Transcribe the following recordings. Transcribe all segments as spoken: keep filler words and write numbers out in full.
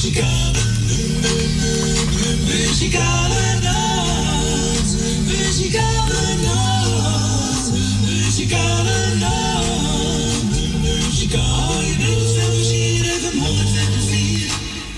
Muzikale, muzikale nacht, muzikale nacht, muzikale nacht, muzikale nacht, honderd vier,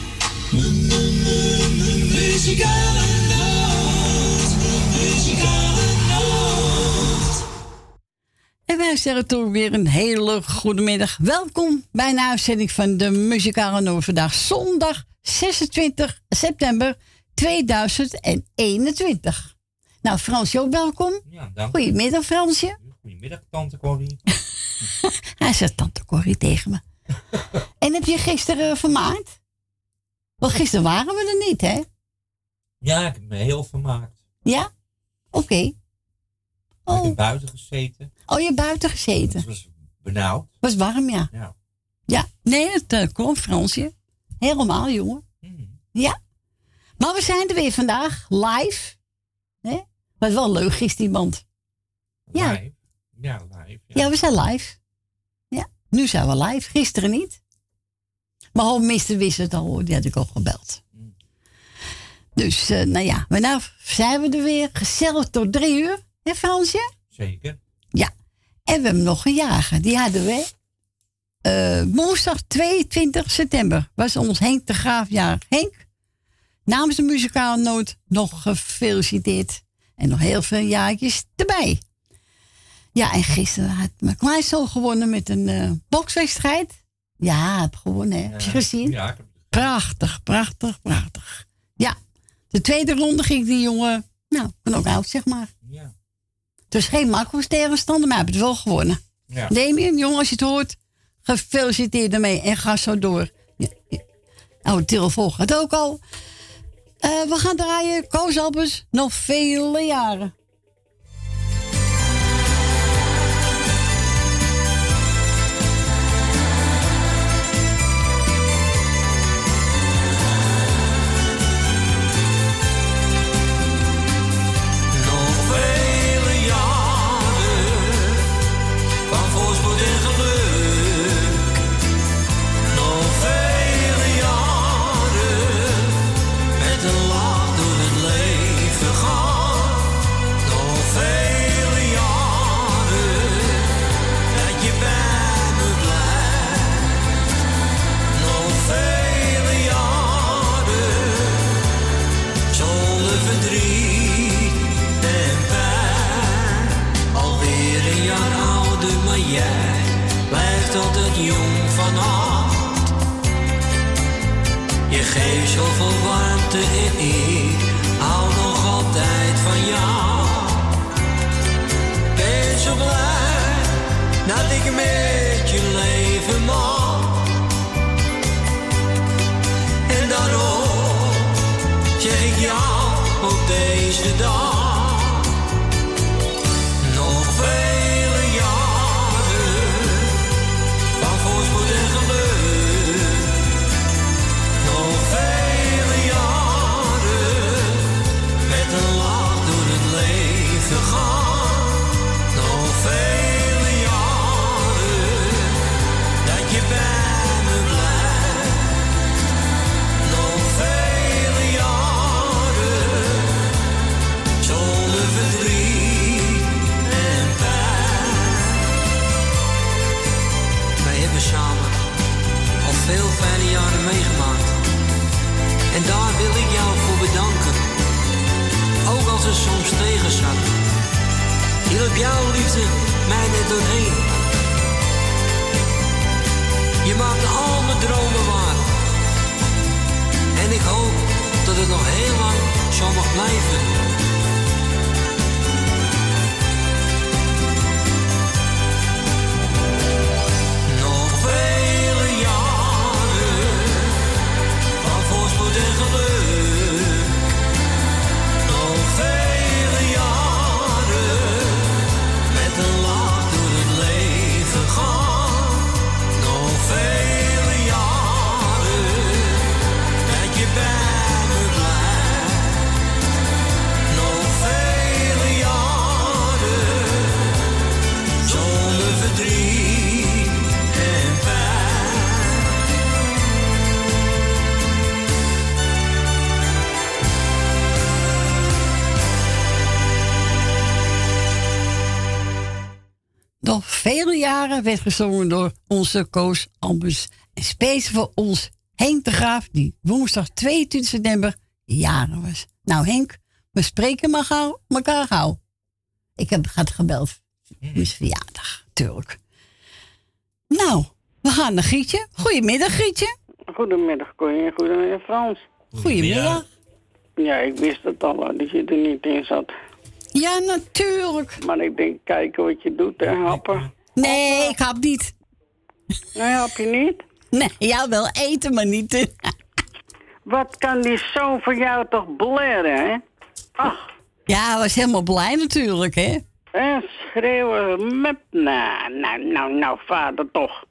muzikale nacht, muzikale nacht. En wij zeggen toch weer een hele goede middag. Welkom bij een uitzending van de Muzikale Noord. Vandaag zondag zesentwintig september tweeduizend eenentwintig. Nou, Fransje ook welkom. Ja, dank. Goedemiddag, Fransje. Goedemiddag, tante Corrie. Hij zegt tante Corrie tegen me. En heb je gisteren vermaakt? Want gisteren waren we er niet, hè? Ja, ik heb me heel vermaakt. Ja? Oké. Okay. Oh. Ik Oh. heb buiten gezeten. Oh, je hebt buiten gezeten. Het was benauwd. Het was warm, ja. Ja. Ja, nee, het uh, klopt, Fransje. Helemaal, jongen. Mm. Ja. Maar we zijn er weer vandaag, live. Hè? Wat wel leuk is, die band. Ja. Live. Ja, live. Ja. Ja, we zijn live. Ja, nu zijn we live. Gisteren niet. Maar hoofdmeester wist het al, hoor. Die had ik al gebeld. Mm. Dus, uh, nou ja. Maar nou zijn we er weer. Gezellig tot drie uur. Hè, Fransje? Zeker. Ja. En we hebben nog een jager. Die hadden we uh, woensdag tweeëntwintig september. Was ons Henk de Graaf jarig. Henk, namens de Muzikale Noot nog gefeliciteerd. En nog heel veel jaartjes erbij. Ja, en gisteren had mijn kleinzoon gewonnen met een uh, bokswedstrijd. Ja, heb gewonnen, hè? Heb je gezien? Ja, ik heb het. Prachtig, prachtig, prachtig. Ja, de tweede ronde ging die jongen, nou, kan ook oud, zeg maar. Ja. Het is geen makkelijke tegenstander, maar hij heeft het wel gewonnen. Ja. Damien, jongen, als je het hoort, gefeliciteerd ermee en ga zo door. Ja, ja. Nou, de telefoon gaat ook al. Uh, we gaan draaien, Koos Albers, nog vele jaren. Geef zoveel warmte en ik hou nog altijd van jou. Ben zo blij dat ik met je leven mag. En daarom zeg ik jou op deze dag nog vele jaren van voorspoed en geluk. Vele jaren met een lach door het leven gaan. Nog vele jaren dat je bij me blijft. Nog vele jaren zonder verdriet en pijn. Wij hebben samen al veel fijne jaren meegemaakt. En daar wil ik jou voor bedanken. Ook als het soms tegen zat. Hielp jouw liefde mij net doorheen. Je maakte al mijn dromen waar. En ik hoop dat het nog heel lang zo mag blijven. Nog vele jaren van voorspoed en geluk. Nog vele jaren met een lach door het leven gaan. Nog vele jaren dat je bij me blijft. vele jaren werd gezongen door onze Koos Albers. En speciaal voor ons Henk de Graaf, die woensdag tweeëntwintig september jaren was. Nou Henk, we spreken maar gauw, elkaar gauw. Ik heb het gebeld. Dus verjaardag, tuurlijk. Nou, we gaan naar Gietje. Goedemiddag Gietje. Goedemiddag Connie, goedemiddag Frans. Goedemiddag. Ja, ik wist het al, dat je er niet in zat. Ja, natuurlijk. Maar ik denk, kijken wat je doet, hè, happen. Nee, ik hap niet. Nee, hap je niet? Nee, ja wel eten, maar niet. Wat kan die zoon van jou toch blaren, hè? Ach. Ja, hij was helemaal blij natuurlijk, hè? En schreeuwen met... Nou, nou, nou, nou, vader toch.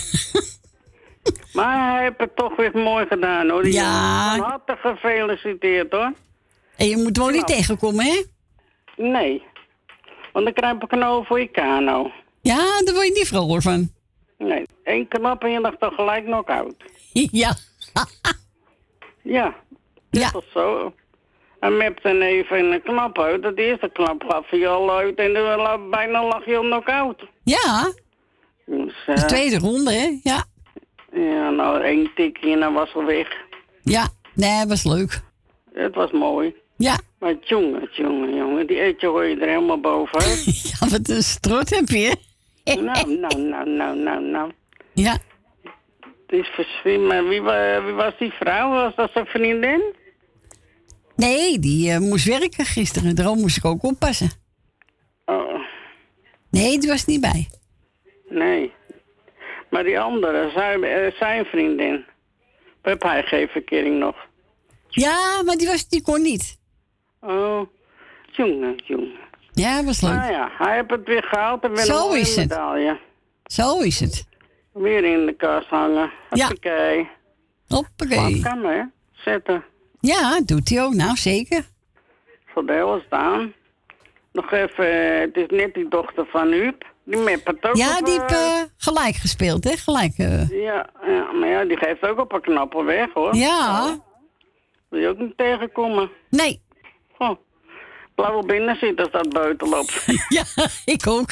Maar hij heeft het toch weer mooi gedaan, hoor. Die ja. Van harte gefeliciteerd, hoor. En je moet wel niet tegenkomen, hè? Nee. Want dan krijg ik een knal voor je kano. Ja, daar word je niet vrolijk van. Nee, één knap en je lag toch gelijk knock-out. Ja. Ja. Ja. Dat is zo. En met dan even een knap uit. Dat eerste knap gaf je al uit en dan bijna lag je al knock-out. Ja. Dus, uh, de tweede ronde, hè? Ja. Ja, nou, één tikje en dan was ze weg. Ja, nee, het was leuk. Het was mooi. Ja. Maar jongen, jongen, jongen, die eetje hoor je er helemaal bovenuit. Ja, wat een strot heb je. nou, nou, nou, nou, nou, nou. Ja. Het is verschrikkelijk. Maar wie, wie was die vrouw? Was dat zijn vriendin? Nee, die uh, moest werken gisteren. Daarom moest ik ook oppassen. Oh. Nee, die was niet bij. Nee. Maar die andere, zijn, zijn vriendin. Heb hij geen verkering nog? Ja, maar die, was, die kon niet. Oh, jongen, jongen. Ja, dat was leuk. Nou ja, hij heeft het weer gehaald en weer Zo een is het. medaille. Zo is het. Weer in de kast hangen. Hoppakee. Ja. Hoppakee. Maar kan hè, zetten. Ja, doet hij ook. Nou, zeker. Zal de hele staan. Nog even, het is net die dochter van Huub. Die meppert ook Ja, op, die heeft uh, gelijk gespeeld, hè? Gelijk. Uh... Ja, ja, maar ja, die geeft ook op een knappe weg, hoor. Ja. Oh. Wil je ook niet tegenkomen? Nee. Oh. Blauw binnen zit als dat buiten loopt. Ja, ik ook.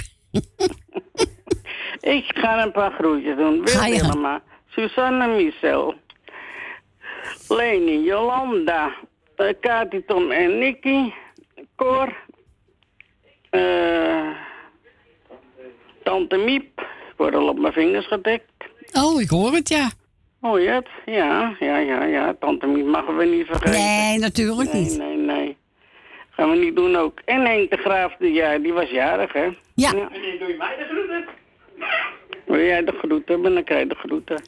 Ik ga een paar groetjes doen. Wil Willema, Susanne Michel, Leni, Jolanda, uh, Kati, Tom en Nicky, Cor, uh, Tante Miep. Ik word al op mijn vingers gedekt. Oh, ik hoor het, ja. Hoor je het? Ja, ja, ja, ja. Tante Miep mogen we niet vergeten. Nee, natuurlijk nee, niet. Nee, nee, nee. Gaan we niet doen ook. En Henk de Graaf, die, ja, die was jarig, hè? Ja. ja. En dan doe je mij de groeten. Wil jij de groeten hebben, dan krijg je de groeten.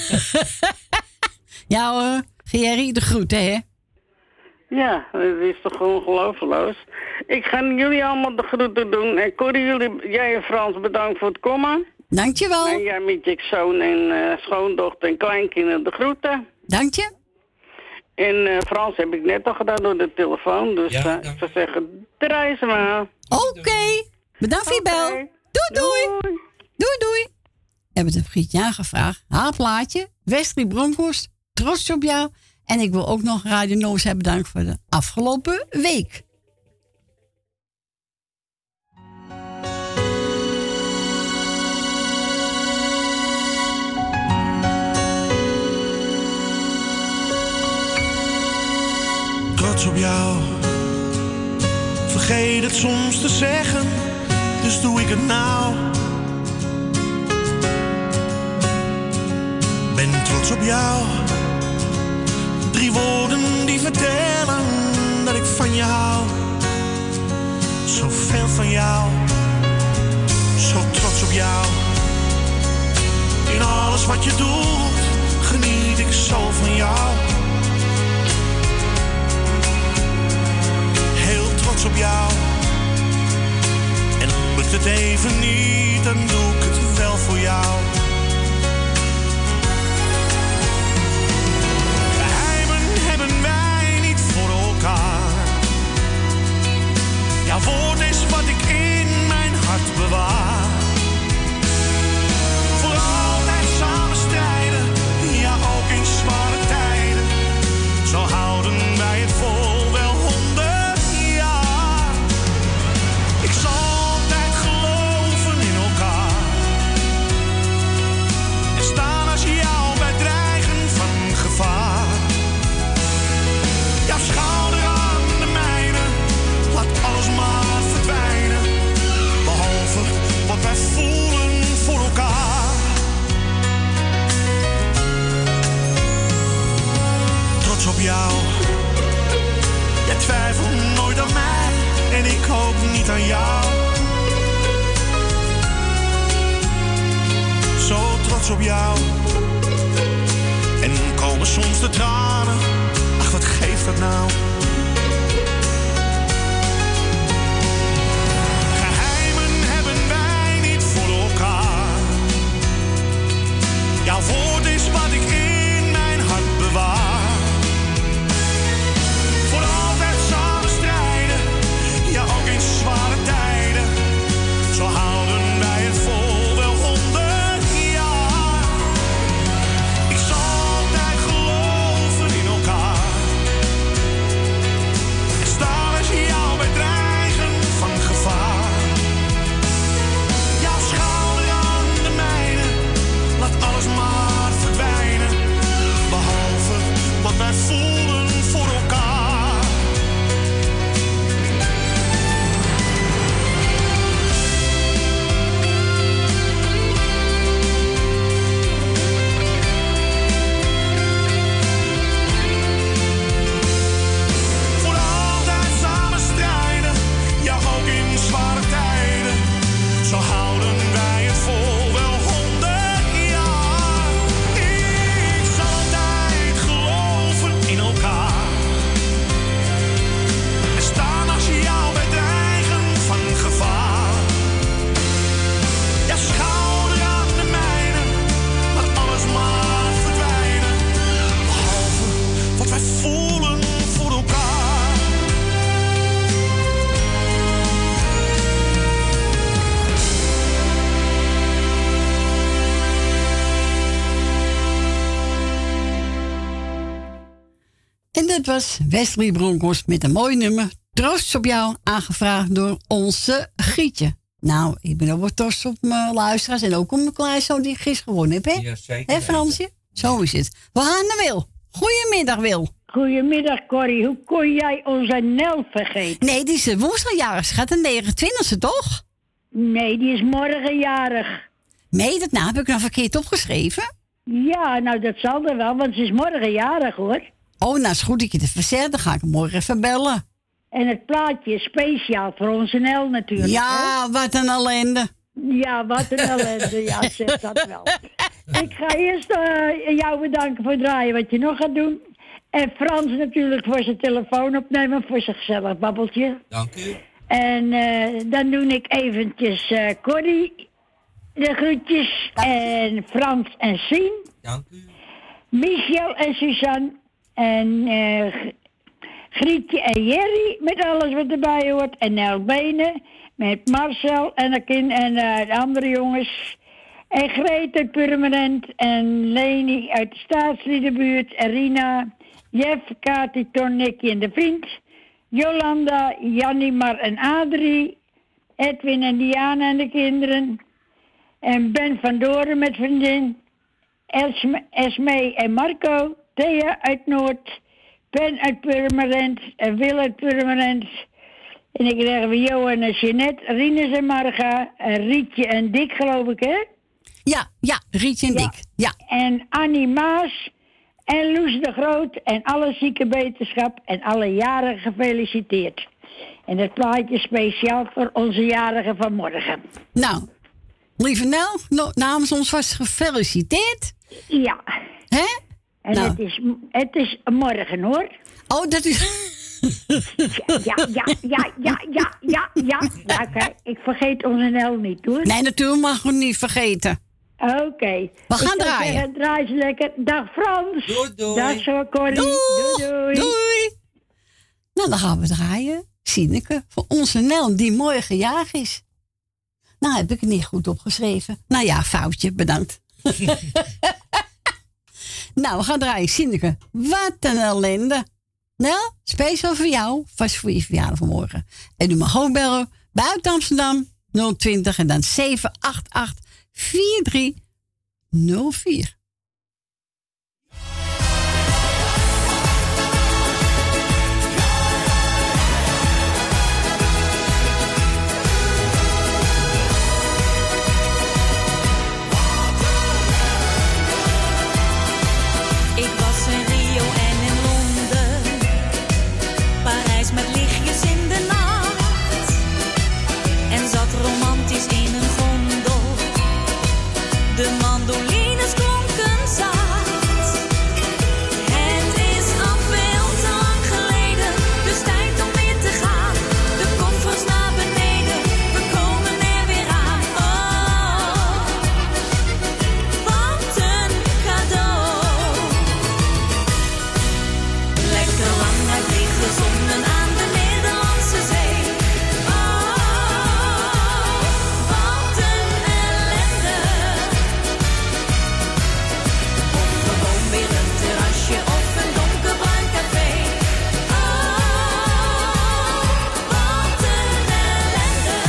Ja hoor, Gerry, de groeten, hè? Ja, dat is toch ongelooflijk. Ik ga jullie allemaal de groeten doen. En Corrie, jullie, jij en Frans, bedankt voor het komen. Dankjewel. En jij met je zoon en uh, schoondochter en kleinkinderen de groeten. Dank je. En uh, Frans heb ik net al gedaan door de telefoon. Dus ja, uh, ik zou zeggen, draai ze maar. Oké, okay. Bedankt voor je bel. Doei, doei. Doei, doei. doei. We hebben het Grietje aangevraagd. Haar plaatje, Wesley Bronkhorst, trots op jou. En ik wil ook nog Radio Noza bedanken voor de afgelopen week. Trots op jou. Vergeet het soms te zeggen, dus doe ik het nou. Ben trots op jou. Drie woorden die vertellen dat ik van je hou. Zoveel van jou. Zo trots op jou. In alles wat je doet, geniet ik zo van jou. Heel trots op jou. En lukt het even niet, dan doe ik het wel voor jou. Jouw woord is wat ik in mijn hart bewaar. Voor altijd samen strijden, ja ook in zware tijden. Zo houden wij het vol wel honderd jaar. Ik zal altijd geloven in elkaar. en ik hoop niet aan jou. Zo trots op jou. En komen soms de tranen. Ach, wat geeft dat nou? Geheimen hebben wij niet voor elkaar. Jouw woord is wat ik in mijn hart bewaar. Voor altijd samen strijden. Ja, ook in zware tijden. Zo houden wij het vol wel honderd jaar. Ik zal altijd geloven in elkaar. En staan als jou bij dreigen van gevaar. Jouw schouder aan de mijne, laat alles maar verdwijnen. Behalve wat wij voelen voor elkaar. Voor altijd samen strijden, ja ook in zware tijden. Zo houden wij het vol wel honderd jaar. Ik zal altijd geloven in elkaar. En staan als je jou bij dreigen van gevaar. Ja, schouder aan de mijne, laat alles maar verdwijnen. Behalve wat wij voelen voor elkaar. En dat was Wesley Bronkhorst met een mooi nummer. Trots op jou, aangevraagd door onze Gietje. Nou, ik ben ook wel trots op mijn luisteraars en ook op mijn kleinzoon die gisteren gewonnen heeft, hè? Ja, zeker. Hé, Fransje? Zo is het. We gaan naar Wil. Goedemiddag, Wil. Goedemiddag, Corrie. Hoe kon jij onze Nel vergeten? Nee, die is woensdagjarig. Ze gaat de negenentwintigste, toch? Nee, die is morgen jarig. Nee, dat nou heb ik nou verkeerd opgeschreven. Ja, nou dat zal er wel, want ze is morgen jarig, hoor. Oh, nou is goed dat je het verzet. Dan ga ik hem morgen even bellen. En het plaatje is speciaal voor onze Nel natuurlijk. Ja, wat een ellende. Hè? Ja, wat een ellende. Ja, zeg dat wel. Ik ga eerst uh, jou bedanken voor het draaien wat je nog gaat doen. En Frans natuurlijk voor zijn telefoon opnemen, voor zijn gezellig babbeltje. Dank u. En uh, dan doe ik eventjes uh, Corrie de groetjes. En Frans en Sien. Dank u. Michel en Suzanne. En uh, Grietje en Jerry met alles wat erbij hoort. En Nel Benen met Marcel en de, kind, en, uh, de andere jongens. En Greet uit Purmerend. En Leni uit de Staatsliedenbuurt. En Rina, Jeff, Kati, Ton, Nicky en de vriend. Jolanda, Janimar en Adrie. Edwin en Diana en de kinderen. En Ben van Doren met vriendin. Esme, Esme en Marco. Thea uit Noord. Ben uit Purmerend. En Wil uit Purmerend. En ik krijg weer Johan en Jeanette. Rinus en Marga. En Rietje en Dick, geloof ik, hè? Ja, ja, Rietje en Ja. Dick. Ja. En Annie Maas. En Loes de Groot. En alle zieke wetenschap. En alle jarigen gefeliciteerd. En het plaatje speciaal voor onze jarigen van morgen. Nou, lieve Nel, no- namens ons vast gefeliciteerd. Ja. Hè? En Nou. het, is, het is morgen, hoor. Oh, dat is... Ja, ja, ja, ja, ja, ja, ja, ja. Ja, kijk, ik vergeet onze Nel niet, hoor. Nee, natuurlijk mag we niet vergeten. Oké. Okay. We gaan draaien. Zeggen, draai ze lekker. Dag Frans. Doei, doei. Dag zo, Corrie. Doei. Doei, doei. Doei. Nou, dan gaan we draaien. Sineke, voor onze Nel, die morgen jarig is. Nou, heb ik het niet goed opgeschreven. Nou ja, foutje, bedankt. Nou, we gaan draaien. Sineke, wat een ellende. Nou, speciaal voor jou, vast voor je verjaardag vanmorgen. En u mag gewoon bellen, buiten Amsterdam, nul twintig en dan zeven acht acht vier drie nul vier. Ik was in Rio en in Londen, Parijs met lichtjes in de nacht. mandolines klonken zacht. Het is al veel te lang geleden, dus tijd om weer te gaan. De koffers naar beneden, we komen er weer aan. Oh, wat een cadeau. Lekker lang uit liggen zonnen aan de Nederlandse Zee. Oh, wat een ellende. Of gewoon weer een terrasje of een donkerbruin café. Oh, wat een ellende.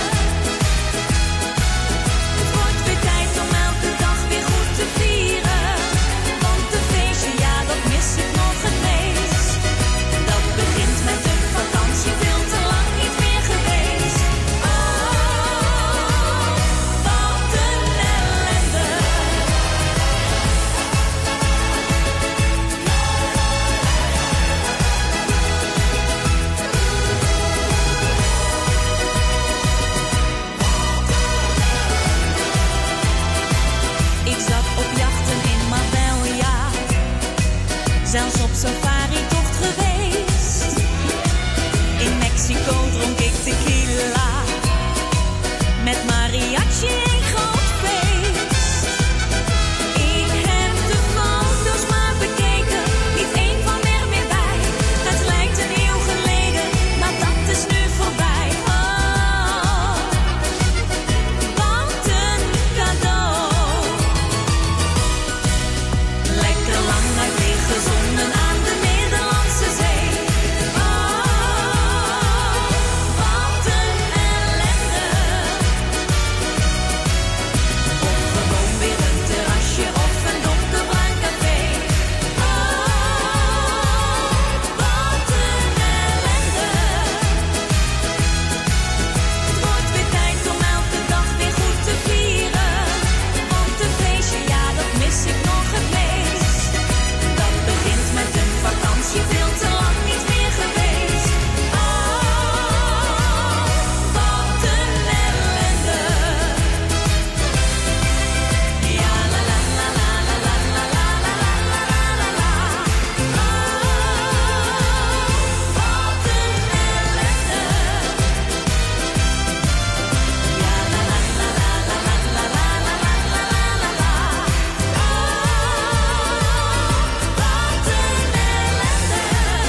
Het wordt weer tijd om elke dag weer goed te vieren. Want een feestje, ja, dat mis ik nog het meest. Dat begint met een vakantie, veel te lang niet meer geweest. Oh, wat een ellende. Ik zat op jachten in Marbella, zelfs op safari-tocht geweest. In Mexico dronk ik tequila, met mariachi een groot feest. Ik heb de foto's maar bekeken, niet één van er meer bij. Het lijkt een eeuw geleden, maar dat is nu voorbij. Oh, wat een cadeau. Lekker lang uit liggen zonnen aan de Nederlandse Zee. Oh, wat een ellende. Of gewoon weer een terrasje of een donkerbruin café. Oh, wat een ellende. Het wordt weer tijd om elke dag weer goed te vieren. Want een feestje, ja, dat mis ik nog het meest. Dat begint met een vakantie, veel te lang niet meer geweest. Oh, wat een ellende. Ja, la la la la la la la la la la la la la. Oh, wat een ellende. Ja, la la la la la la la la la la la la la. Oh, wat een ellende.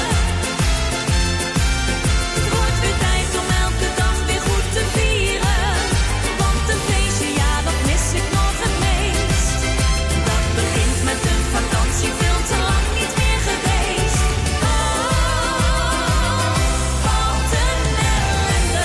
Het wordt weer tijd om elke dag weer goed te vieren. Want een feestje, ja, dat mis ik nog het meest. Dat begint met een vakantie, veel te lang niet meer geweest. Oh, wat een ellende.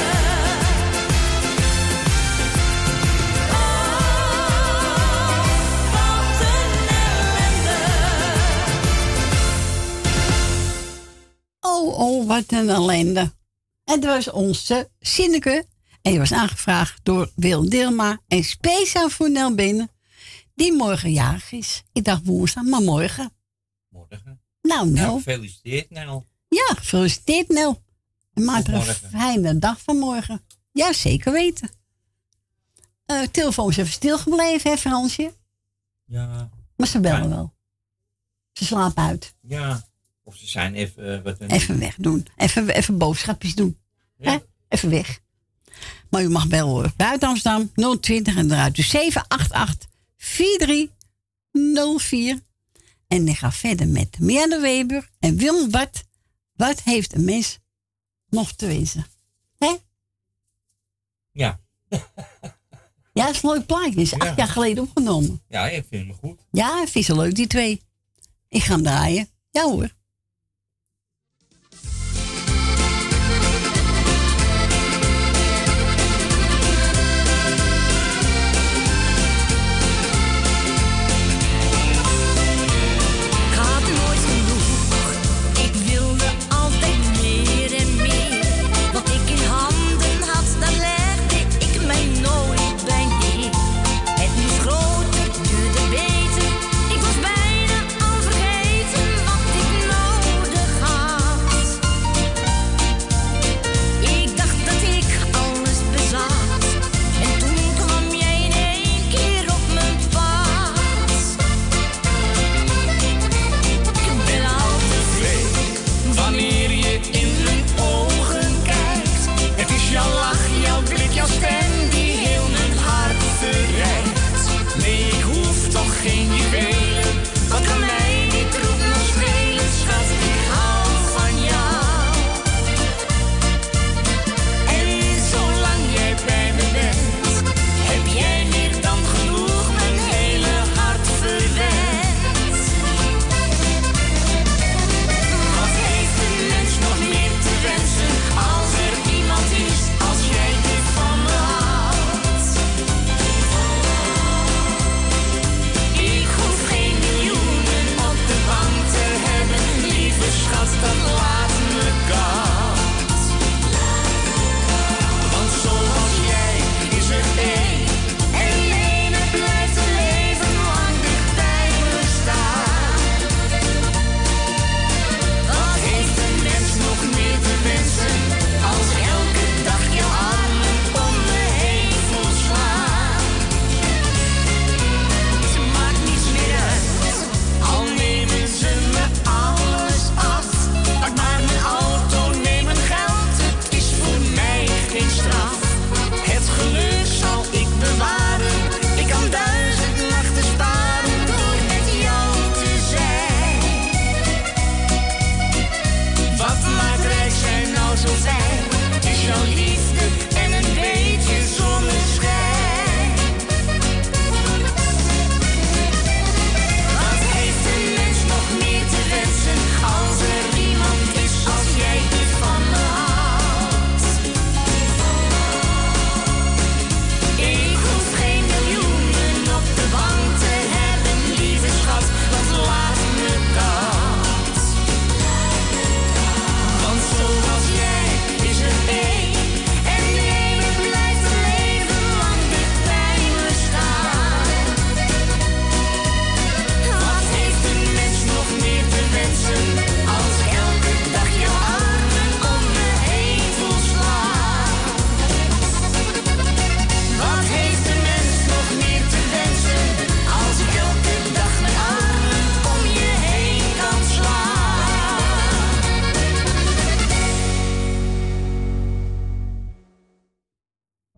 Oh, wat een ellende. Oh, oh, wat een ellende. En dat was onze Sinneke. En die was aangevraagd door Wil Dilma. En speciaal voor Nel Binnen, die morgen jarig is. Ik dacht woensdag, maar morgen. Morgen. Nou, Nel. Nou, gefeliciteerd, Nel. Ja, gefeliciteerd, Nel. En maak er een Morgen. fijne dag van morgen. Ja, zeker weten. Eh telefoon is even stilgebleven, hè, Fransje? Ja. Maar ze bellen Ja. wel. Ze slapen uit. Ja. Of ze zijn even... eh, wat een... Even wegdoen. Even, even boodschapjes doen. Ja. Hè? Even weg. Maar u mag bellen hoor. Buiten Amsterdam nul twintig en eruit. Dus zeven acht acht vier drie nul vier. En ik ga verder met Mianne Weber en Willem Bart. Wat heeft een mens nog te wezen? Hè? Ja. Ja, dat is een leuk plaatje. Is acht Ja. jaar geleden opgenomen. Ja, ik vind hem goed. Ja, ik vind ze leuk, die twee. Ik ga hem draaien. Ja hoor. Ik had nooit genoeg. Ik wilde altijd meer en meer. Wat ik in handen had, daar legde ik mij nooit bij neer. Het moest groter, duurder, beter. Ik was bijna al vergeten wat ik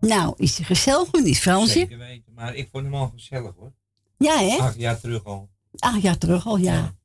Nou, is hij gezellig of niet, Fransje? Zeker weten. Maar ik vond hem al gezellig hoor. Ja, hè? Acht jaar terug al. Acht jaar terug al, ja. Ja.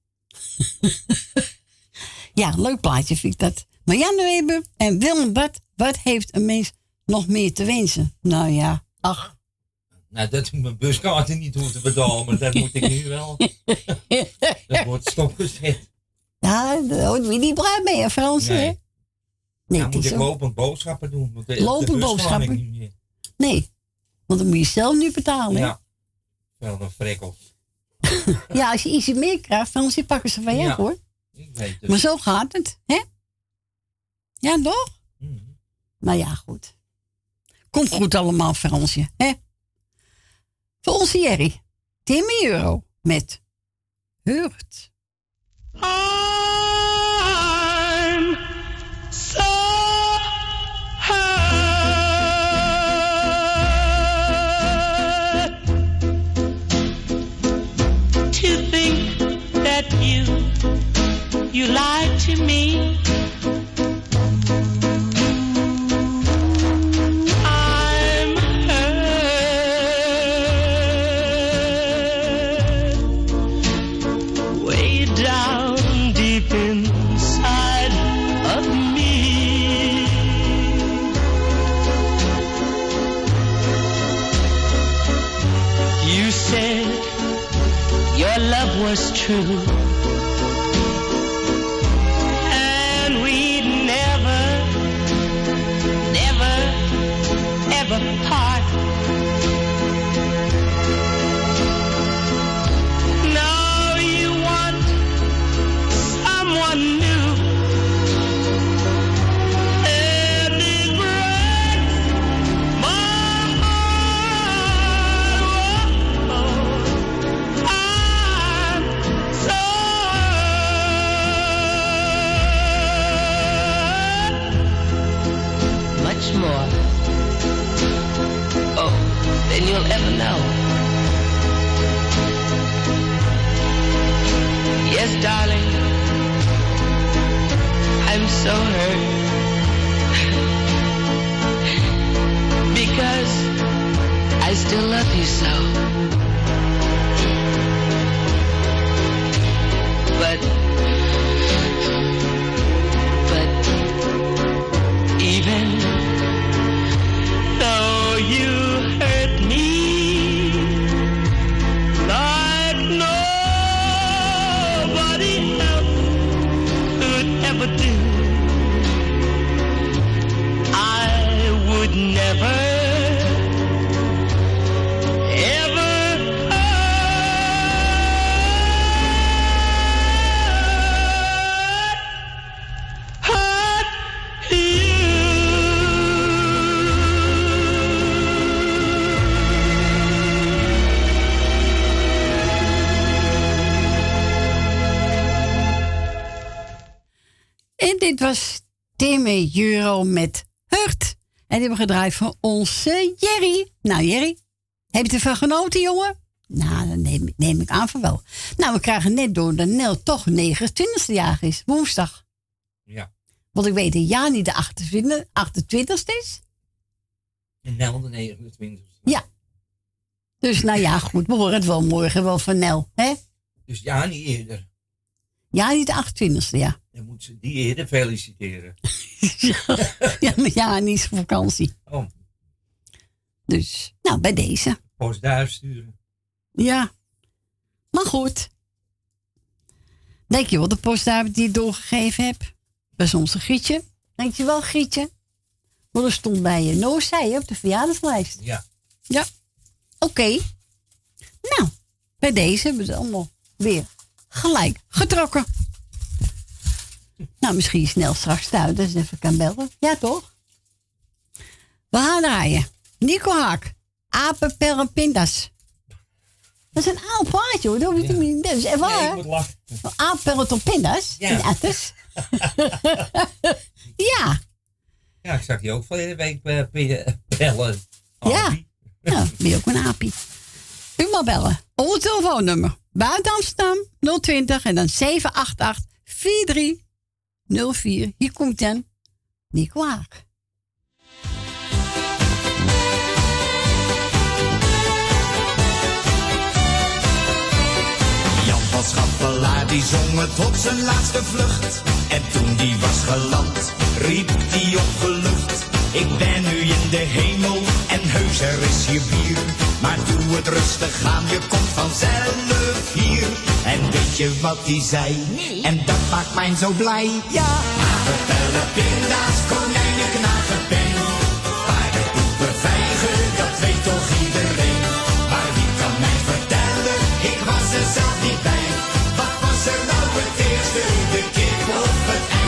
Ja, leuk plaatje vind ik dat. Maar Jan Weber en Willem Bart, wat heeft een mens nog meer te wensen? Nou ja, ach. Nou, dat ik mijn buskaarten niet hoef te betalen, maar dat moet ik nu wel. Dat wordt stopgezet. Ja, daar hoort wie niet blij mee, hè, Frans? Nee. Hè? Nee, Nou het moet is ik zo. lopend boodschappen doen. Want de, Lopend de bus boodschappen? kan ik niet meer. Nee, want dan moet je zelf nu betalen. hè? Ja. Wel een frekkel. Ja, als je iets meer krijgt, Frans, die pakken ze van je Ja. af, hoor. Ik weet het. Maar zo gaat het, hè? Ja, toch? Mhm. Nou ja, goed. Komt goed allemaal, Fransje, hè? Voor onze Jerry, tien euro met Hurt. I'm so hurt to think that you you lied to me. I'm hurt way down deep inside of me. You said your love was true, and we'd never, never, ever part. Now you want someone new, and it breaks my heart. Oh, I'm so hurt. Much more, oh, than you'll ever know. Yes, darling, I'm so hurt because I still love you so. But, but even though you hurt me like nobody else could ever do, I would never, ever hurt, hurt you. En dit was Timmy Euro met Hurt. En die hebben we gedraaid voor onze Jerry. Nou, Jerry, heb je ervan genoten, jongen? Nou, dan neem, neem ik aan van wel. Nou, we krijgen net door dat Nel toch negenentwintigste jaar is. Woensdag. Ja. Want ik weet dat Jani de achtentwintigste, achtentwintigste is. En Nel de negenentwintigste. Ja. Dus nou ja, goed. We horen het wel morgen wel van Nel. Hè? Dus ja, niet eerder. Jani de achtentwintigste, ja. Dan moet ze die eerder feliciteren. Ja, maar Jani is op vakantie. Oh, Dus, nou, bij deze. post daar sturen. Ja. Maar goed. Dankjewel de postduif die je doorgegeven hebt. Dat is onze Grietje. Dankjewel, Grietje. Want er stond bij je Noor, zei je, op de verjaardagslijst. Ja. Ja. Oké. Nou, bij deze hebben we het allemaal weer gelijk getrokken. Nou, misschien snel straks thuis, dat je even kan bellen. Ja, toch? We gaan draaien. Nico Haak. Apen, perren, pindas. Dat is een oud plaatje, hoor. Dat, Ja. niet, dat is echt Nee, waar. ik moet lachen. Apen, perren, pindas. Ja. In Attes. Ja. Ja, ik zag die ook van de week eh, pe- bellen. Ja. Appie. Nou, ben je ook een apie. U mag bellen. Onze telefoonnummer. Buiten Amsterdam nul twintig en dan zeven acht acht vier drie nul vier. Hier komt dan Nico Haak. die zong het op zijn laatste vlucht. En toen die was geland, riep die opgelucht. Ik ben nu in de hemel en heus er is hier bier. Maar doe het rustig aan, je komt vanzelf hier. En weet je wat die zei? Nee. En dat maakt mij zo blij. Ja, aardappelen, pinda's, konijnen, knagen, pen. Paardenpoepen, vijgen, dat weet toch iedereen. Maar wie kan mij vertellen? Ik was er zelf niet bij. Wat was er nou het eerste? De kip of het ei?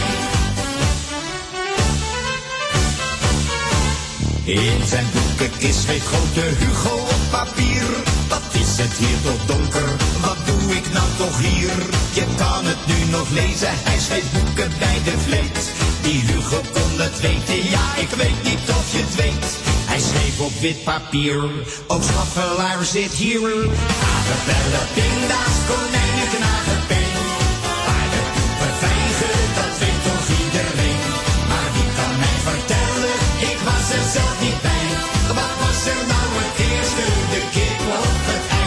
In zijn boekenkist schreef grote Hugo op papier. Wat is het hier toch donker? Wat doe ik nou toch hier? Je kan het nu nog lezen, hij schreef boeken bij de vleet. Die Hugo kon het weten, ja, ik weet niet of je het weet. Hij schreef op wit papier, ook schaffelaar zit hier. Aardappelen, pinda's, konijnen, knagen, pen. Paardenpoepen, vijgen, dat weet toch iedereen. Maar wie kan mij vertellen, ik was er zelf niet bij. Wat was er nou het eerste, de kip of het ei?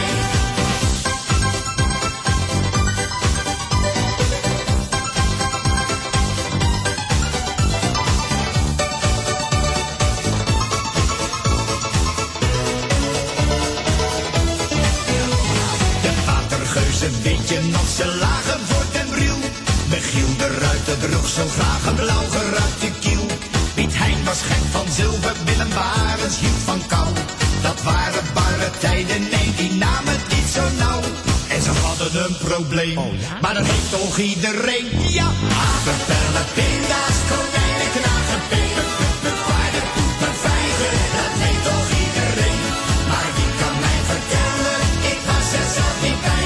Een beetje nat, ze lagen voor den bril. Michiel de Ruiter droeg zo graag een blauw geruite kiel. Piet Hein was gek van zilver, Willem Barens hield van kou. Dat waren barre tijden, nee, die namen het niet zo nauw. En ze hadden een probleem, oh, ja? Maar dat heeft toch iedereen? Ja, aardappelen, pinda's, konijnen, knagen, peren, paardenpoepen, vijgen, dat weet toch iedereen? Maar wie kan mij vertellen, ik was er zelf niet bij.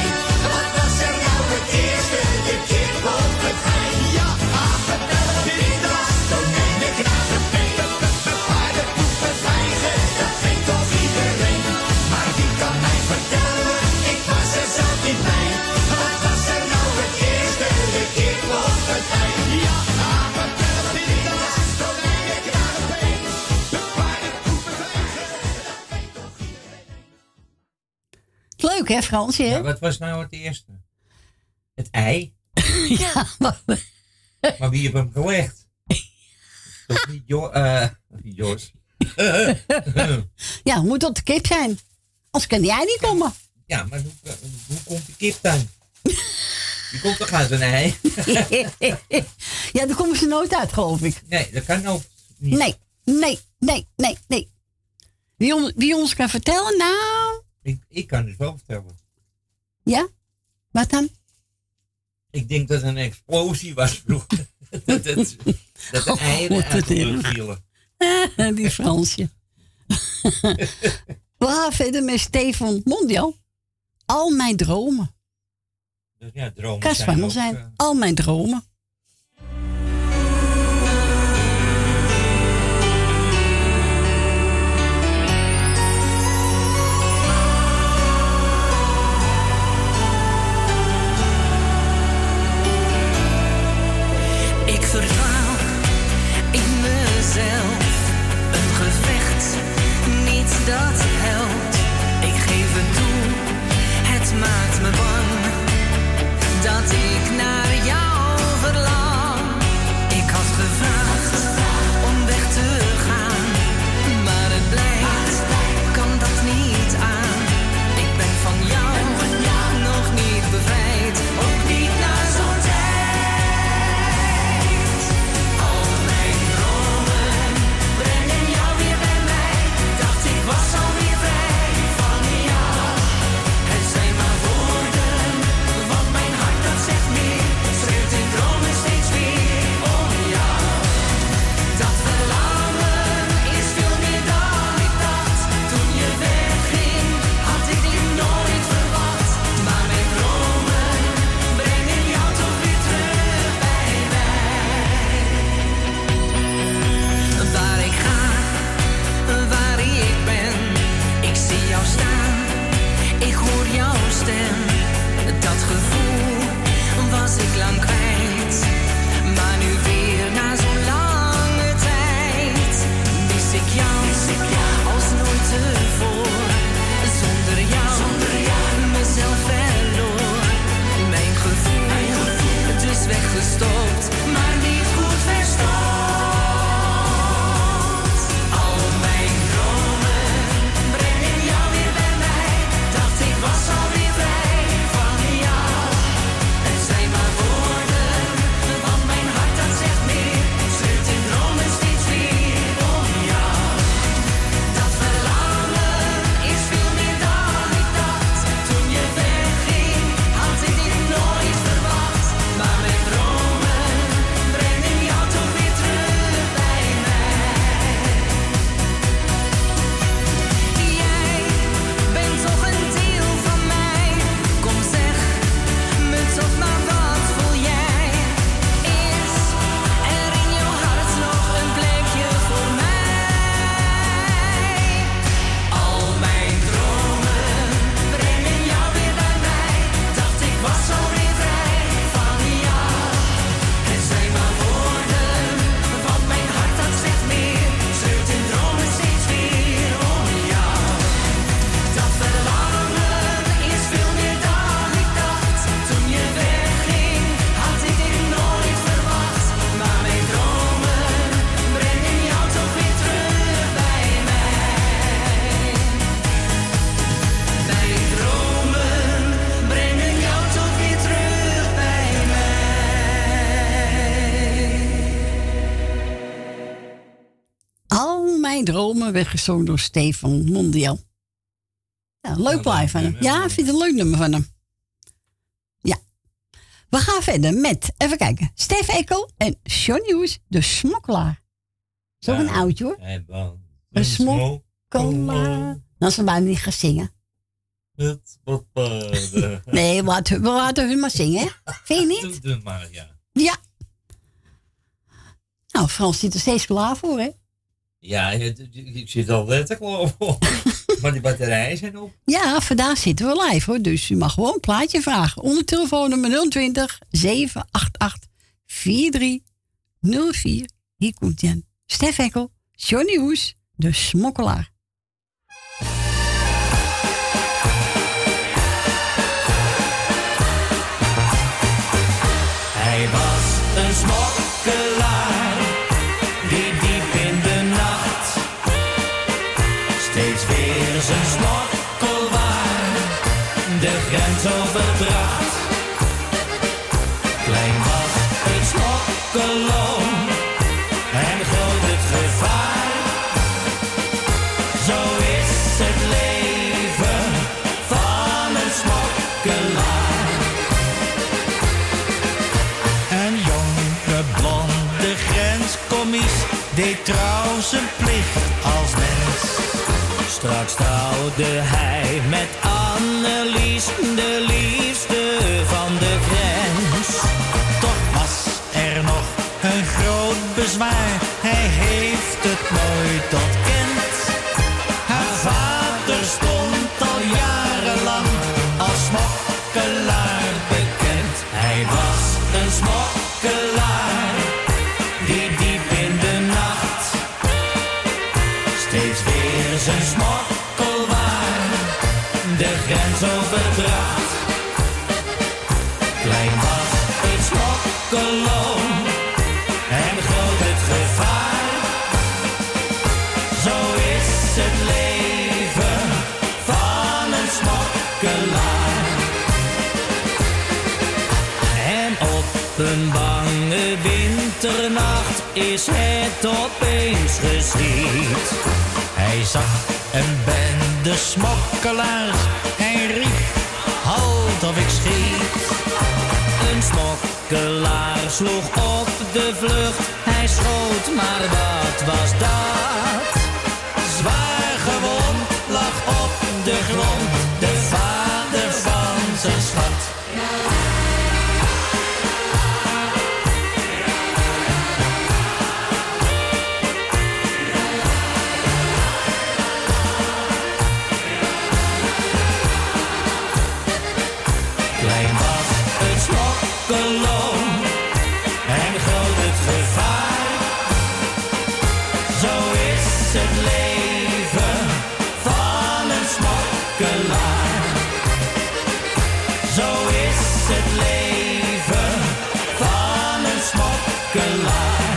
Leuk hè, Fransje? Ja, wat was nou het eerste? Het ei? Ja, maar... Maar wie heeft hem gelegd? Toch niet Jo... Uh, Jos. Ja, het moet op de kip zijn. Anders kan jij niet komen. Ja, maar hoe, uh, hoe komt die kip dan? Die komt toch uit een ei? Ja, daar komen ze nooit uit, geloof ik. Nee, dat kan ook niet. Nee, nee, nee, nee, nee. Wie, on, wie ons kan vertellen? Nou... Ik, ik kan het wel vertellen. Ja? Wat dan? Ik denk dat het een explosie was vroeger. dat, dat, dat de eieren uit de lucht vielen. Die Fransje. We gaan verder met Stefan Mondial. Al mijn dromen. Dus ja, dromen kan zijn ook, zijn. Uh... Al mijn dromen. Ik verdwaal in mezelf, een gevecht, niets dat helpt. Ik geef het toe, het maakt me bang, dat ik naar jou Mijn dromen werd gezongen door Stefan Mondial. Ja, leuk Ja, live van hem. leuk, Ja, hè? ik vind het een leuk nummer van hem. Ja. We gaan verder met, even kijken, Stef Ekkel en Johnny Hoes, de smokkelaar. Zo een Ja. oudje hoor. Hij woont Een een smokkelaar. Dan ze maar niet gaan zingen. Het wat paarden. Nee, we laten, we laten hun maar zingen. Hè? Vind je niet? Doe, doe maar, ja. Ja. Nou, Frans zit er steeds klaar voor, hè? Ja, het- ik zit al letterlijk klaar voor. Maar die batterijen zijn op. Ja, vandaag zitten we live, hoor. Dus u mag gewoon een plaatje vragen. Onder telefoonnummer nul twintig, zeven acht acht, vier drie nul vier. Hier komt hij aan. Stef Ekkel, Johnny Hoes, de smokkelaar. Hij was een smokkelaar die diep in de nacht steeds weer zijn smokkelwaar de grens overbracht. Klein was het smokkeloon en groot het gevaar. Zo is het leven van een smokkelaar. Een jonge blonde grenscommies deed trouw zijn plicht als mens. Straks trouwde hij met Annelies, de liefste van de grens. Toch was er nog een groot bezwaar, hij heeft het nooit ontkend. Haar vader stond al jarenlang als smokkelaar bekend. Hij was een smokkelaar die diep in de nacht steeds weer zijn smokkelwaar de grens overbracht. Klein was het smokkeloon en groot het gevaar. Zo is het leven van een smokkelaar. En op een bange winternacht is het opeens geschied. Hij zag een bende smokkelaars. Hij riep, halt of ik schiet. Een smokkelaar sloeg op de vlucht. Hij schoot, maar wat was dat? Zwaar gewond lag op de grond de vader van zijn schat. Klein was het smokkeloon en groot het gevaar. Zo is het leven van een smokkelaar. Zo is het leven van een smokkelaar.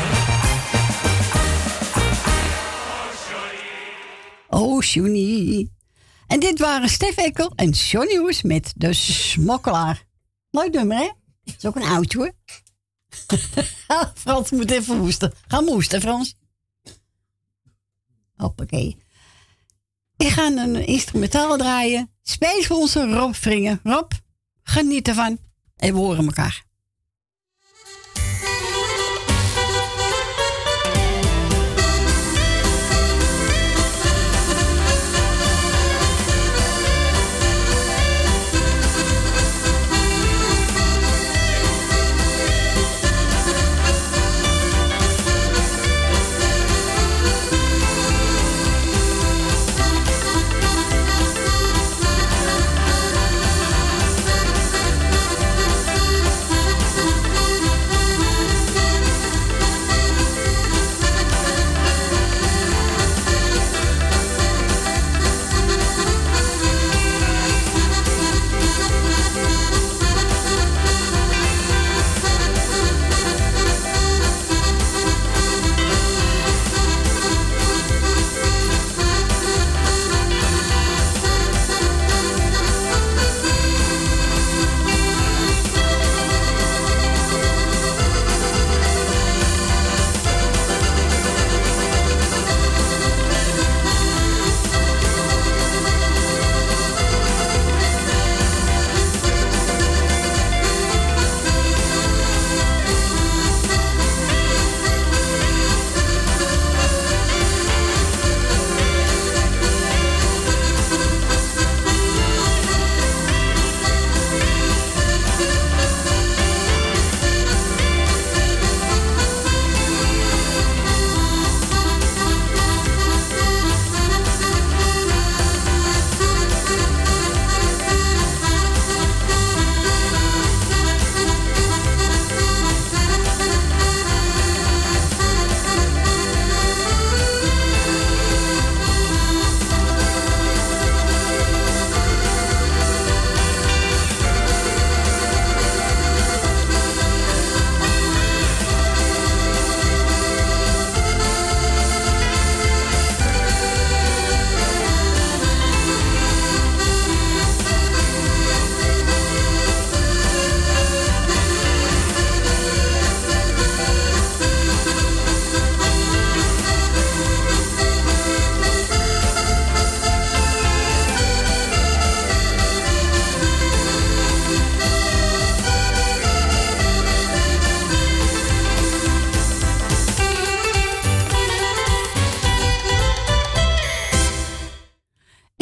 Oh, Johnny. En dit waren Stef Ekkel en Johnny Hoes met de smokkelaar. Leuk nummer, hè? Dat is ook een oudje, hoor. Frans moet even hoesten. Ga maar hoesten, Frans. Hoppakee. Ik ga een instrumentaal draaien. Speel voor onze Rob Vringen. Rob, geniet ervan. En we horen elkaar. Thank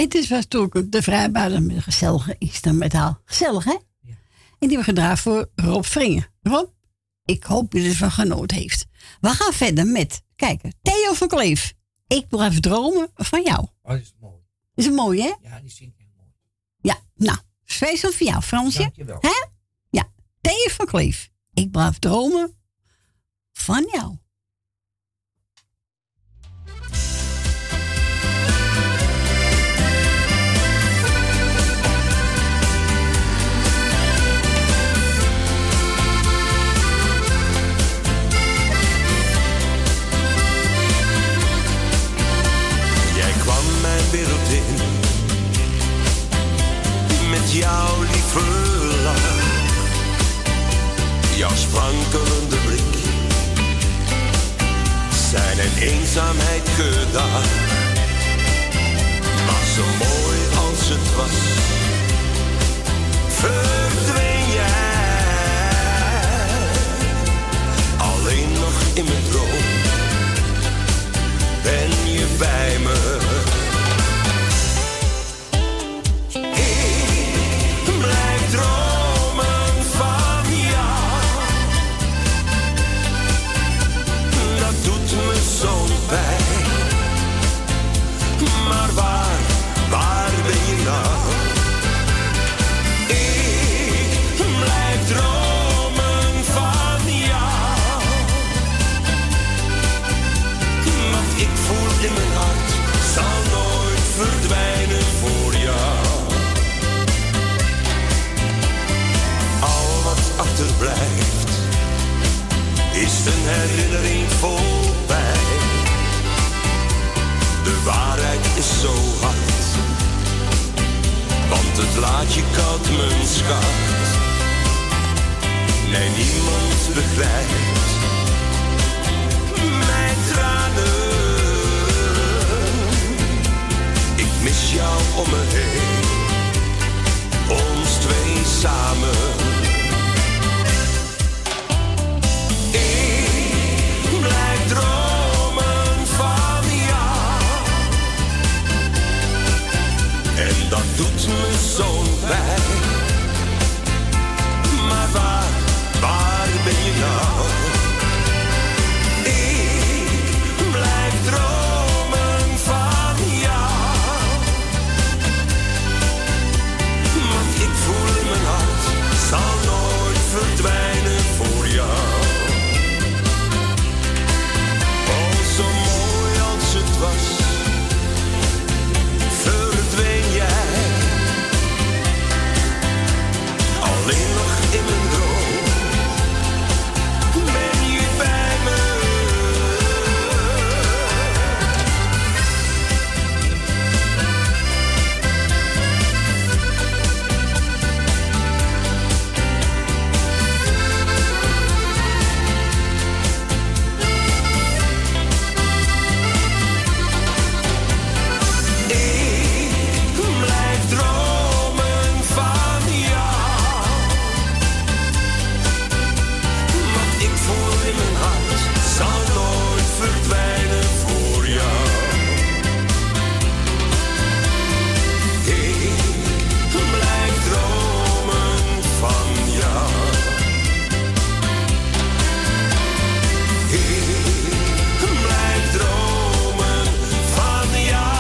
Dit was toen de vrijbaarder met een gezellige Easter met haar. Gezellig, hè? Ja. En die we gedraaid voor Rob Vringen. Rob, ik hoop dat je ervan genoten heeft. We gaan verder met, kijk, Theo van Kleef. Ik blijf dromen van jou. Oh, dat is mooi. Is het mooi, hè? Ja, die zingt heel mooi. Ja, nou, speciaal voor jou, Fransje. Dankjewel. Hè? Ja, Theo van Kleef. Ik blijf dromen van jou. Mijn wereld in met jouw lieve lach, jouw sprankelende blik, zijn en eenzaamheid gedaan. Maar zo mooi als het was, verdween jij. Alleen nog in mijn droom ben je bij me. Maar waar, waar ben je nou? Ik blijf dromen van jou. Wat ik voel in mijn hart zal nooit verdwijnen voor jou. Al wat achterblijft is een herinnering vol pijn. De waarheid is zo hard, want het laat je koud, mijn schat. Nee, niemand begrijpt mijn tranen. Ik mis jou om me heen, ons twee samen. Ik blijf dromen van jou. En dat doet me zo'n pijn. Maar waar, waar ben je nou? Ik blijf dromen van jou. Wat ik voel in mijn hart zal nooit verdwijnen voor jou. Oh, zo mooi als het was, verdween jij. Alleen nog in mijn droom ben je bij me. Ik blijf dromen van jou. Wat ik voel in mijn hart zal nooit verdwijnen voor jou. Ik blijf dromen van jou. Ik blijf dromen van jou.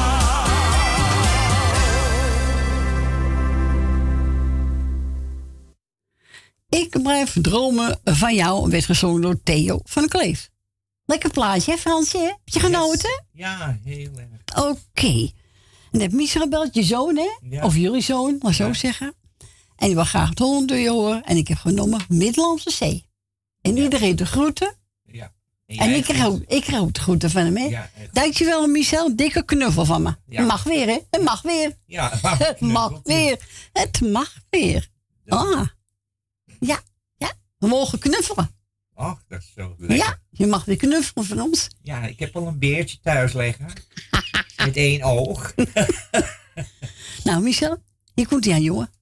Ik blijf dromen van jou, werd gezongen door Theo van Kleef. Lekker plaatje, hè Fransje? Heb je genoten? Ja, heel erg. Oké. En dan heb Mies gebeld, je zoon, hè? Ja. Of jullie zoon, maar zo Ja. zeggen. En die wil graag het hond door je horen. En ik heb genomen Middellandse Zee. En iedereen de groeten. Ja. En ik krijg, ook, ik krijg ook de groeten van hem, hè? Ja, echt. Dankjewel, Michel. Dikke knuffel van me. Ja. Het mag weer, hè? Het mag weer. Ja, Het mag weer. Het mag weer. Ah. Ja, ja. We mogen knuffelen. Ach, dat is zo lekker. Ja, je mag weer knuffelen van ons. Ja, ik heb al een beertje thuis liggen. Met één oog. Nou, Michel, hier komt hij aan, jongen.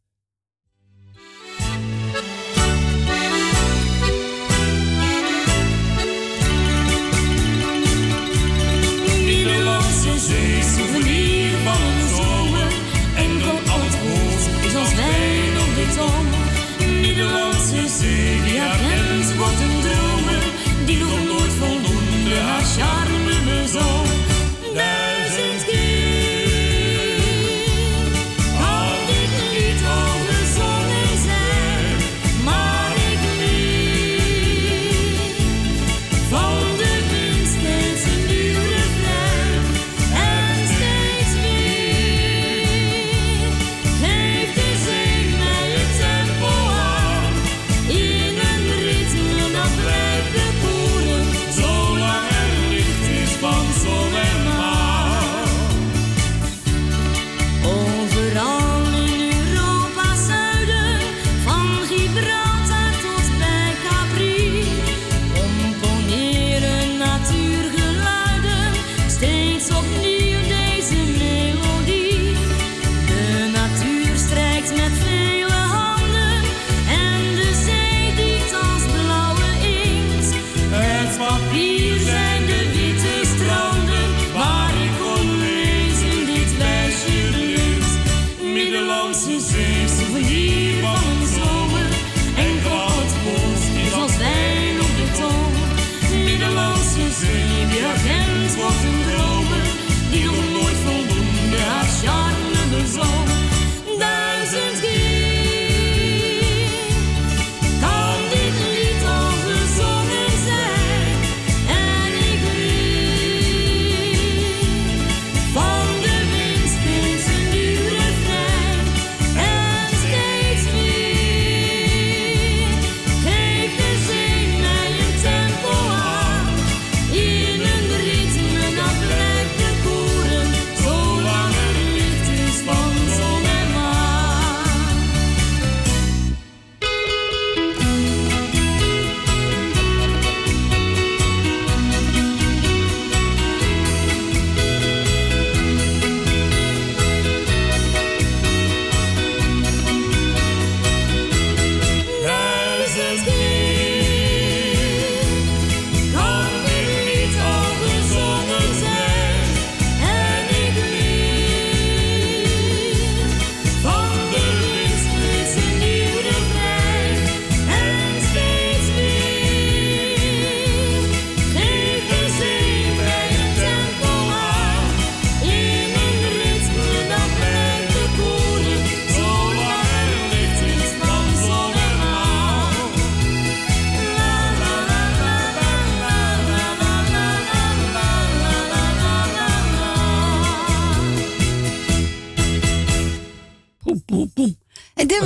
Middellandse Zee, souvenir van een zomer.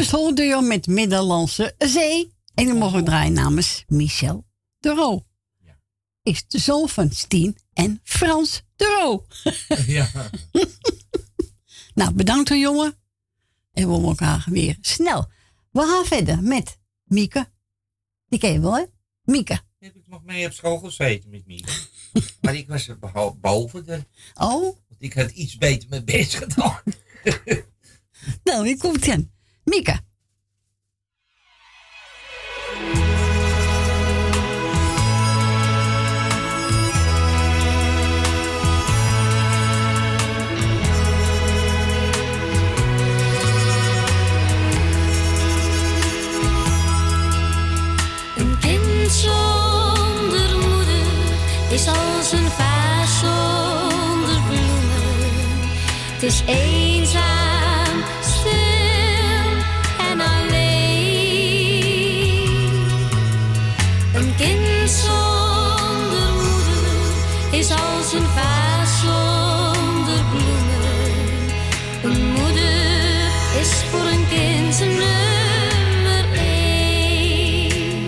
was het Holduo met Middellandse Zee. En die mogen we draaien namens Michel de Roo. Ja. Is de zoon van Stien en Frans de Roo. Ja. Nou, bedankt hoor, jongen. En we horen elkaar weer snel. We gaan verder met Mieke. Die ken je wel, hè? Mieke. Heb ik nog mee op school gezeten met Mieke. Maar ik was er beha- boven de... Oh? Want ik had iets beter mijn best gedaan. Nou, wie komt dan? Mieke. Een kind zonder moeder is als een vaas zonder bloemen. Het is eenzaam, stil en alleen. Een kind zonder moeder is als een vaas zonder bloemen. Een moeder is voor een kind zijn nummer één.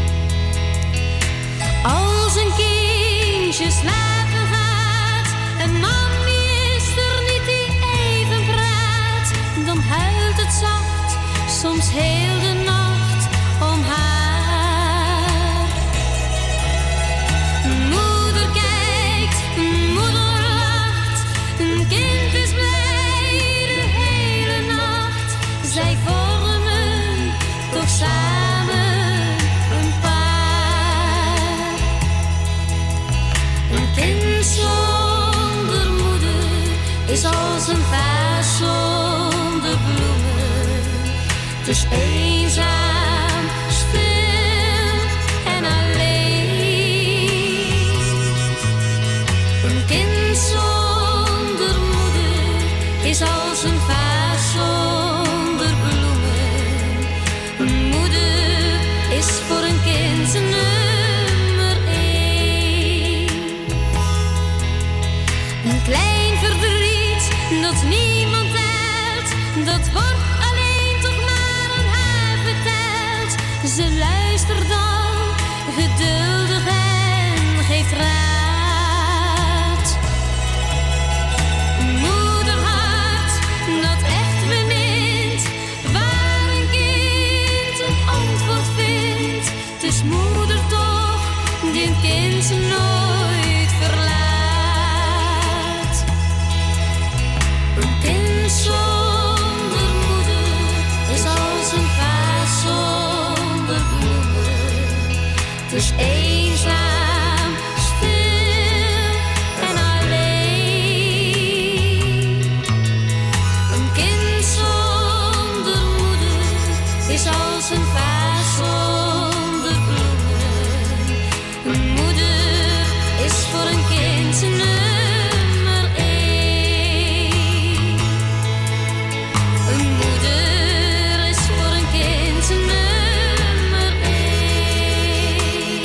Als een kindje slapen gaat, een mammy is er niet die even praat, dan huilt het zacht, soms heel de nacht om haar. Moeder kijkt, moeder lacht, een kind is blij de hele nacht. Zij vormen toch samen een paar. Een kind zonder moeder is als een vaas zonder bloemen. Het is eenzaam, stil en alleen. Een kind zonder moeder is als een vaas zonder bloemen. Een moeder is voor een kind zijn nummer één. Een klein verdriet dat niemand telt, dat wordt alleen toch maar aan haar verteld. Ze luistert dan geduldig en geeft raad. Moederhart dat echt bemint, waar een kind een antwoord vindt. Het is moeder toch die een kind nooit verlaat. Een kind zonder moeder is als een vaas zonder bloemen. Het is eenzaam, stil en alleen. Een kind zonder moeder is als een vaas zonder bloemen. Een moeder is voor een kind zijn nummer één. Een moeder is voor een kind zijn nummer één.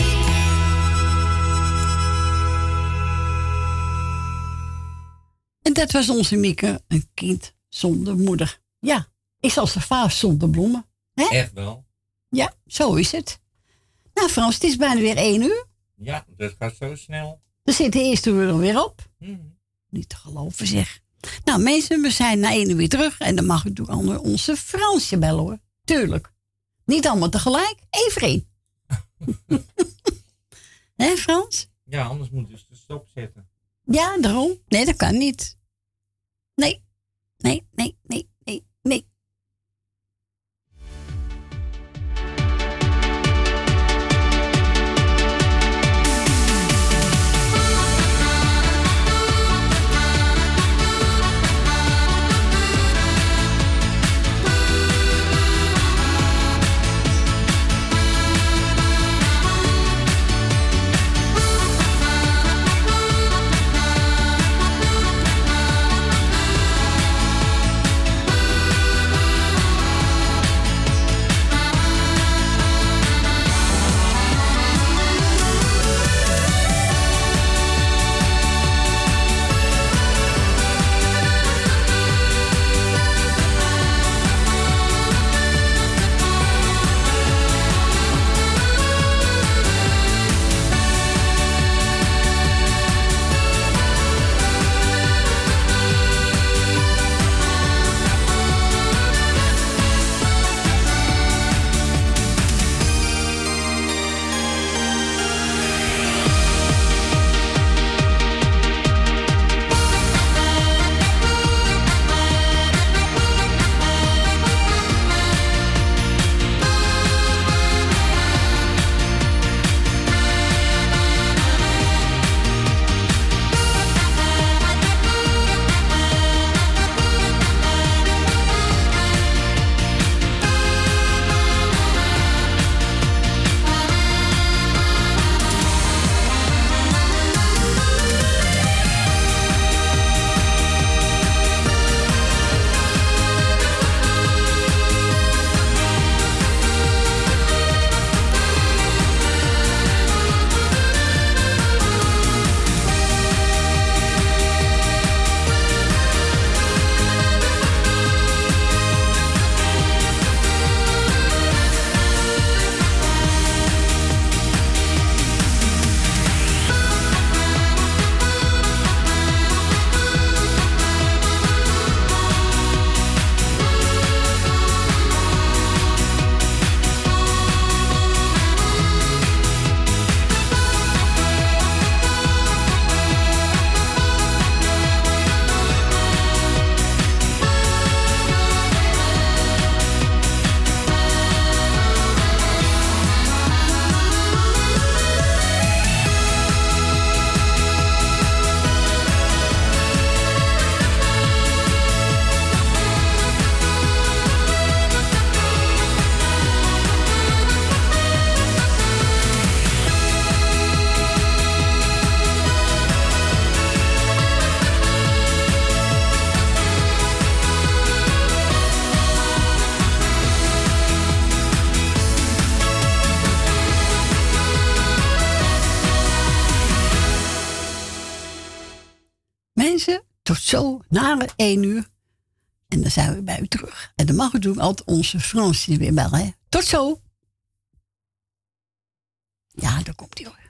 En dat was onze Mieke, een kind zonder moeder. Ja, is als de vaas zonder bloemen. Hè? Echt wel. Ja, zo is het. Nou Frans, het is bijna weer één uur. Ja, dat gaat zo snel. Er zit de eerste uur er weer op. Hmm. Niet te geloven zeg. Nou mensen, we zijn na één uur weer terug. En dan mag u natuurlijk allemaal onze Fransje bellen hoor. Tuurlijk. Niet allemaal tegelijk, één voor één. Hé Frans? Ja, anders moet dus de stop zetten. Ja, daarom. Nee, dat kan niet. Nee. Nee, nee, nee, nee, nee. Een tot zo na de één uur. En dan zijn we bij u terug. En dan mag u doen altijd onze Fransje weer bellen. Hè? Tot zo. Ja, daar komt hij hoor.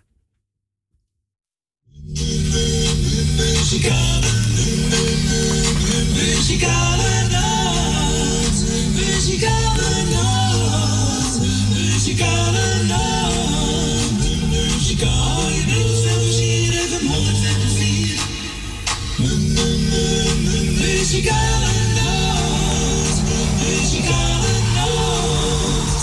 Muzikale, muzikale nacht, muzikale nacht, muzikale nacht, muzikale nacht, muzikale nacht, muzikale nacht.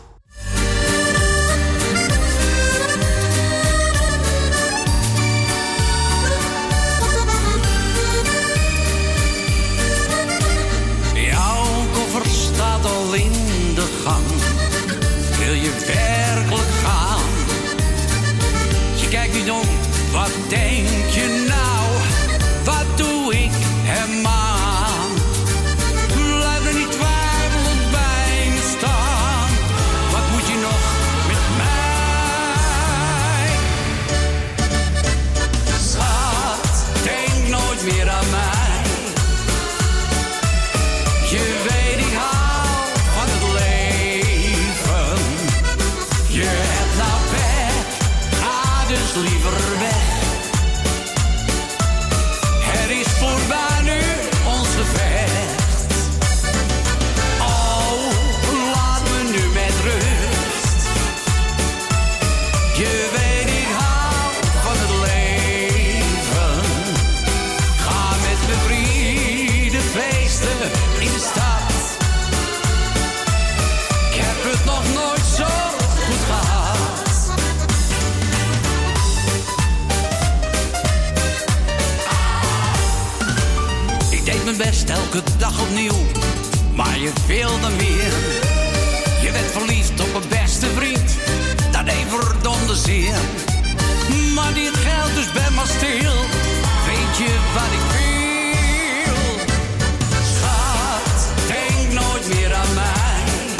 Jouw koffer staat al in de gang. Wil je werkelijk gaan? Je kijkt niet om, wat denk je nou? Wat doe ik hem aan? Blijf er niet twijfelend bij me staan. Wat moet je nog met mij? Schat, denk nooit meer aan mij. Je weet ik hou van het leven. Je hebt nou pech, ga dus liever weg. Het is voorbij nu, ons gevecht. Oh, laat me nu met rust. Je weet ik hou van het leven. Ga met mijn vrienden feesten in de stad. Ik heb het nog nooit zo goed gehad. Ik deed mijn best elke dag opnieuw, maar je wilde meer. Je werd verliefd op mijn beste vriend, dat deed verdomde zeer. Maar dit geldt dus ben maar stil, weet je wat ik wil? Schat, denk nooit meer aan mij.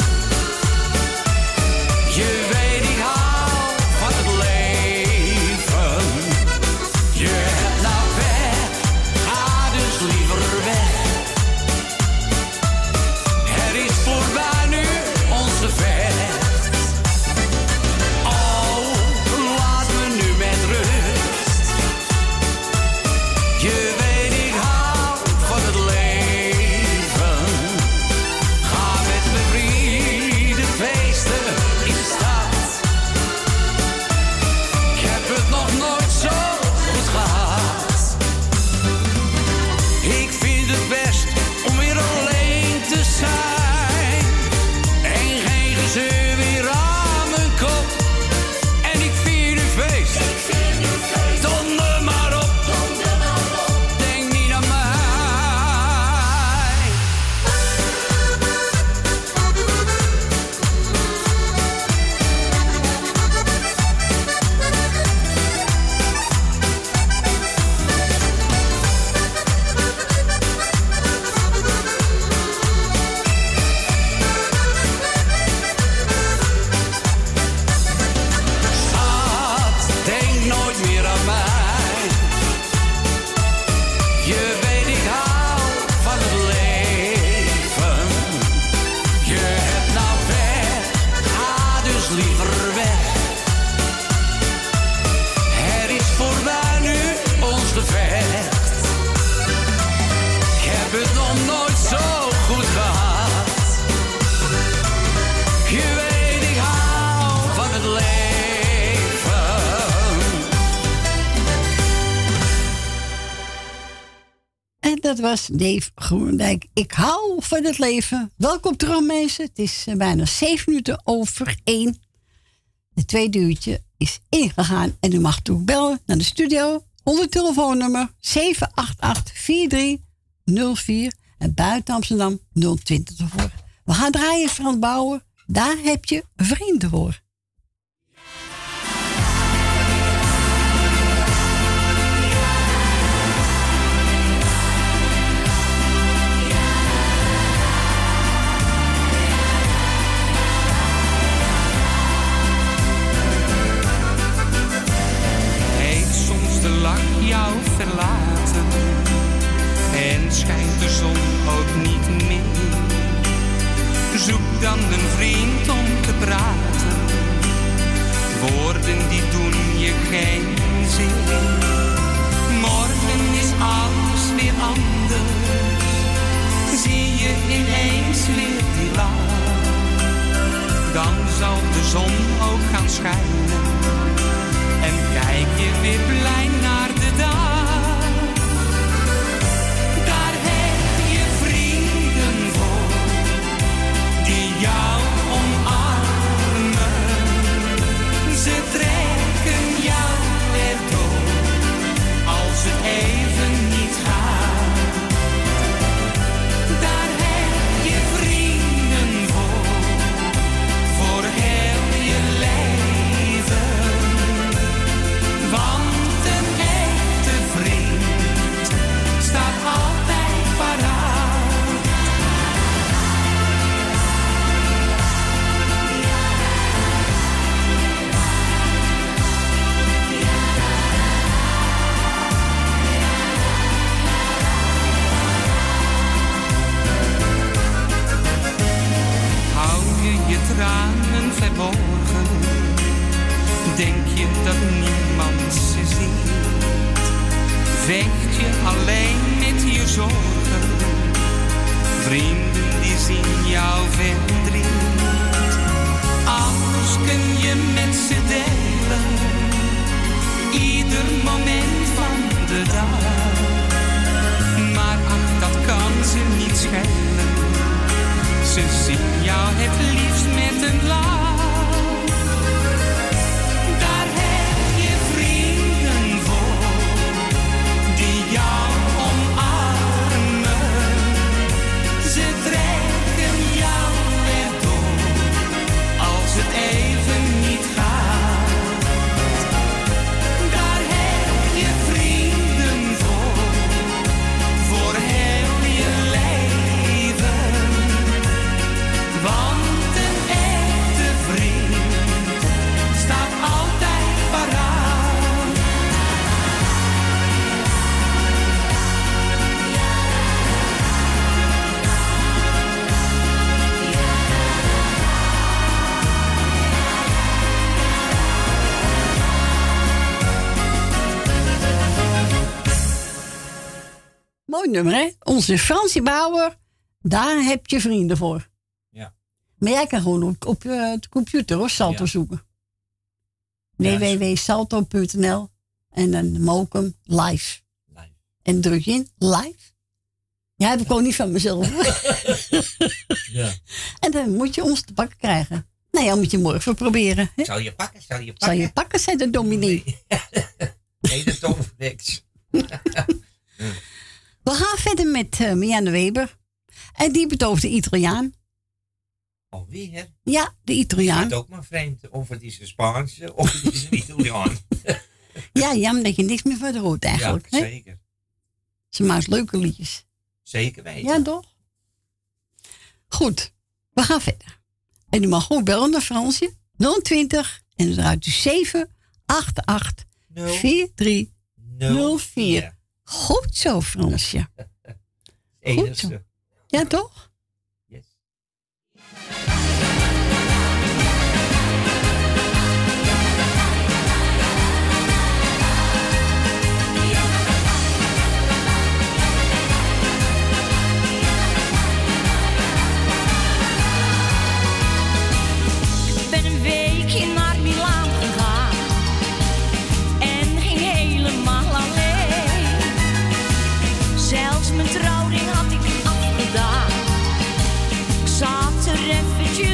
Je weet ik hou van het leven. Je hebt nou pech, ga dus liever weg. Het is voorbij nu, ons gevecht. Oh, laat me nu met rust. Je weet ik hou van het leven. Ga met mijn vrienden feesten in de stad. Ik heb het nog nooit zo goed gehad. Ik vind het best om weer alleen te zijn. En geen gezeur weer aan mijn kop. En ik vier nu feest. Donder maar op. Denk niet aan mij. Schat, denk nooit meer aan mij. Je weet ik hou van het leven. Je hebt nou pech, ga dus liever weg. Het is voorbij nu, ons gevecht. Ik heb het nog nooit zo goed gehad. Je weet ik hou van het leven. En dat was Dave Groenendijk. Ik hou van het leven. Welkom terug mensen. Het is eh, bijna zeven minuten over één. Het tweede uurtje is ingegaan. En u mag toe bellen naar de studio. Onder telefoonnummer zeven acht acht vier drie nul vier. En buiten Amsterdam nul twintig ervoor. We gaan draaien Frans Bauer. Daar heb je vrienden voor. Heeft soms de lach jou verlaten? zon ook niet meer. Zoek dan een vriend om te praten. Woorden die doen je geen zin. Morgen is alles weer anders. Zie je ineens weer die lach. Dan zal de zon ook gaan schijnen. En kijk je weer blij naar de dag. Daar heb je vrienden voor, die jou omarmen. Ze trekken jou erdoor, als het even niet gaat. Daar heb je vrienden voor, voor heel je leven. Want een echte vriend staat altijd paraat. Hou je je tranen verborgen? Denk je dat niemand ze ziet? Vecht je alleen met je zorgen? Vrienden die zien jouw verdriet. Alles kun je met ze delen, ieder moment van de dag. Maar ach, dat kan ze niet schelen. Ze zien jou het liefst met een lach. Daar heb je vrienden voor, die jou omarmen. Ze trekken jou erdoor, als het even niet gaat. Daar heb je vrienden voor, voor heel je leven. Want een echte vriend staat altijd paraat. Mooi nummer, hè? Onze Fransie Bauer, daar heb je vrienden voor. Ja. Maar jij kan gewoon op, op uh, de computer hoor, Salto Ja. zoeken. Ja, w w w punt salto punt n l en dan Mokum live. Live. En druk je in live. Ja, heb ik ook niet van mezelf. Ja. En dan moet je ons te pakken krijgen. Nou ja, moet je morgen proberen. Hè? Zal je pakken, zal je pakken? Zal je pakken, zei de dominee. Nee, dat hoeft niks. We gaan verder met uh, Marianne Weber. En die betooft de Italiaan. Alweer? Ja, de Het Italiaan. is ook maar vreemd. Of het is een Spaanse, of het is een Italiaan. Ja, jammer dat je niks meer van hoort eigenlijk. Ja, hè? zeker. Ze maakt leuke liedjes. Zeker weten. Ja, toch? Goed, we gaan verder. En u mag gewoon bellen naar Fransje. nul twintig en dan draait u zeven acht acht vier drie nul vier. Goed zo, Fransje. Goed zo. Ja, toch? Yes. Ik ben een weekje naar Milaan gegaan en ging helemaal alleen. Zelfs mijn trouwring had ik afgedaan. Ik zat er eventjes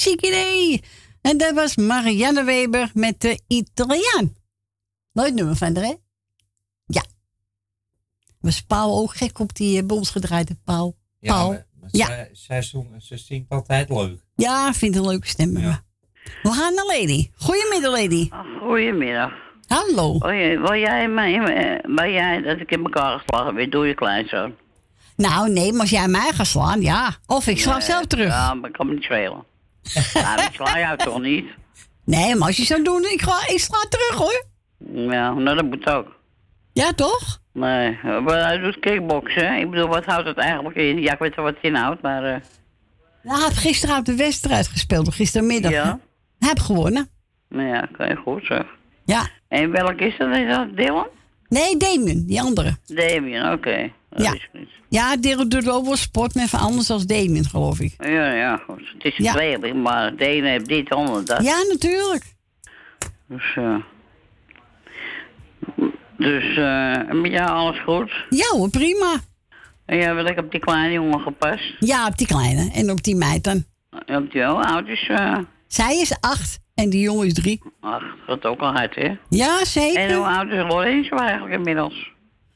ziek idee. En dat was Marianne Weber met de Italiaan. Nooit nummer van haar, hè? Ja. Was Paul ook gek op die uh, bij ons gedraaide Paul? Ja, Paul. maar, maar Ja. Zij, zij zong, ze zingt altijd leuk. Ja, vindt een leuke stem. Ja. We gaan naar Lady. Goedemiddag, Lady. Goedemiddag. Hallo. Wil jij, wil jij mij, eh, wil jij dat ik in elkaar geslagen ben door je kleinzoon? Nou, nee, maar als jij mij gaat slaan, ja. Of ik sla Nee, zelf terug. Ja, maar ik kan me niet schelen. Ja, ik sla jou toch niet? Nee, maar als je zou doen, ik, ga, ik sla terug, hoor. Ja, nou dat moet ook. Ja, toch? Nee, maar hij doet kickboksen. hè? Ik bedoel, wat houdt het eigenlijk in? Ja, ik weet wel wat het inhoudt, maar... eh, Nou, hij heeft gisteravond de wedstrijd gespeeld, gistermiddag. Ja. Hij heeft gewonnen. nou ja, oké, goed zeg. Ja. En welk is dat? Is dat Dylan? Nee, Damien, die andere. Damien, oké. Dat Ja. is goed. Ja, Dylan doet ook wel sport met van anders als Damien, geloof ik. Ja, ja, goed. Het is een Ja. tweeling, maar de ene heeft dit, de andere dat. Ja, natuurlijk. Dus, eh... Dus, eh... met jou alles goed? Ja hoor, prima. En jij bent lekker op die kleine jongen gepast? Ja, op die kleine. En op die meid dan. En op die hoe oud is... eh Zij is acht en die jongen is drie. Ach, dat gaat ook al hard, hè? Ja, zeker. En hoe oud is Lorenzo eigenlijk inmiddels?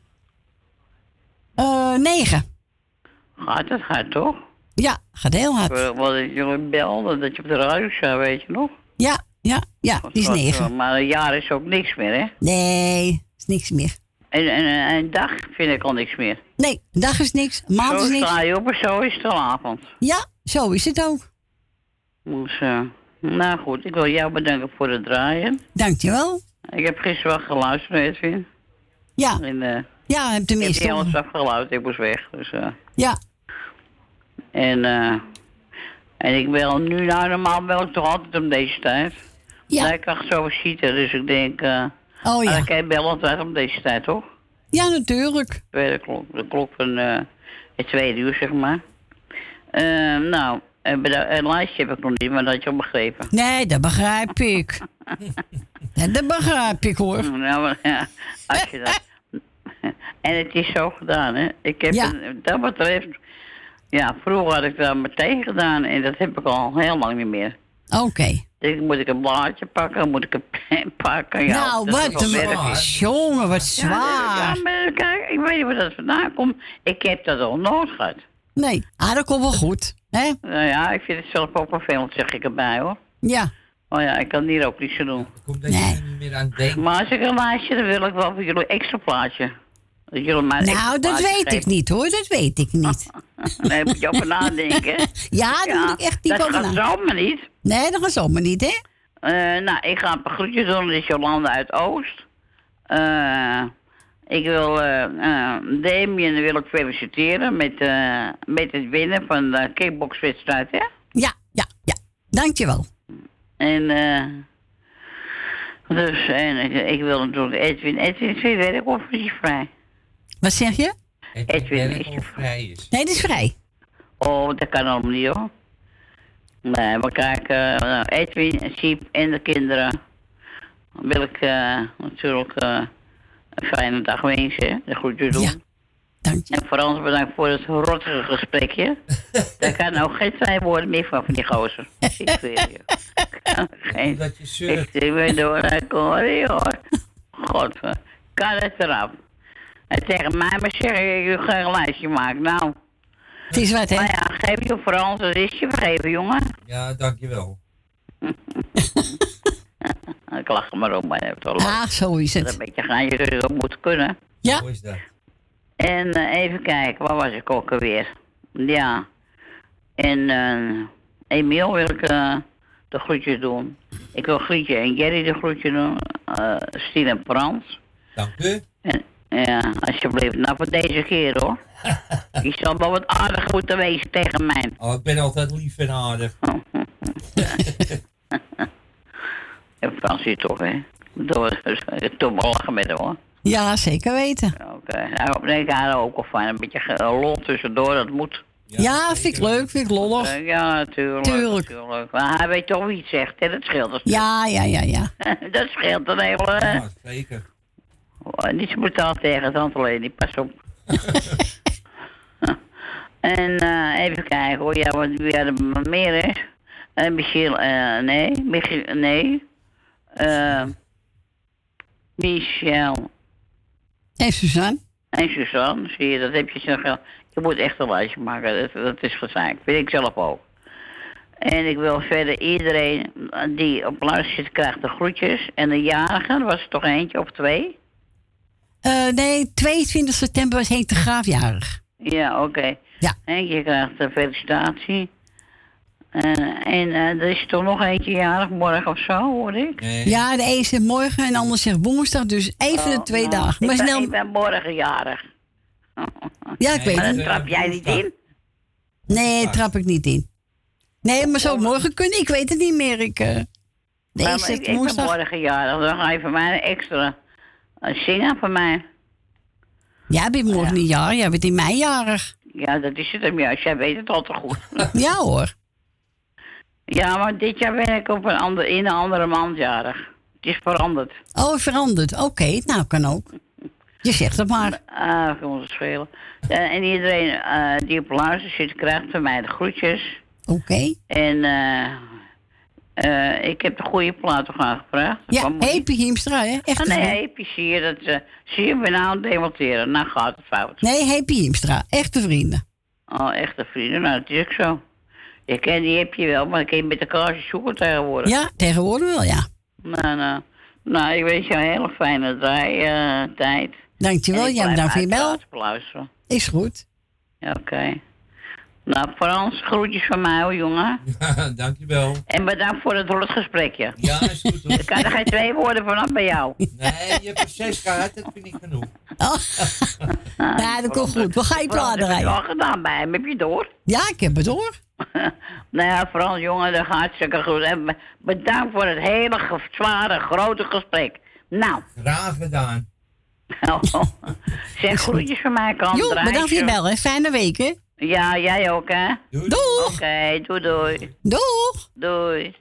Eh, negen. Gaat het hard, toch? Ja, gaat heel hard. Ik wil dat jullie belden, dat je op de radio zou, weet je nog? Ja, ja, ja, die is Dat, negen. eh, Maar een jaar is ook niks meer, hè? Nee, is niks meer. En, en, en een dag vind ik al niks meer. Nee, dag is niks, maand Zo is niks. sta je op en zo is het al avond. Ja, zo is het ook. Dus, eh, nou goed, ik wil jou bedanken voor het draaien. Dankjewel. Ik heb gisteren wel geluisterd, Edwin. Ja. En, eh, Ja, heb tenminste. Ik heb niet alles afgeluisterd, ik moest weg. Dus, eh. Ja. En, eh, en ik bel nu, nou normaal bel ik toch altijd om deze tijd. Ja. Maar ik kan zo schieten, dus ik denk... eh Oh ja. dan kan je bellen altijd om deze tijd, toch? Ja, natuurlijk. Tweede klok, de klok van eh, het tweede uur, zeg maar. Eh, nou, een lijstje heb ik nog niet, maar dat had je al begrepen. Nee, dat begrijp ik. Ja, dat begrijp ik hoor. Nou, maar ja, als je dat... En het is zo gedaan, hè. Ik heb, Ja. een- wat dat betreft... Ja, vroeger had ik daar meteen gedaan en dat heb ik al heel lang niet meer. Oké. Dus moet ik een blaadje pakken, moet ik een pen pakken. Ja, Nou, dat is wat wel werk. een... Jongen, wat Ja, zwaar. ja, maar kijk, ik weet niet waar dat vandaan komt. Ik heb dat al nooit gehad. Nee, ah, dat komt wel goed. Hè? Nou ja, ik vind het zelf ook vervelend, zeg ik erbij, hoor. Ja. Oh ja, ik kan hier ook niet zo doen. Komt dat je er niet meer aan denkt. Maar als ik een lijstje, dan wil ik wel voor jullie extra plaatje. Dat jullie mij een extra Nou, dat plaatje weet ik geven. niet hoor, dat weet ik niet. Daar moet je over nadenken. Ja, daar moet ik echt niet dat over gaat na- zomaar niet. Nee, dat gaat zomaar niet, hè? Eh, nou, ik ga een paar groetjes doen. Dat is Jolanda uit Oost. Eh, ik wil eh eh, Damien wil ik feliciteren met, eh, met het winnen van de kickboxwedstrijd, hè? Ja, ja, ja. Dankjewel. En, eh dus, en ik, ik wil natuurlijk Edwin. Edwin is weer werk of is hij vrij? Wat zeg je? Edwin is er vrij is. Nee, die is vrij. Oh, dat kan allemaal niet, hoor. Nee, maar kijk, eh, nou, Edwin, Siep en de kinderen wil ik eh, natuurlijk eh, een fijne dag wensen, hè, de groetjes doen. Ja, dank je. En Frans, bedankt voor het rottige gesprekje. Daar kan ook geen twee woorden meer van, van die gozer. Ik zweer je. Geen, Dat je surft. ik ben door naar Corrie, hoor. God, kan het eraf. En tegen mij maar zeggen, je geen lijstje maken. Nou, het is wat, hè? Maar ja, geef je Frans, dat is je vergeven, jongen. Ja, dankjewel. Ik lach er maar om, maar je hebt wel leuk. Ah, zo is Dat het. een beetje gaan je ook moeten kunnen. Ja. Hoe is dat? En eh, even kijken, waar was ik ook alweer? Ja. En eh Emiel wil ik eh, de groetjes doen. Ik wil Grietje en Jerry de groetje doen. Uh, Stien en Frans. Dank u. En, ja, alsjeblieft. Nou, voor deze keer hoor. Je zal wel wat aardig moeten wezen tegen mij. Oh, ik ben altijd lief en aardig. En Frans hier toch, hè? Toen wel lachen met hem, hoor. Ja, zeker weten. Oké. Nou, ik haar ook al fijn. Een beetje ge- lol tussendoor, dat moet. Ja, vind ik leuk, vind ik lollig. Eh, ja, natuurlijk. Tuurlijk. natuurlijk. Maar hij weet toch wie het zegt, hè? Dat scheelt. Dat, Ja, ja, ja, ja. dat scheelt een hele... Ja, zeker. Oh, niet zo brutaal tegen tante Leni, pas op. En eh, even kijken hoor, ja, wat wie er meer is. En Michiel, eh, nee, Michiel, nee. Eh, Michel. En Suzanne. En Suzanne, zie je, dat heb je zo gel- Je moet echt een lijstje maken, dat, dat is gezaak. Vind ik zelf ook. En ik wil verder iedereen die op luister zit, krijgt de groetjes. En de jarigen, was er toch eentje of twee? Uh, nee, tweeëntwintig september was Henk de Graaf jarig. Ja, oké. Okay. Ja. Eentje krijgt een felicitatie. Uh, en uh, er is toch nog eentje jarig, morgen of zo, hoor ik? Nee. Ja, de een zegt morgen en de ander zegt woensdag, dus even oh, de twee nou, dagen. Maar ik, ben, snel... ik ben morgen jarig. Ja, ik weet maar het. dan trap jij niet in? Nee, trap ik niet in. Nee, maar zou het morgen kunnen? Ik weet het niet meer. Ik, uh... nee, maar zegt ik, ik ben morgen jarig, dan ga je voor mij een extra uh, zingen voor mij. Jij bent morgen ja. niet jarig, jij bent in mei jarig. Ja, dat is het hem juist. Jij weet het al te goed. Ja hoor. Ja, maar dit jaar ben ik op een ander, in een andere maand jarig. Het is veranderd. Oh, veranderd. Oké, okay, nou kan ook. Je zegt het maar. Ah, uh, kan ons schelen. Uh, en iedereen uh, die op luister zit, krijgt van mij de groetjes. Oké. Okay. En uh, uh, ik heb de goede platen gaan gevraagd. Ja, Happy Hiemstra, hè? Echt ah, nee, Happy zie je dat. Uh, zie je me nou aan het demonteren. Nou gaat het fout. Nee, Happy Hiemstra. Echte vrienden. Oh, echte vrienden. Nou, dat is ook zo. Je kent die heb je wel, maar dan kun je met elkaar zoeken tegenwoordig. Ja, tegenwoordig wel, ja. Nou, nou. Nou, ik wens jou een hele fijne draai, uh, tijd. Dankjewel, jij bedankt voor je bel. Beluisteren. Is goed. Ja, oké. Okay. Nou, Frans, groetjes van mij hoor, jongen. Ja, dankjewel. En bedankt voor het gesprekje. Ja, is goed hoor. Ik kan er geen twee woorden vanaf bij jou. Nee, je hebt er zes gehad, dat vind ik genoeg. Oh. Ja, dat komt goed. We gaan je platen rijden. Ik heb het al gedaan bij hem, heb je door? Ja, ik heb het door. Nou ja, Frans, jongen, dat gaat hartstikke goed. En bedankt voor het hele zware, grote gesprek. Nou. Graag gedaan. Zeg groetjes van mij, kant. Jo, bedankt voor je bel, hè. Fijne week, hè. Ja, jij ook, hè. Doei. Doeg. Oké, okay, doei, doei. Doeg. Doei.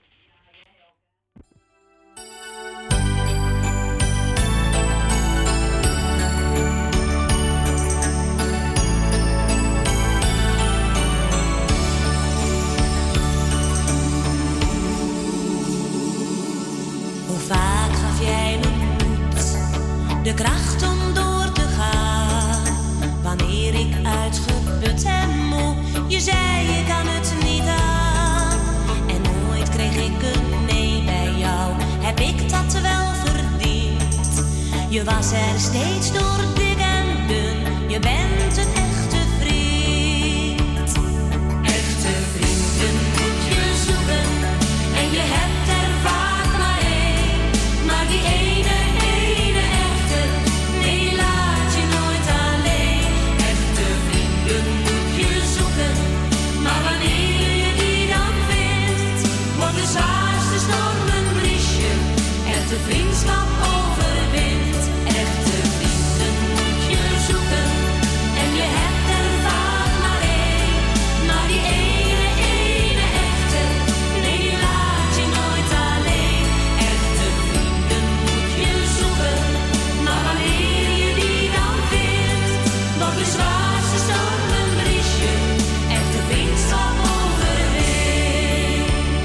Hoe vaak gaf jij me moed, de kracht om door te gaan, wanneer ik uitgeput en moe, je zei je kan het niet aan. En nooit kreeg ik een nee bij jou, heb ik dat wel verdiend. Je was er steeds door dik en dun, je bent een echte vriend. Echte vrienden moet je zoeken en je hebt er vaak maar één. Maar die ene, ene echte, nee die laat je nooit alleen. Echte vrienden moet je zoeken, maar wanneer je die dan vindt, wordt de zwaarste storm een briesje, echte vriendschap overwint. Echte vrienden moet je zoeken en je hebt er vaak maar één. Maar die ene, ene echte, nee die laat je nooit alleen. Echte vrienden moet je zoeken, maar wanneer je die dan vindt, wordt de zwaarste storm een briesje, echte vriendschap overwint.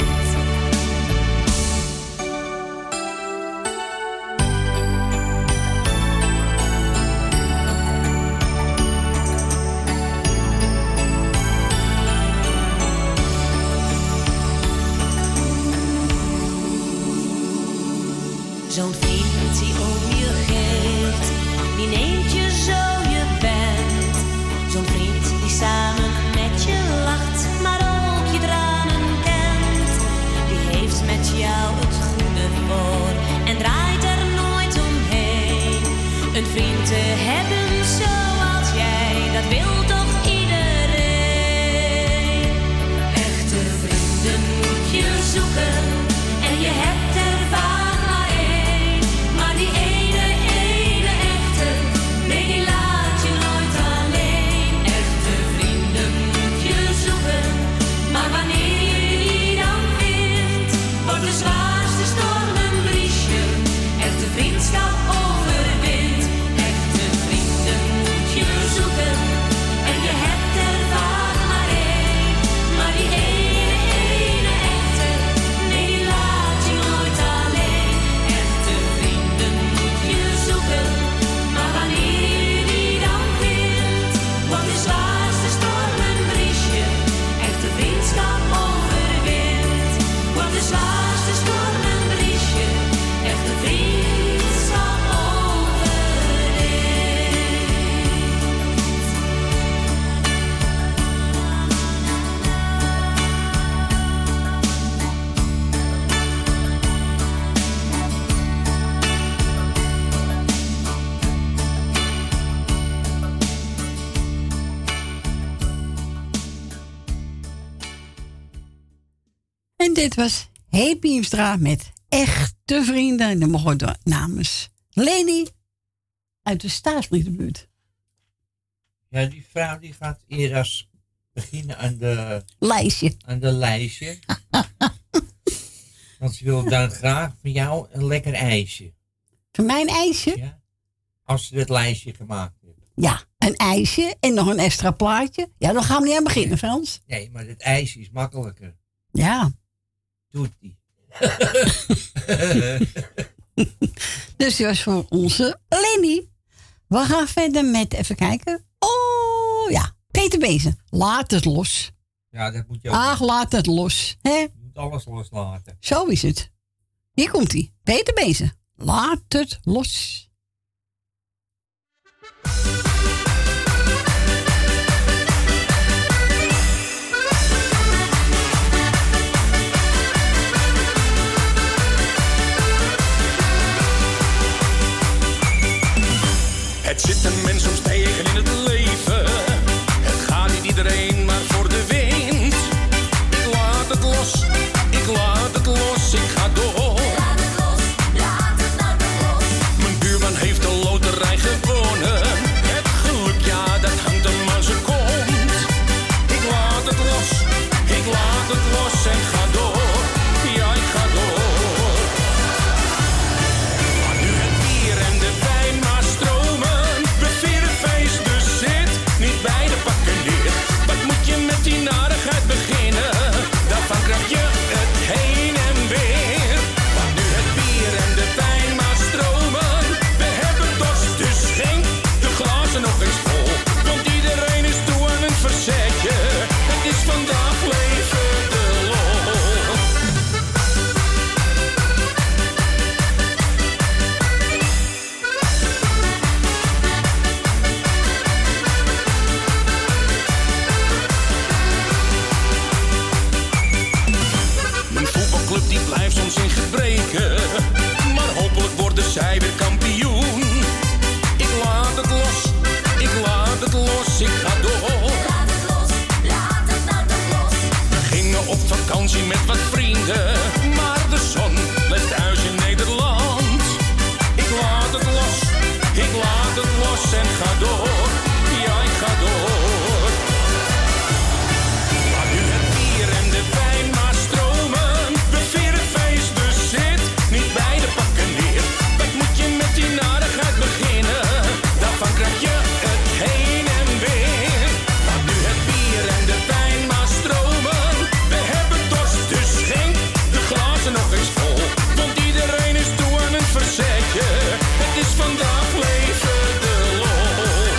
Zo'n vriend die om je geeft, die neemt je zo je bent. Zo'n vriend die samen met je lacht, maar ook je tranen kent. Die heeft met jou het goede voor en draait er nooit omheen. Een vriend te hebben zoals jij, dat wil toch iedereen. Echte vrienden moet je zoeken en je hebt er vaak maar één. Maar die ene, ene echte, nee die laat je nooit alleen. En dit was Hey Piemstra met Echte Vrienden. En dan mogen we namens Leni uit de Staatsliedenbuurt. Ja, die vrouw die gaat eerst beginnen aan de... Lijstje. Aan de lijstje. Want ze wil dan graag van jou een lekker ijsje. Van mijn ijsje? Ja. Als ze dit lijstje gemaakt hebben. Ja, een ijsje en nog een extra plaatje. Ja, dan gaan we niet aan beginnen, Frans. Nee, maar het ijsje is makkelijker. Ja. Doet die. Dus die was voor onze Lenny. We gaan verder met, even kijken. Oh ja, Peter Bezen. Laat het los. Ja, dat moet je ook. Ach, laat het los. Hè? Je moet alles loslaten. Zo is het. Hier komt hij. Peter Bezen. Laat het los. Het zit een mens soms tegen in het leven. Het gaat niet iedereen maar voor de wind. Ik laat het los, ik laat het los, ik ga door. Laat het los, laat het, laat het los. Mijn buurman heeft de loterij gewonnen. Het geluk, ja, dat hangt hem aan zijn kont. Ik laat het los, ik laat het los en ga door. Ja, ik ga door. Maar nu het bier en de wijn maar stromen. Niet bij de pakken neer. Wat moet je met die narigheid beginnen? Daarvan krijg je het heen en weer. Want nu het bier en de wijn maar stromen. We hebben dorst, dus schenk de glazen nog eens vol. Want iedereen is toe aan een verzetje. Het is vandaag leven de lol. Club die blijft soms in gebreken, maar hopelijk worden zij weer kampioen. Ik laat het los, ik laat het los, ik ga door. Laat het los, laat het, laat het los. We gingen op vakantie met wat vrienden, maar de zon blijft thuis in Nederland. Ik laat het los, ik laat het los en ga door. Ja, ik ga door. Maar nu het bier en de wijn maar stromen. Niet bij de pakken neer. Wat moet je met die narigheid beginnen? Daarvan krijg je het heen en weer. Want nu het bier en de wijn maar stromen. We hebben dorst, dus schenk de glazen nog eens vol. Want iedereen is toe aan een verzetje. Het is vandaag leven de lol.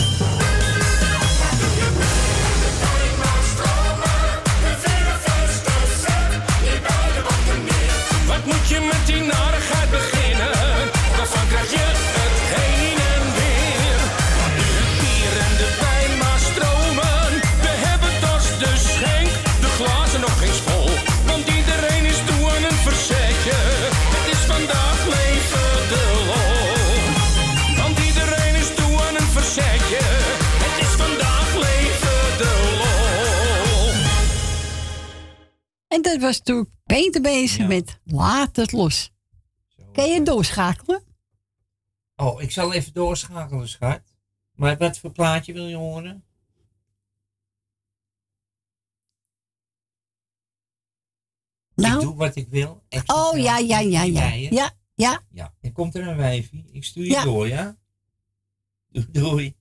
De wijn maar stromen. We vieren feest, dus zet niet bij de pakken neer. Wat moet je met die narigheid beginnen? Daarvan krijg je het heen en weer. Want nu het bier en de wijn maar stromen. We hebben dorst, dus schenk de glazen nog eens vol. Want iedereen is toe aan een verzetje. Het is vandaag leven de lol. Want iedereen is toe aan een verzetje. Het is vandaag leven de lol. En dat was toen Peter bezig ja. met Laat het los. Zo, kan je doorschakelen? Oh, ik zal even doorschakelen, schat. Maar wat voor plaatje wil je horen? Nou? Ik doe wat ik wil. Oh, ja, ja, ja, ja. Ja, ja. Ja, dan komt er een wijfie. Ik stuur je ja. door, ja? Doei, doei.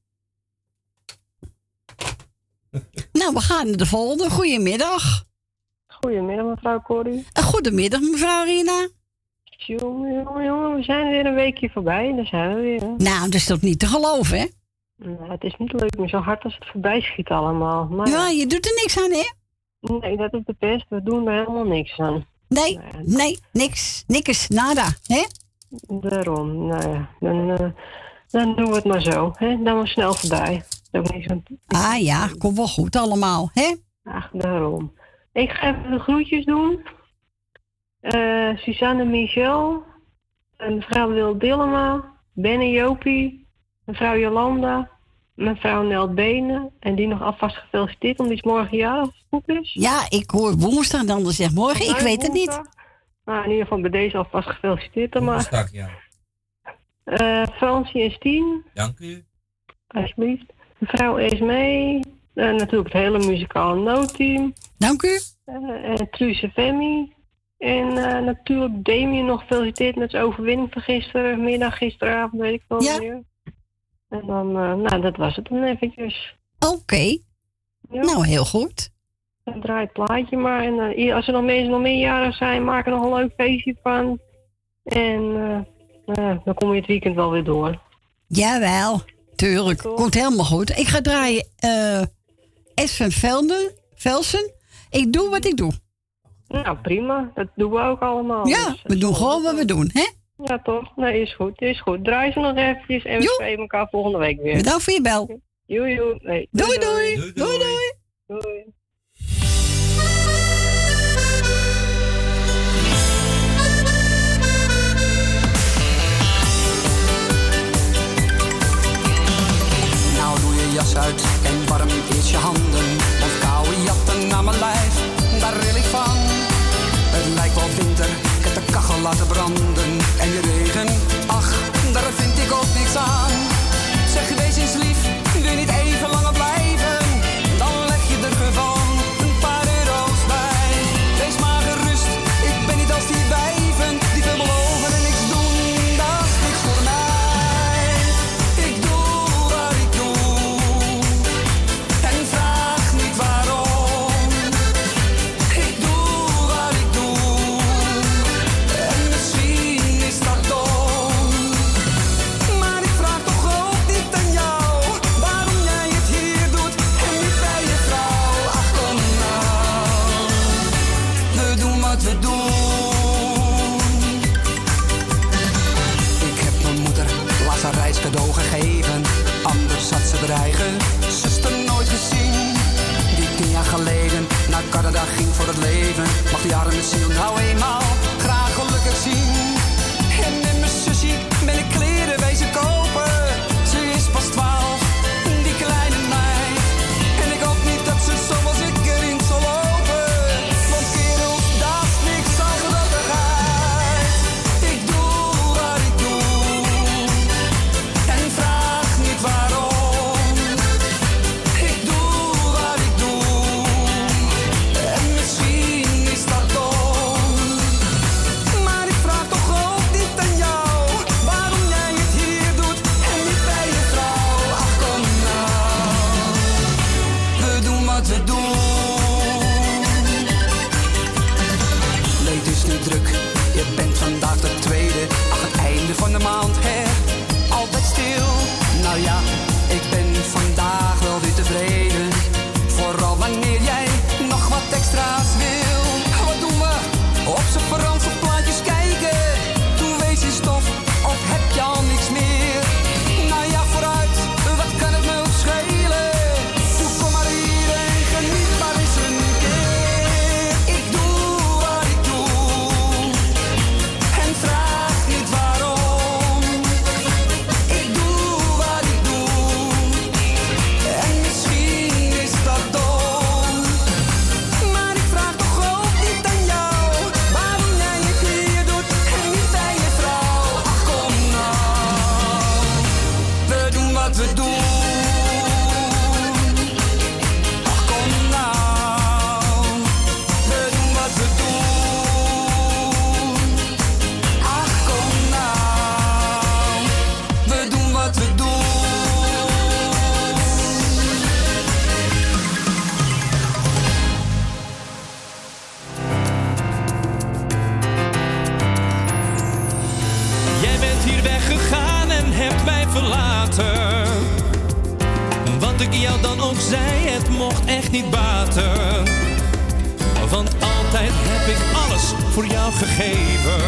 Nou, we gaan naar de volgende. Goedemiddag. Goedemiddag, mevrouw Corrie. Goedemiddag, mevrouw Rina. Jongen, jongen, jongen, we zijn weer een weekje voorbij. Daar zijn we weer. Hè? Nou, dat is toch niet te geloven, hè? Nou, het is niet leuk, maar zo hard als het voorbij schiet allemaal. Maar, ja, je doet er niks aan, hè? Nee, dat is de pest. We doen er helemaal niks aan. Nee, nou ja. nee, niks. Niks, nada, hè? Daarom, nou ja, dan, uh, dan doen we het maar zo, hè? Dan was snel voorbij. Ook niks aan... Ah ja, komt wel goed allemaal, hè? Ach, daarom. Ik ga even de groetjes doen. Uh, Suzanne Michel, mevrouw Wil Dillema, Ben en Jopie, mevrouw Jolanda, mevrouw Nel Benen. En die nog alvast gefeliciteerd, omdat die morgen jarig als het goed is. Ja, ik hoor woensdag en de ander zegt morgen. Ik weet het niet. Nou, in ieder geval bij deze alvast gefeliciteerd dan maar. Woensdag, ja. Uh, Fransie en Stien. Dank u. Alsjeblieft. Mevrouw Esmee. Uh, natuurlijk het hele muzikale noodteam. Dank u. Uh, en Truus Femi. En uh, natuurlijk Damien nog gefeliciteerd met zijn overwinning van gisteren, middag, gisteravond, weet ik wel ja. weer. En dan, uh, nou, dat was het dan eventjes. Oké. Okay. Ja. Nou, heel goed. Dan draai het plaatje maar. En uh, als er nog mensen nog meerjarig zijn, maak er nog een leuk feestje van. En uh, uh, dan kom je het weekend wel weer door. Jawel, tuurlijk. Toch? Komt helemaal goed. Ik ga draaien uh, Esven Velden, Velsen. Ik doe wat ik doe. Nou, prima. Dat doen we ook allemaal. Ja, dus, we doen gewoon wat we doen, hè? Ja, toch? Nee, is goed. Is goed. Draai ze nog eventjes en we Joe. spreken elkaar volgende week weer. Bedankt voor je bel. Joe, joe. Nee. Doei, doei. Doei, doei. doei. doei, doei. doei. Nou doe je jas uit en warm eerst je handen. Want koude jatten naar mijn lijf, daar ril ik van. Het lijkt wel winter, ik heb de kachel laten branden. En je regen, ach, daar vind ik ook niks aan. Zeg, wees eens lief, wil je niet even langer blijven? Dan leg je er gewoon een paar euro's bij. Wees maar gerust, ik ben niet als die wijven die veel beloven en niks doen. Dat is niks voor mij. Ik doe wat ik doe en vraag niet waarom. Ik doe wat ik doe en misschien is dat dom. Maar ik vraag toch ook niet aan jou waarom jij het hier doet en niet bij je vrouw. Ach, kom nou, we doen wat we doen. Ik heb mijn moeder laatst een reiscadeau gegeven, anders had ze bedreigen. Zuster nooit gezien, die tien jaar geleden naar Canada ging voor het leven. Mag die arme ziel nou eenmaal graag gelukkig zien. En met mijn zusje ben ik kleren wezen kopen. Ze is pas twaalf, die kleine meid. En ik hoop niet dat ze zoals ik erin zal lopen. Want kerels, dat is niks als rottigheid. Ik doe wat ik doe en vraag niet waarom. Ik doe wat ik doe en misschien is dat dom. Maar ik vraag toch ook niet aan jou waarom jij het hier doet en niet bij je vrouw. Ach, kom nou, we doen wat we doen. Leed is nu druk, je bent vandaag de tweede. Ach, het einde van de maand, hè, altijd stil. Nou ja, ik ben vandaag wel weer tevreden. Vooral wanneer jij nog wat extra's wil. Wat doen we? Op z'n Franse plaatjes kijken. Toen wees je stof, of heb je al niks meer? Nou ja, vooruit, wat kan het me ook schelen? Doe, kom maar hier en geniet maar eens een keer. Ik doe wat ik doe en vraag niet waarom. Ik doe wat ik doe en misschien is dat dom. Maar ik vraag toch ook niet aan jou waarom jij het hier doet en niet bij je vrouw. Ach, kom nou, we doen wat we doen. Ach, kom nou, we doen wat we doen. Ach, kom nou, we doen wat we doen. Jij bent hier weggegaan en hebt mij verlaten. Wat ik jou dan ook zei, het mocht echt niet baten. Want altijd heb ik alles voor jou gegeven.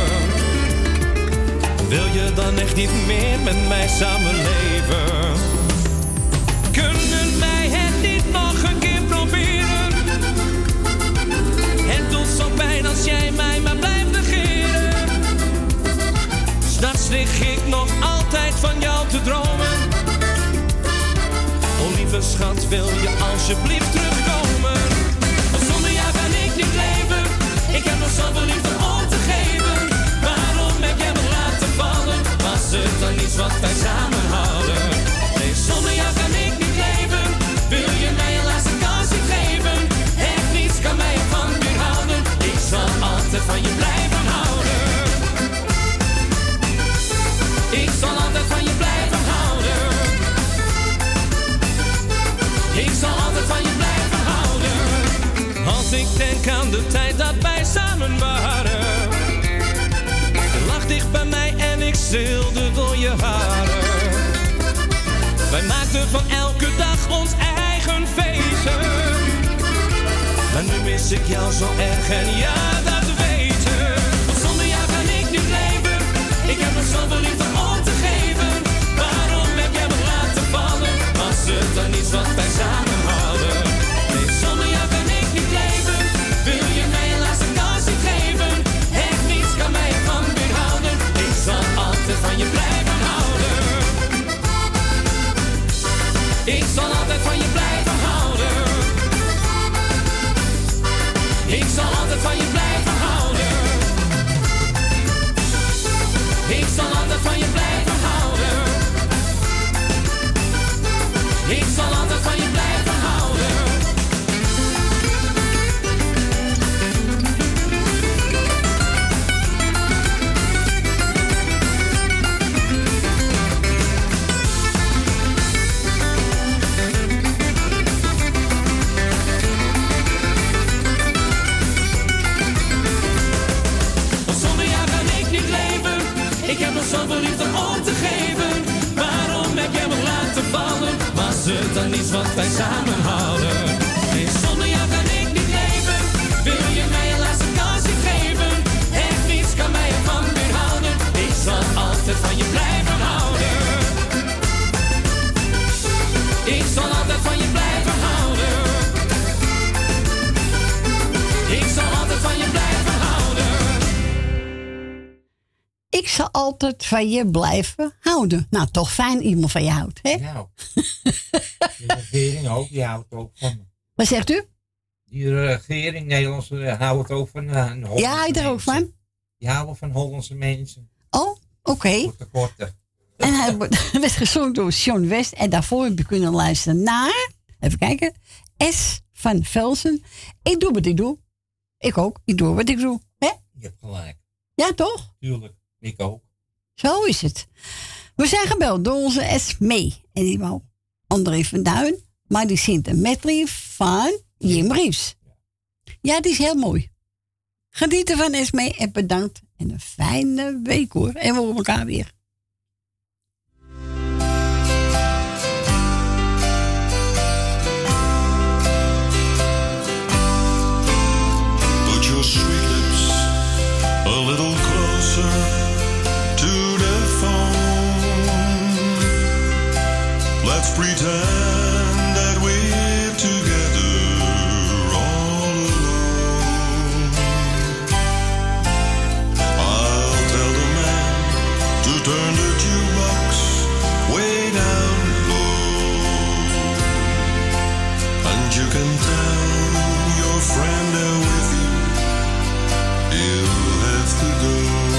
Wil je dan echt niet meer met mij samenleven? Kunnen wij het niet nog een keer proberen? Het doet zo pijn als jij mij maar blijft negeren. S'nachts lig ik nog altijd van jou te dromen. schat, wil je alsjeblieft terugkomen? Want zonder jou kan ik niet leven. Ik heb nog zoveel liefde om te geven. Waarom heb jij me laten vallen? Was het dan niets wat wij samen hadden? Nee, zonder jou kan ik niet leven. Wil je mij een laatste kans geven? Echt niets kan mij ervan weerhouden. Ik zal altijd van je blijven houden. Ik zal altijd van je blijven houden. Ik zal altijd van je blijven houden. Als ik denk aan de tijd dat wij samen waren, je lag dicht bij mij en ik streelde door je haren. Wij maakten van elke dag ons eigen feestje. Maar nu mis ik jou zo erg en ja, dat weten. Want zonder jou kan ik niet leven. Ik heb nog zoveel liefde om te geven. Waarom heb jij me laten vallen? Was het dan niets wat wij samen hadden? Nee, zonder jou kan ik niet leven. Wil je mij een laatste kans geven? Echt niets kan mij ervan weerhouden. Ik zal altijd van je blijven houden. Ik zal altijd van je blijven houden. Ik zal altijd van je blijven houden. Ik zal altijd van je blijven houden. Ik zal altijd van je blijven houden. Ik heb nog zoveel liefde om te geven. Waarom heb jij me laten vallen? Was het dan niets wat wij samen hadden? Nee, zonder jou kan ik niet leven. Wil je mij een laatste kans geven? Echt niets kan mij ervan weerhouden. Ik zal altijd van je blijven houden. Ik zal altijd van je blijven houden. Ik zal altijd van je blijven houden. Ik zal altijd van je blijven houden. Nou, toch fijn iemand van je houdt, hè? Nou, de regering ook, die houdt ook van me. Wat zegt u? Die regering, Nederlandse, uh, houdt ook van uh, Hollandse Ja, hou je er ook van? Die houden van Hollandse mensen. Oh, oké. Okay. Korte, korte. En hij werd gezongen door Sean West. En daarvoor heb je kunnen luisteren naar... Even kijken. S van Velsen. Ik doe wat ik doe. Ik ook. Ik doe wat ik doe. Hè? Je hebt gelijk. Ja, toch? Tuurlijk. Ik ook. Zo is het. We zijn gebeld door onze Esmee. En die wou André van Duin. Maar die zingt een medley van Jim Reeves. Ja, die is heel mooi. Geniet ervan Esmee en bedankt. En een fijne week hoor. En we horen elkaar weer. Put your sweet lips a little closer to the phone. Let's pretend that we're together all alone. I'll tell the man to turn the jukebox way down low. And you can tell your friend there with you, he'll have to go.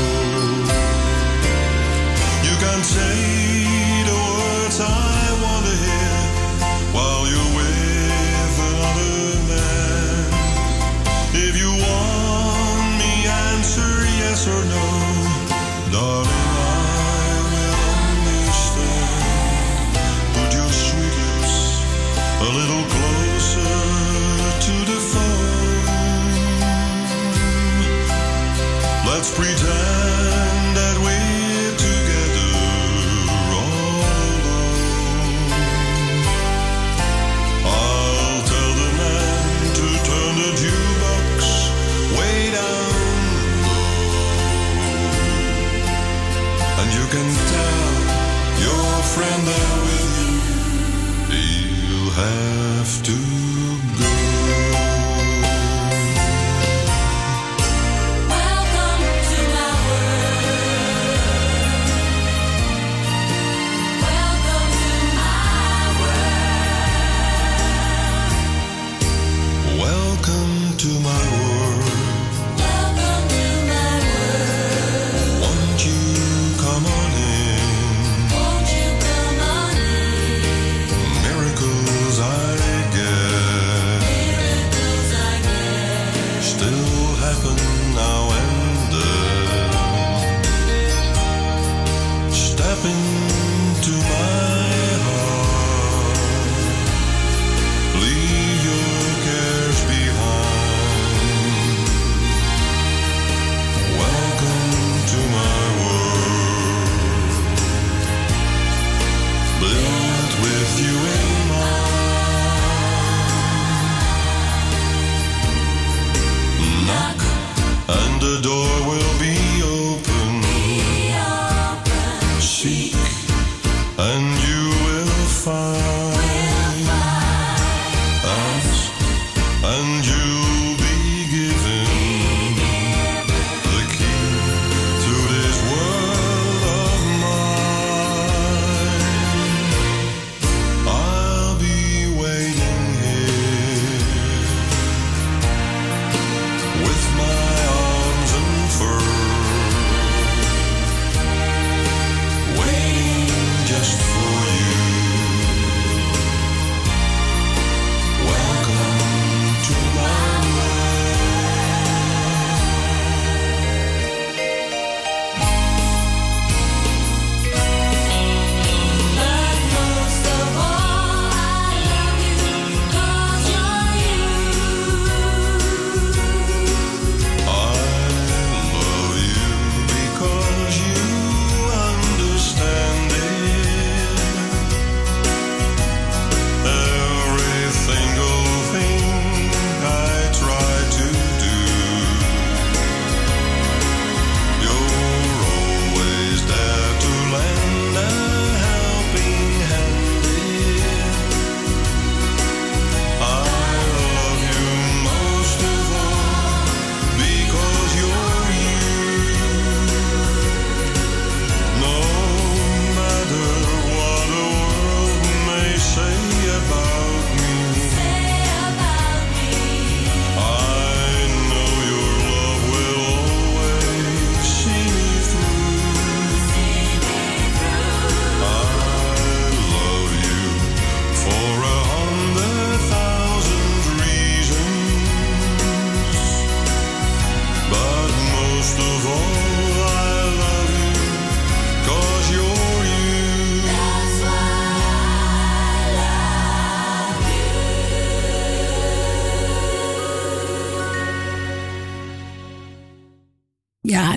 You can say the words I want to hear while you're with another man. If you want me, answer yes or no, darling, I will understand. Put your sweet lips a little closer to the phone. Let's pretend that we're together all alone. I'll tell the man to turn the jukebox way down low. And you can tell your friend there with you, he'll have to go. Welcome to my world.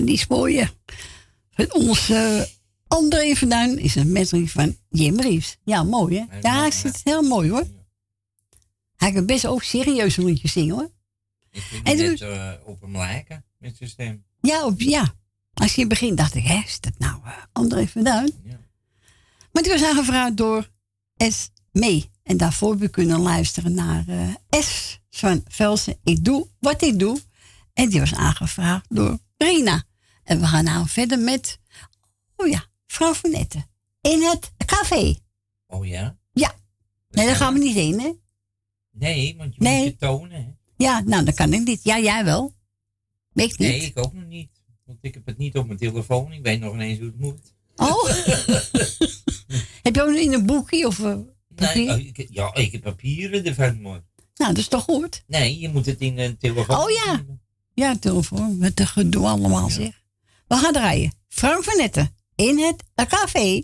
die is mooi. Van onze André van Duin is een medley van Jim Reeves. Ja, mooi hè? Ja, hij zit heel mooi hoor. Hij kan best ook serieus een liedje zingen hoor. Ik vind En het dus- net uh, op hem lijken met zijn stem. Ja, op, ja. Als je begint dacht ik, hè, is dat nou uh, André van Duin? Ja. Maar die was aangevraagd door S. Mee. En daarvoor heb je kunnen luisteren naar uh, S. van Velsen. Ik doe wat ik doe. En die was aangevraagd door Rina. En we gaan nou verder met, oh ja, vrouw van Nette. In het café. Oh ja? Ja. Nee, daar gaan we niet heen, hè? Nee, want je Nee. moet je tonen, hè? Ja, nou, dat kan ik niet. Ja, jij wel. Weet ik niet. Nee, ik ook nog niet. Want ik heb het niet op mijn telefoon. Ik weet nog ineens hoe het moet. Oh. Heb je ook in een boekje of uh, papier? Nee, oh, ik, ja, ik heb papieren ervan, maar. Nou, dat is toch goed? Nee, je moet het in een telefoon. Oh ja. Ja, telefoon. Met de gedoe allemaal, zeg. We gaan draaien. Frank van Netten. In het uh, café.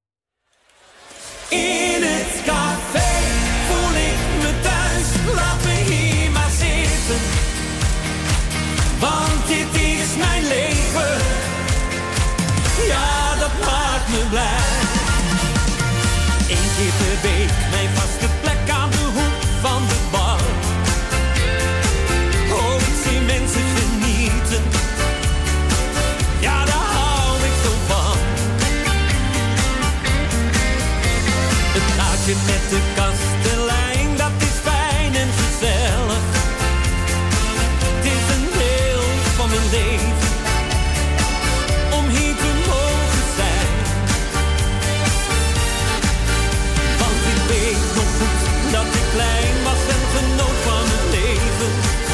In het café voel ik me thuis, laat me hier maar zitten. Want dit is mijn leven, ja dat maakt me blij. Eén keer per week mijn vaste plek aan de hoek van de bar. Ook ik zie mensen genieten, ja daar hou ik zo van. Het praatje met de kastelein, dat is fijn en gezellig. Het is een deel van mijn leven, om hier te mogen zijn. Want ik weet nog goed dat ik klein was en genoot van het leven.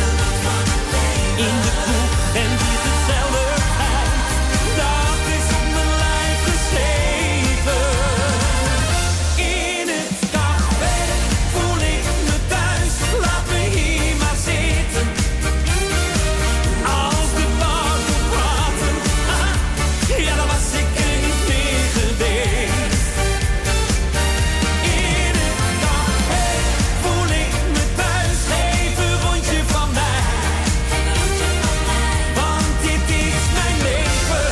In de kroeg en die gezelligheid, dat is op mijn lijf geschreven. In het café voel ik me thuis, laat me hier maar zitten. Als de bar wil praten, haha, ja dan was ik er niet meer geweest. In het café voel ik me thuis, geef een rondje van mij. Want dit is mijn leven,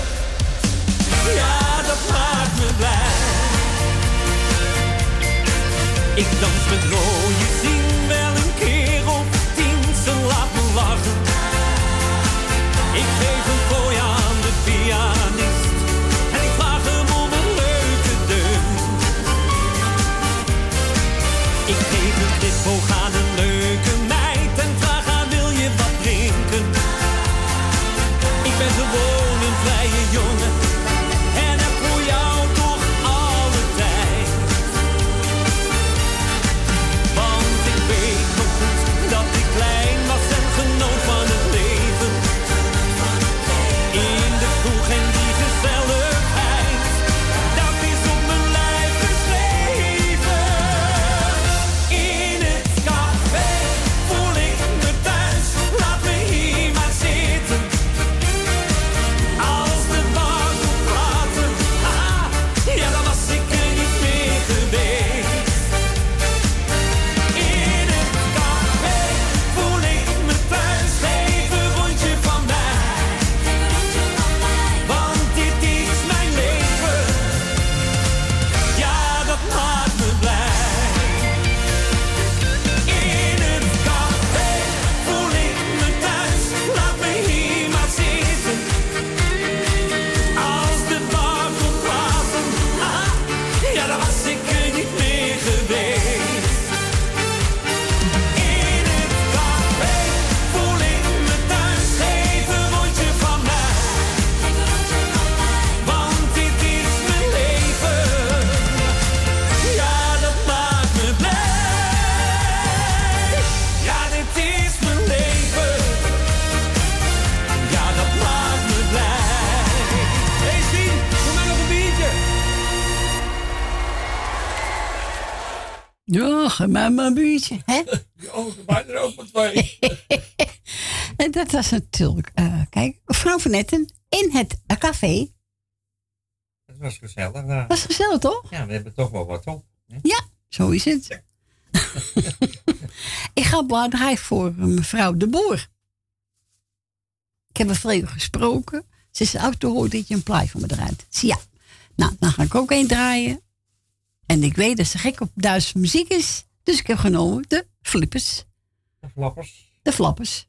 ja dat maakt me blij. Ik dans met rode zin wel een keer of tien, ze laat me lachen. Ik geef een kooi aan de pianist en ik vraag hem om een leuke deun. Ik geef een knipoog aan een leuke meid en vraag haar wil je wat drinken. Ik ben gewoon een vrije jongen en heb voor jou toch alle tijd. Want ik weet nog goed dat ik klein was en genoot van het leven. In de kroeg en die gezelligheid, dat is op mijn lijf geschreven. In het café voel ik me thuis, laat me hier maar zitten. Als de bar wil praten, haha, ja dan was ik er niet meer geweest. In het café voel ik me thuis, geef een rondje van mij. Want dit is mijn leven, ja dat maakt me blij. In het café voel ik me thuis, laat me hier maar zitten. Als de bar wil praten, haha, ja dan was ik er niet meer geweest. In het café voel ik me thuis, geef een rondje van mij. Want dit is mijn leven, ja dat maakt me blij. Ja dit is mijn leven, ja dat maakt me blij. Hey Stien, doe mij nog een biertje. Ja, geef mij maar een buurtje, hè? Oh, er waren er ook maar twee. En dat was natuurlijk, uh, kijk, vrouw van Netten in het uh, café. Het was gezellig daar. Dat was gezellig, toch? Ja, we hebben toch wel wat op. Hè? Ja, zo is het. Ik ga belangrijk voor mevrouw de Boer. Ik heb er veel gesproken. Ze is af te horen dat je een plaat van me draait. Ik zei, ja. Nou, dan ga ik ook een draaien. En ik weet dat ze gek op Duitse muziek is. Dus ik heb genomen de Flippers. De Flappers. De Flappers.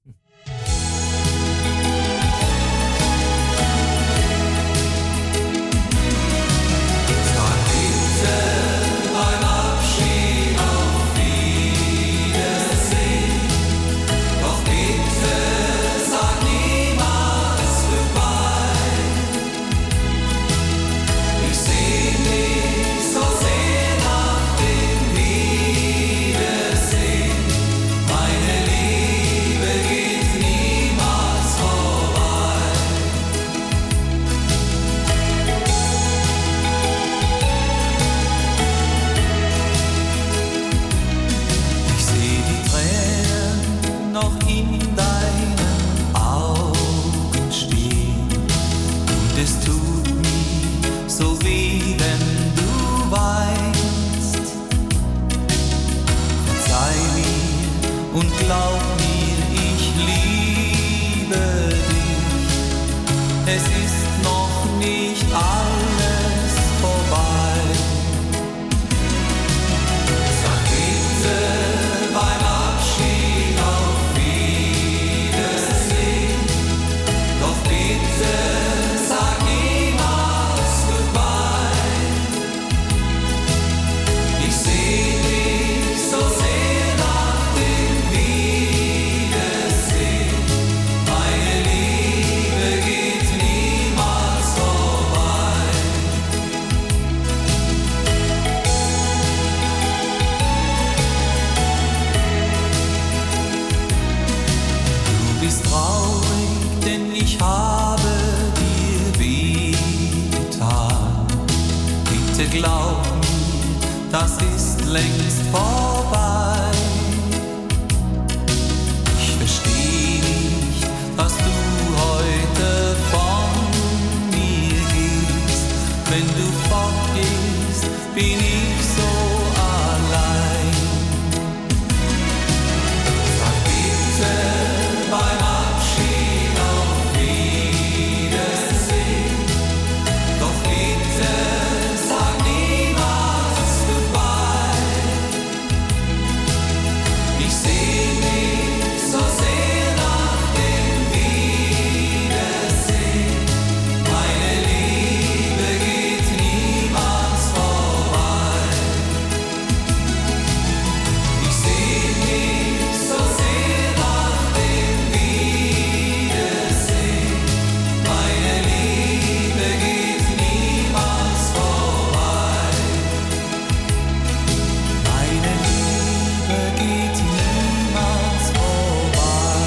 Noch in deinen Augen stehen und es tut mir so weh, wenn du weinst. Verzeih mir und glaub mir, ich liebe dich. Es ist noch nicht alles vorbei. Sag bitte beim Abschied auf Wiedersehen. Doch bitte sag niemals goodbye. Ich seh dich so sehr nach dem Wiedersehen. Meine Liebe geht niemals vorbei. Du bist traurig, denn ich habe dir wehgetan. Bitte glaub mir, das ist längst vorbei. Ich versteh nicht, dass du heute von mir gehst. Wenn du fortgehst, bin ich so allein. Sag bitte beim Abschied auf Wiedersehen. Doch bitte sag niemals goodbye. Ich seh mich so sehr nach dem Wiedersehen. Meine Liebe geht niemals vorbei. Ich seh mich so sehr nach dem Wiedersehen. Meine Liebe geht niemals vorbei. Meine Liebe geht niemals vorbei.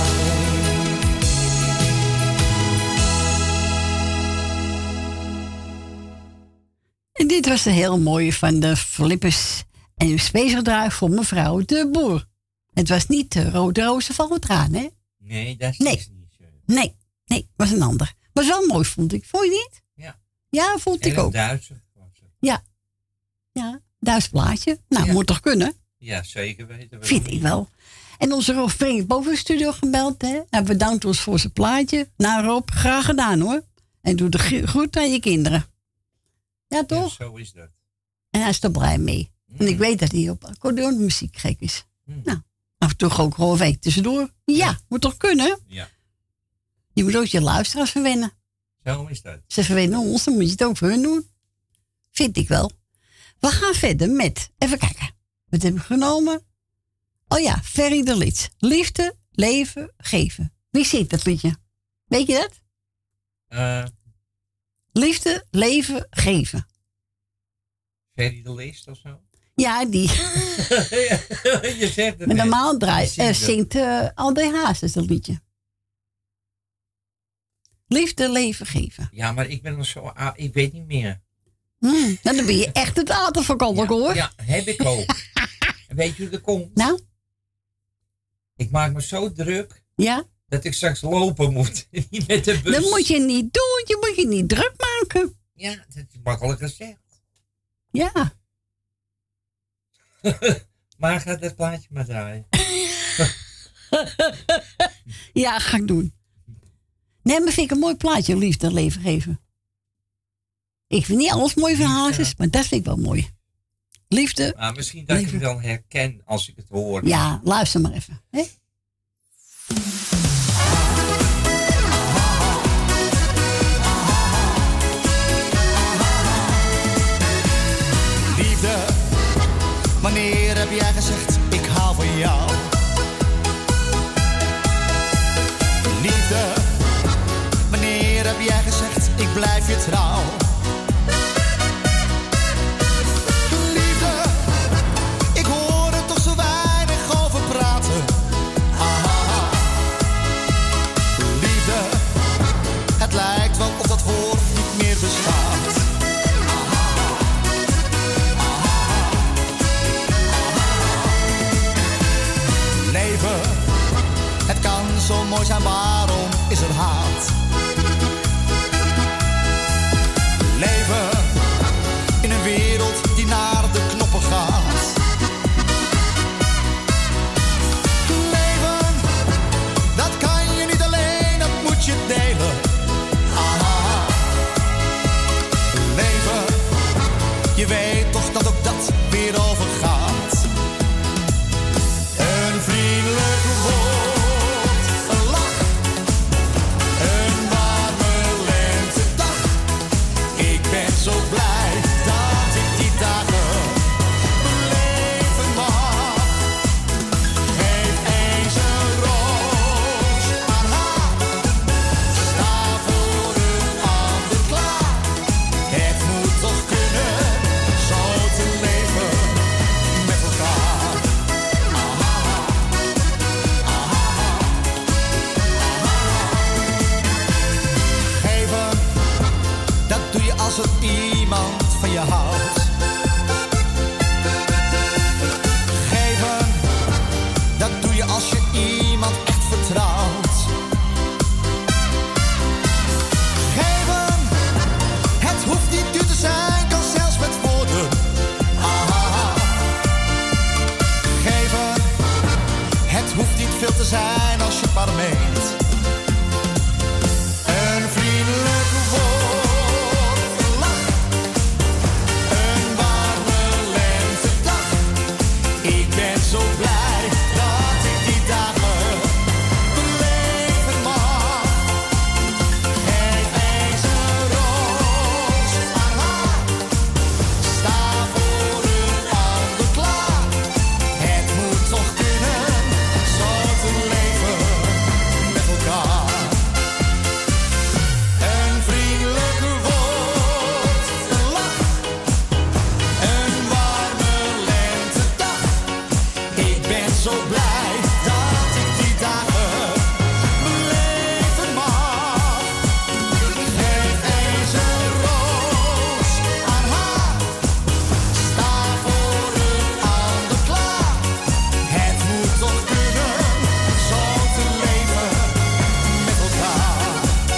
En dit was een heel mooie van de Flippers. En een speciaal draai voor mevrouw de Boer. Het was niet de Rode Rozen van het Raan, hè? Nee, dat is Nee. niet zo. Nee, nee, was een ander. Was wel mooi, vond ik. Vond je niet? Ja. Ja, vond ik En een ook. Duitser. Ja. Ja, Duits plaatje. Nou, Ja. moet toch kunnen? Ja, zeker weten we. Vind ik wel. En onze Rob Vring boven de studio gebeld, hè? Hij bedankt ons voor zijn plaatje. Nou, Rob, graag gedaan, hoor. En doe de gro- groet aan je kinderen. Ja, toch? Zo is dat. En hij is er blij mee. En ik weet dat hij op accordeonmuziek gek is. Nou, af en toe ook gewoon een week tussendoor. Ja, moet toch kunnen? Ja. Je moet ook je luisteraars verwennen. Zo is dat. Ze verwennen ons, dan moet je het ook voor hun doen. Vind ik wel. We gaan verder met, even kijken. Wat heb ik genomen? Oh ja, Ferry de Lits. Liefde, leven, geven. Wie zingt dat liedje? Weet je dat? Eh Liefde, leven, geven. Ferry de Leest of zo? Ja, die. Je zegt het Maar net. normaal draai, Je ziet eh, het. zingt uh, André Hazes dat liedje. Liefde, leven, geven. Ja, maar ik ben nog zo... ah, ik weet niet meer. Hmm, nou, dan ben je echt het waterverkoper, hoor. Ja, heb ik ook. En weet je hoe dat komt? Nou? Ik maak me zo druk... Ja? Dat ik straks lopen moet. Niet met de bus. Dat moet je niet doen. Je moet je niet druk maken. Ja, dat is makkelijk gezegd. Ja. Maar ga dat plaatje maar draaien. Ja, ga ik doen. Nee, maar vind ik een mooi plaatje, liefde leven geven. Ik vind niet alles mooi van Hazes, maar dat vind ik wel mooi. Liefde. Maar misschien dat leven. ik het wel herken als ik het hoor. Ja, luister maar even. Hè? Liefde, wanneer heb jij gezegd ik hou van jou? Liefde, wanneer heb jij gezegd ik blijf je trouw? Liefde, ik hoor er toch zo weinig over praten. Ah, liefde, het lijkt wel of dat woord niet meer bestaat. Leven, het kan zo mooi zijn, waarom is er haat? Leven in een wereld die naar de knoppen gaat. Leven, dat kan je niet alleen, dat moet je delen. Aha. Leven, je weet toch dat ook dat weer overgaat. Een vriendelijk woord, een lach, een warme lentedag. Ik ben zo blij dat ik die dagen beleven mag. Geef eens een roos aan haar, sta voor een ander klaar. Het moet toch kunnen, zo te leven met elkaar. Geven, dat doe je als er iemand van je houdt. Geven, dat doe je als je iemand echt vertrouwt. Geven, het hoeft niet duur te zijn, kan zelfs met woorden. Aha. Geven, het hoeft niet veel te zijn als je maar meent. Een vriendelijk woord, een lach, een warme lentedag. Ik ben zo blij dat ik die dagen beleven mag. Geef eens een roos aan haar, sta voor een ander klaar. Het moet toch kunnen, zo te leven met elkaar. Een vriendelijk woord, een lach, een warme lentedag. Ik ben zo blij dat ik die dagen beleven mag. Geef eens een roos aan haar, sta voor een ander klaar. Het moet toch kunnen, zo te leven met elkaar.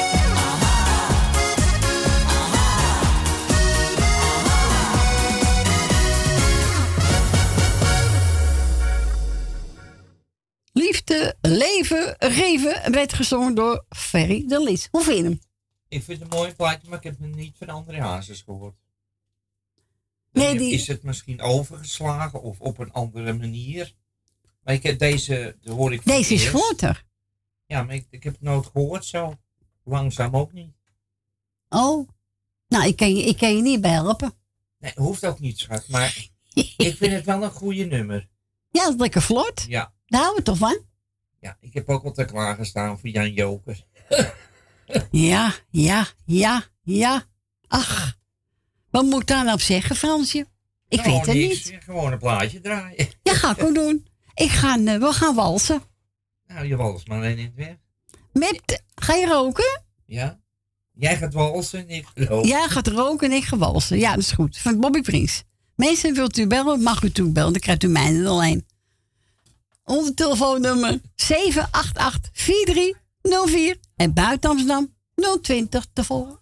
Liefde, leven, geven werd gezongen door Ferry de Lis. Hoe vind je hem? Ik vind het een mooi plaatje, maar ik heb hem niet van André Hazes gehoord. Nee, Dan die- Is het misschien overgeslagen of op een andere manier? Maar ik heb deze, de hoor ik voor Deze is het eerst. groter. Ja, maar ik, ik heb het nooit gehoord zo. Langzaam ook niet. Oh, nou, ik kan je, ik kan je niet bij helpen. Nee, hoeft ook niet, schat. Maar ik vind het wel een goede nummer. Ja, dat is lekker vlot. Ja. Daar houden we toch van? Ja, ik heb ook altijd klaargestaan voor Jan Joker. Ja, ja, ja, ja. Ach, wat moet ik daar nou op zeggen, Fransje? Ik Gewoon weet het niks, niet. Gewoon een plaatje draaien. Ja, ga ik ook doen. Ik ga, eh, we gaan walsen. Nou, je walst maar alleen in het weg. Met, ga je roken? Ja? Jij gaat walsen en ik roken. Jij gaat roken en ik ga walsen. Ja, dat is goed. Van Bobby Prins. Mensen, wilt u bellen? Mag u toe bellen. Dan krijgt u mij er alleen. Onze telefoonnummer zeven acht acht vier drie nul vier. En buiten Amsterdam nul twintig te volgen.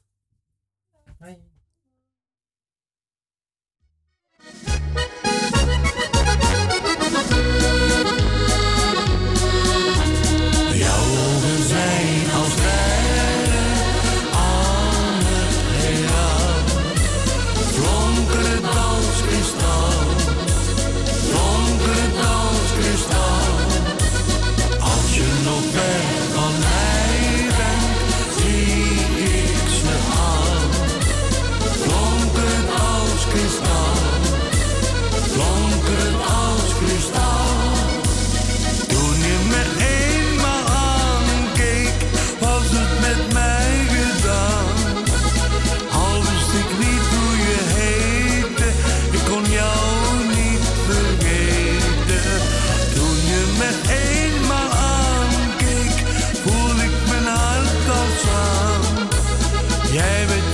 Jouw ogen zijn als vrij.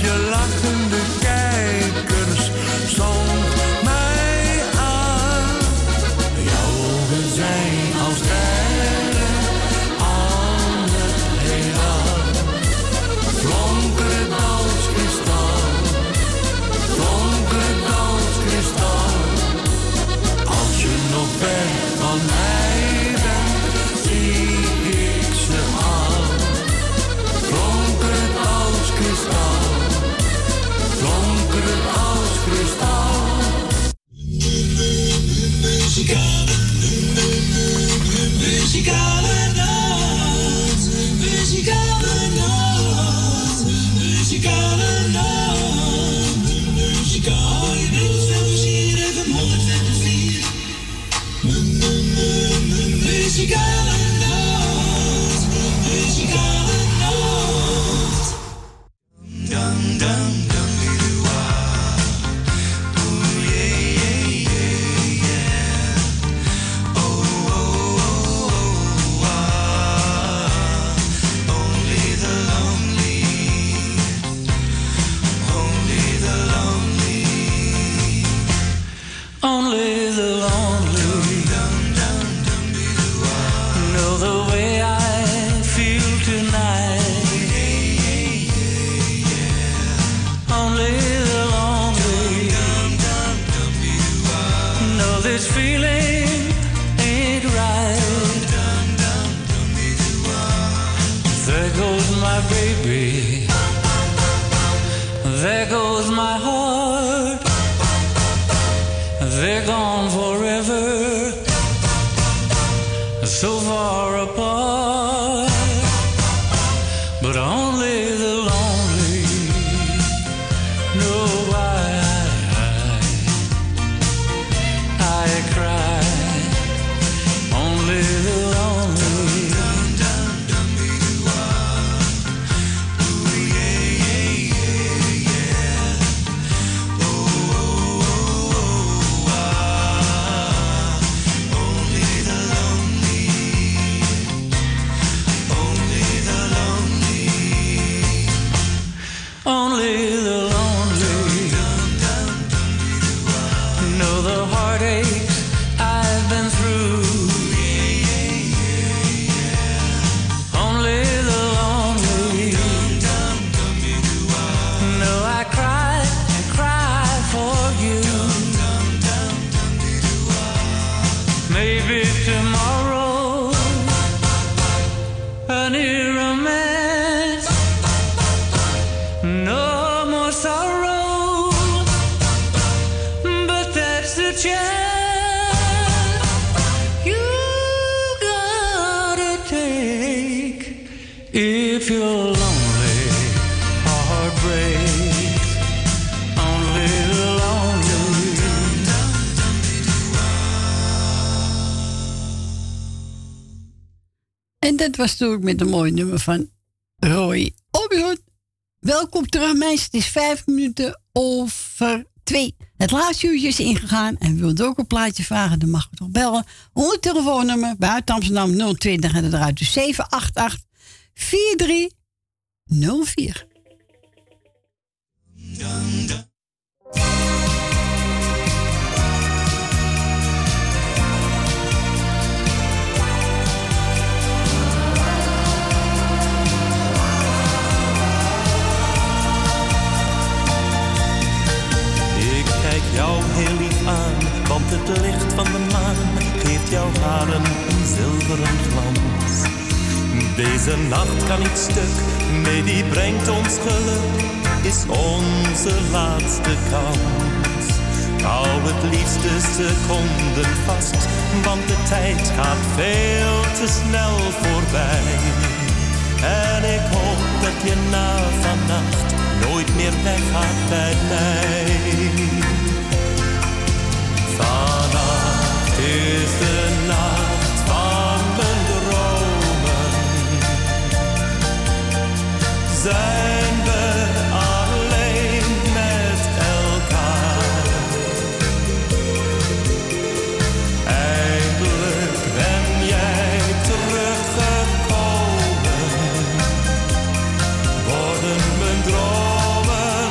je lachende kijkers stond mij aan. Jouw ogen zijn als sterren aan het heelal. Flonkerend als kristal, flonkerend als kristal. Als je nog ver van mij bent, zie ik ze al. Flonkerend als kristal, flonkerend als kristal. Muzikale, muzikale nacht, muzikale nacht, muzikale nacht, muzikale. Je bent veel plezier, even honderd vier. Muzikale nacht, muzikale nacht. Dum dum dum doo ah. Oh yeah yeah yeah yeah. Oh oh oh oh ah. Only the lonely, only the lonely, only the lonely. Know the way I feel tonight. Only the lonely know this feeling ain't right. There goes my baby, there goes my heart. They're gone forever, so far apart. But only the lonely know why I, I cry. Only the lonely. Only the lonely know the heartaches I've been through. Only the lonely know I cry and cry for you. Maybe tomorrow a new romance. No more sorrow, but that's the chance you gotta take. If you're lonely, heart breaks. Only the lonely. En dat was natuurlijk met een mooi nummer van Roy Orbison. Welkom terug, mensen. Het is vijf minuten over twee. Het laatste uurtje is ingegaan en wilt ook een plaatje vragen, dan mag u toch bellen. Onder het telefoonnummer buiten Amsterdam nul twintig en eruit dus zeven acht acht vier drie nul vier. Jou heel lief aan, want het licht van de maan geeft jouw haren een zilveren glans. Deze nacht kan niet stuk, nee die brengt ons geluk, is onze laatste kans. Hou het liefste seconden vast, want de tijd gaat veel te snel voorbij. En ik hoop dat je na vannacht nooit meer weggaat bij mij. Vannacht is de nacht van mijn dromen. Zijn we alleen met elkaar. Eindelijk ben jij teruggekomen. Worden mijn dromen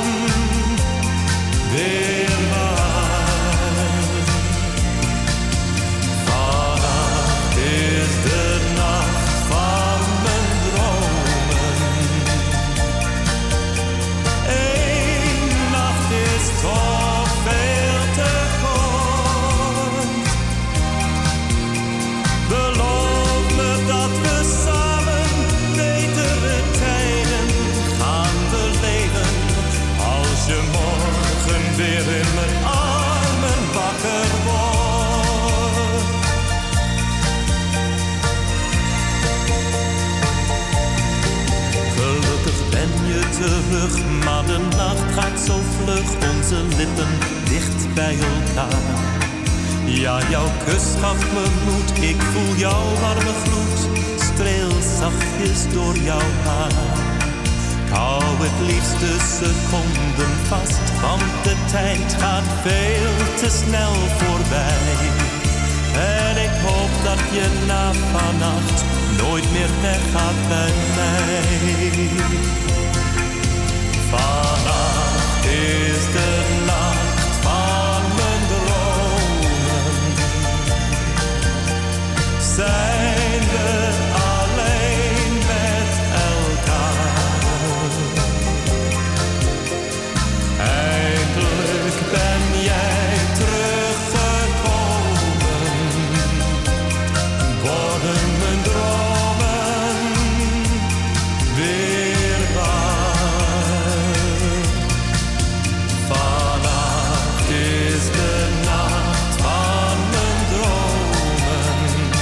de nacht gaat zo vlug, onze lippen dicht bij elkaar. Ja, jouw kus gaf me moed, ik voel jouw warme gloed, streel zachtjes door jouw haar. Ik hou het liefst de seconden vast, want de tijd gaat veel te snel voorbij. En ik hoop dat je na vannacht nooit meer weggaat bij mij. Vannacht is de nacht van mijn dromen. Zijn we alleen met elkaar. Eindelijk ben jij teruggekomen. Worden mijn dromen weer waar. Vannacht is de nacht van mijn dromen.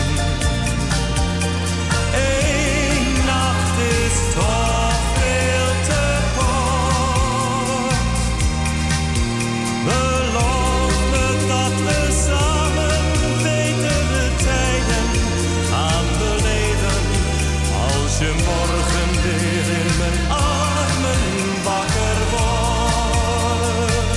Eén nacht is toch veel te kort. Beloof me dat we samen betere tijden gaan beleven. Als je morgen weer in mijn armen wakker wordt.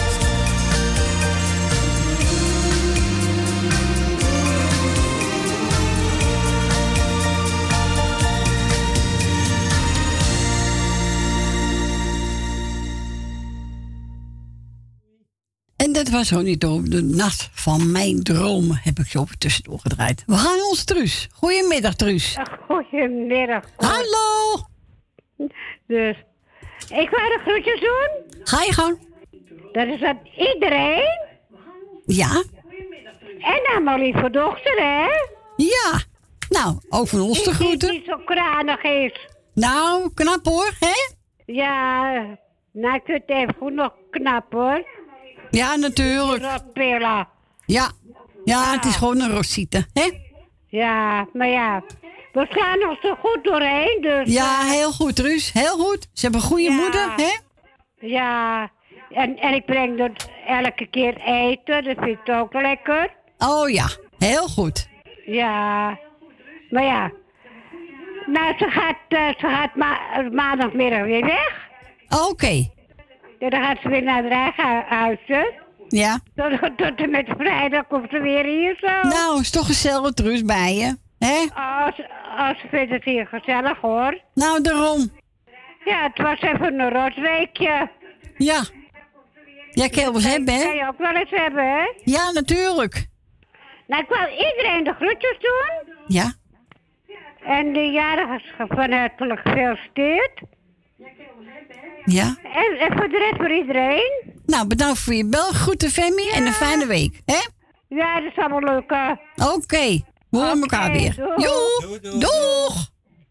En dat was ook niet over de nacht van mijn dromen, heb ik zo tussendoor gedraaid. We gaan ons Truus. Goedemiddag, Truus. Goedemiddag. Hallo. Dus, ik wou de groetjes doen. Ga je gang. Dat is aan iedereen. Ja. En aan mijn lieve dochter, hè? Ja. Nou, ook van ons te groeten. Die niet zo kranig is. Nou, knap hoor, hè? Ja, nou, ik vind het even goed nog knap, hoor. Ja, natuurlijk. Rotpilla. Ja. Ja, het is gewoon een rosite, hè? Ja, maar ja, we gaan nog zo goed doorheen, dus... Ja, heel goed, Truus. Heel goed. Ze hebben een goede Ja. moeder, hè? Ja, en, en ik breng dat elke keer eten, dat vind ik ook lekker. Oh ja, heel goed. Ja, maar ja. Nou, ze gaat, uh, ze gaat ma maandagmiddag weer weg. Oké. Okay. Ja, dan gaat ze weer naar het eigen huisje. Ja. Tot, tot en met vrijdag komt ze weer hier zo. Nou, is toch gezellig, Truus, bij je, hè? Als, als ze vindt het hier gezellig, hoor. Nou, daarom. Ja, het was even een rotweekje. Ja. Jij kan wel eens hebben, hè? Kan je ook wel eens hebben, hè? Ja, natuurlijk. Nou, ik wil iedereen de groetjes doen. Ja. En de jarigen van hartelijk gefeliciteerd. Ja. En, en voor de rest voor iedereen. Nou, bedankt voor je bel. Groeten, Femi. Ja. En een fijne week, hè? Ja, dat zal wel lukken. Oké. Okay. We horen elkaar weer. Doeg. Joe. Doeg. Doeg.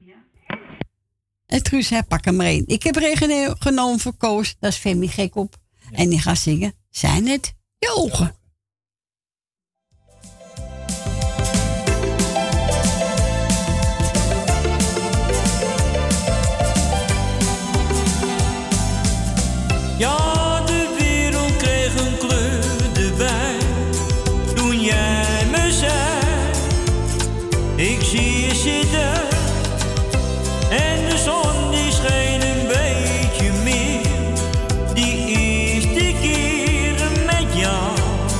En Truus, hè, pak hem maar één. Ik heb er genomen voor Koos. Daar is Femi gek op. Ja. En die gaat zingen. Zijn het je ogen? Ja, de wereld kreeg een kleur erbij toen jij me zei: ik zie je zitten en de zon die scheen een beetje meer. Die eerste keren met jou,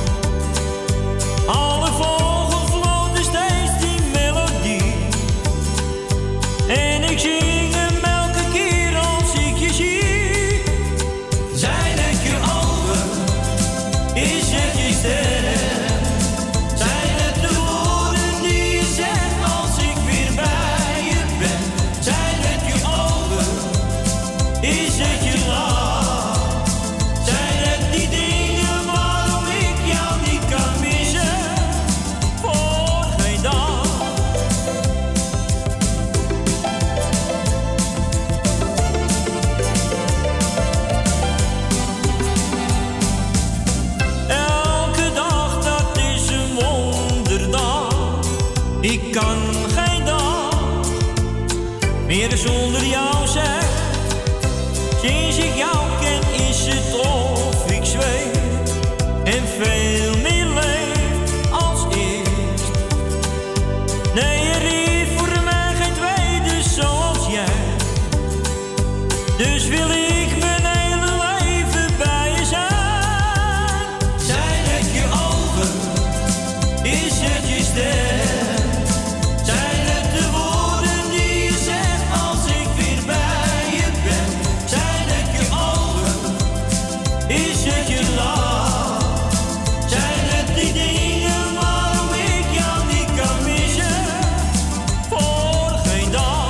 alle vogels floten steeds die melodie en ik zing hem elke keer als ik je zie. Zijn het je ogen? Is het je stem? Zijn het de woorden die je zegt als ik weer bij je ben? Zijn het je ogen? Is het je lach? Zijn het die dingen waarom ik jou niet kan missen? Voor geen dag. Elke dag, dat is een wonderdag. Ik kan geen dag meer zonder jou zijn. Sinds ik jou ken is het of ik zweef en veel meer leef als eerst. Nee, er is voor mij geen tweede zoals jij. Dus wil ik mijn hele leven bij je zijn. Zijn het je ogen? Is het je stem? Zijn het de woorden die je zegt als ik weer bij je ben? Zijn het je ogen? Is het je lach? Zijn het die dingen waarom ik jou niet kan missen? Voor geen dag.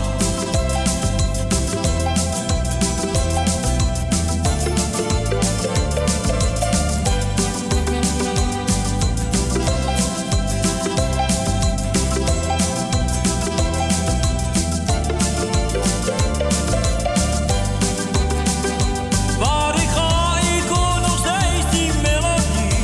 Waar ik ga, ik hoor nog steeds die melodie.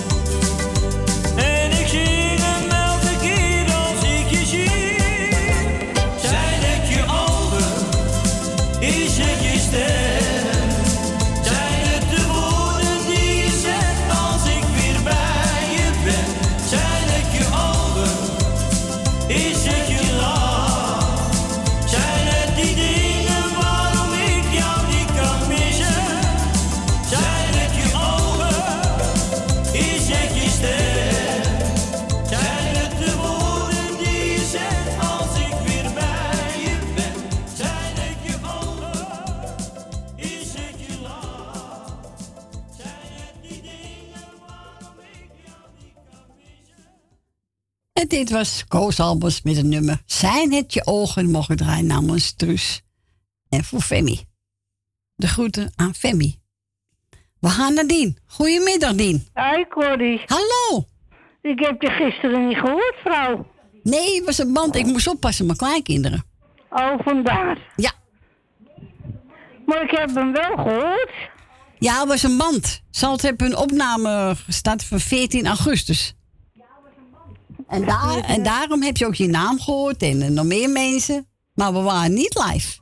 En ik zing hem elke keer als ik je zie. Zijn het je ogen? Is het je stem? Zijn het de woorden die je zegt als ik weer bij je ben? Zijn het je ogen? Is het je lach? Zijn het die dingen waarom ik jou niet kan missen? Zijn het je ogen? Is het je stem? Zijn het de woorden die je zegt als ik weer bij je ben? Zijn het je ogen? Is het je lach? Zijn het die dingen waarom ik jou niet kan missen? En dit was Koos Albers met het nummer Zijn het je ogen mogen draaien namens Truus. En voor Femi. De groeten aan Femi. We gaan naar Dien. Goedemiddag, Dien. Hoi, Corrie. Hallo. Ik heb je gisteren niet gehoord, vrouw. Nee, het was een band. Ik moest oppassen met mijn kleinkinderen. Oh, vandaar. Ja. Maar ik heb hem wel gehoord. Ja, het was een band. Zalt hebben een opname gestart van veertien augustus. En, daar, en daarom heb je ook je naam gehoord en eh, nog meer mensen. Maar we waren niet live.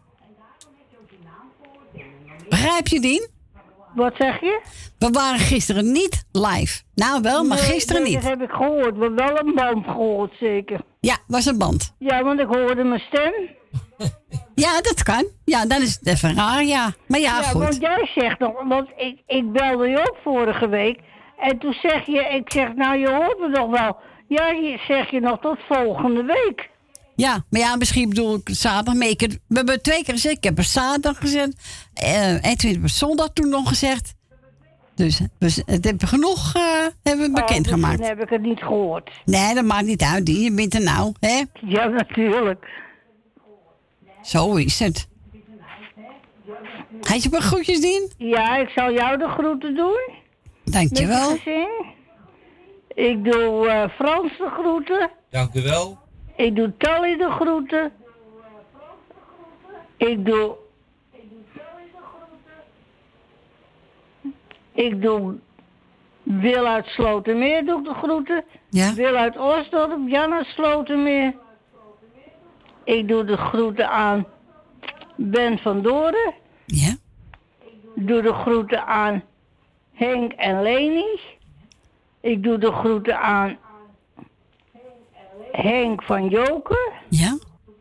Begrijp je, Dien? Wat zeg je? We waren gisteren niet live. Nou wel, maar Nee, gisteren nee, niet. dat heb ik gehoord. We hebben wel een band gehoord, zeker. Ja, was een band. Ja, want ik hoorde mijn stem. Ja, dat kan. Ja, dan is het even raar, ja. Maar ja, goed. want jij zegt nog, want ik, ik belde je op vorige week. En toen zeg je, ik zeg, nou je hoort me nog wel. Ja, je zeg je nog tot volgende week. Ja, maar ja, misschien bedoel ik zaterdag. Maar ik heb, we hebben twee keer gezegd. Ik heb er zaterdag gezegd. Uh, en toen heb ik zondag toen nog gezegd. Dus, dus het hebben we genoeg uh, hebben we bekendgemaakt. Oh, heb ik het niet gehoord. Nee, dat maakt niet uit. Die, je bent er nou, hè? Ja, natuurlijk. Zo is het. Ga je maar groetjes, Dien? Ja, ik zal jou de groeten doen. Dankjewel. Met je gezin. Ik doe uh, Frans de groeten. Dank u wel. Ik doe Tally de groeten. Ik doe... Ik doe Wil uit Slotermeer, doe ik de groeten. Ja. Wil uit Osdorp, Jan uit Slotermeer. Ik doe de groeten aan Ben van Doren. Ja. Ik doe de groeten aan Henk en Leni. Ik doe de groeten aan Henk van Joker. Ja.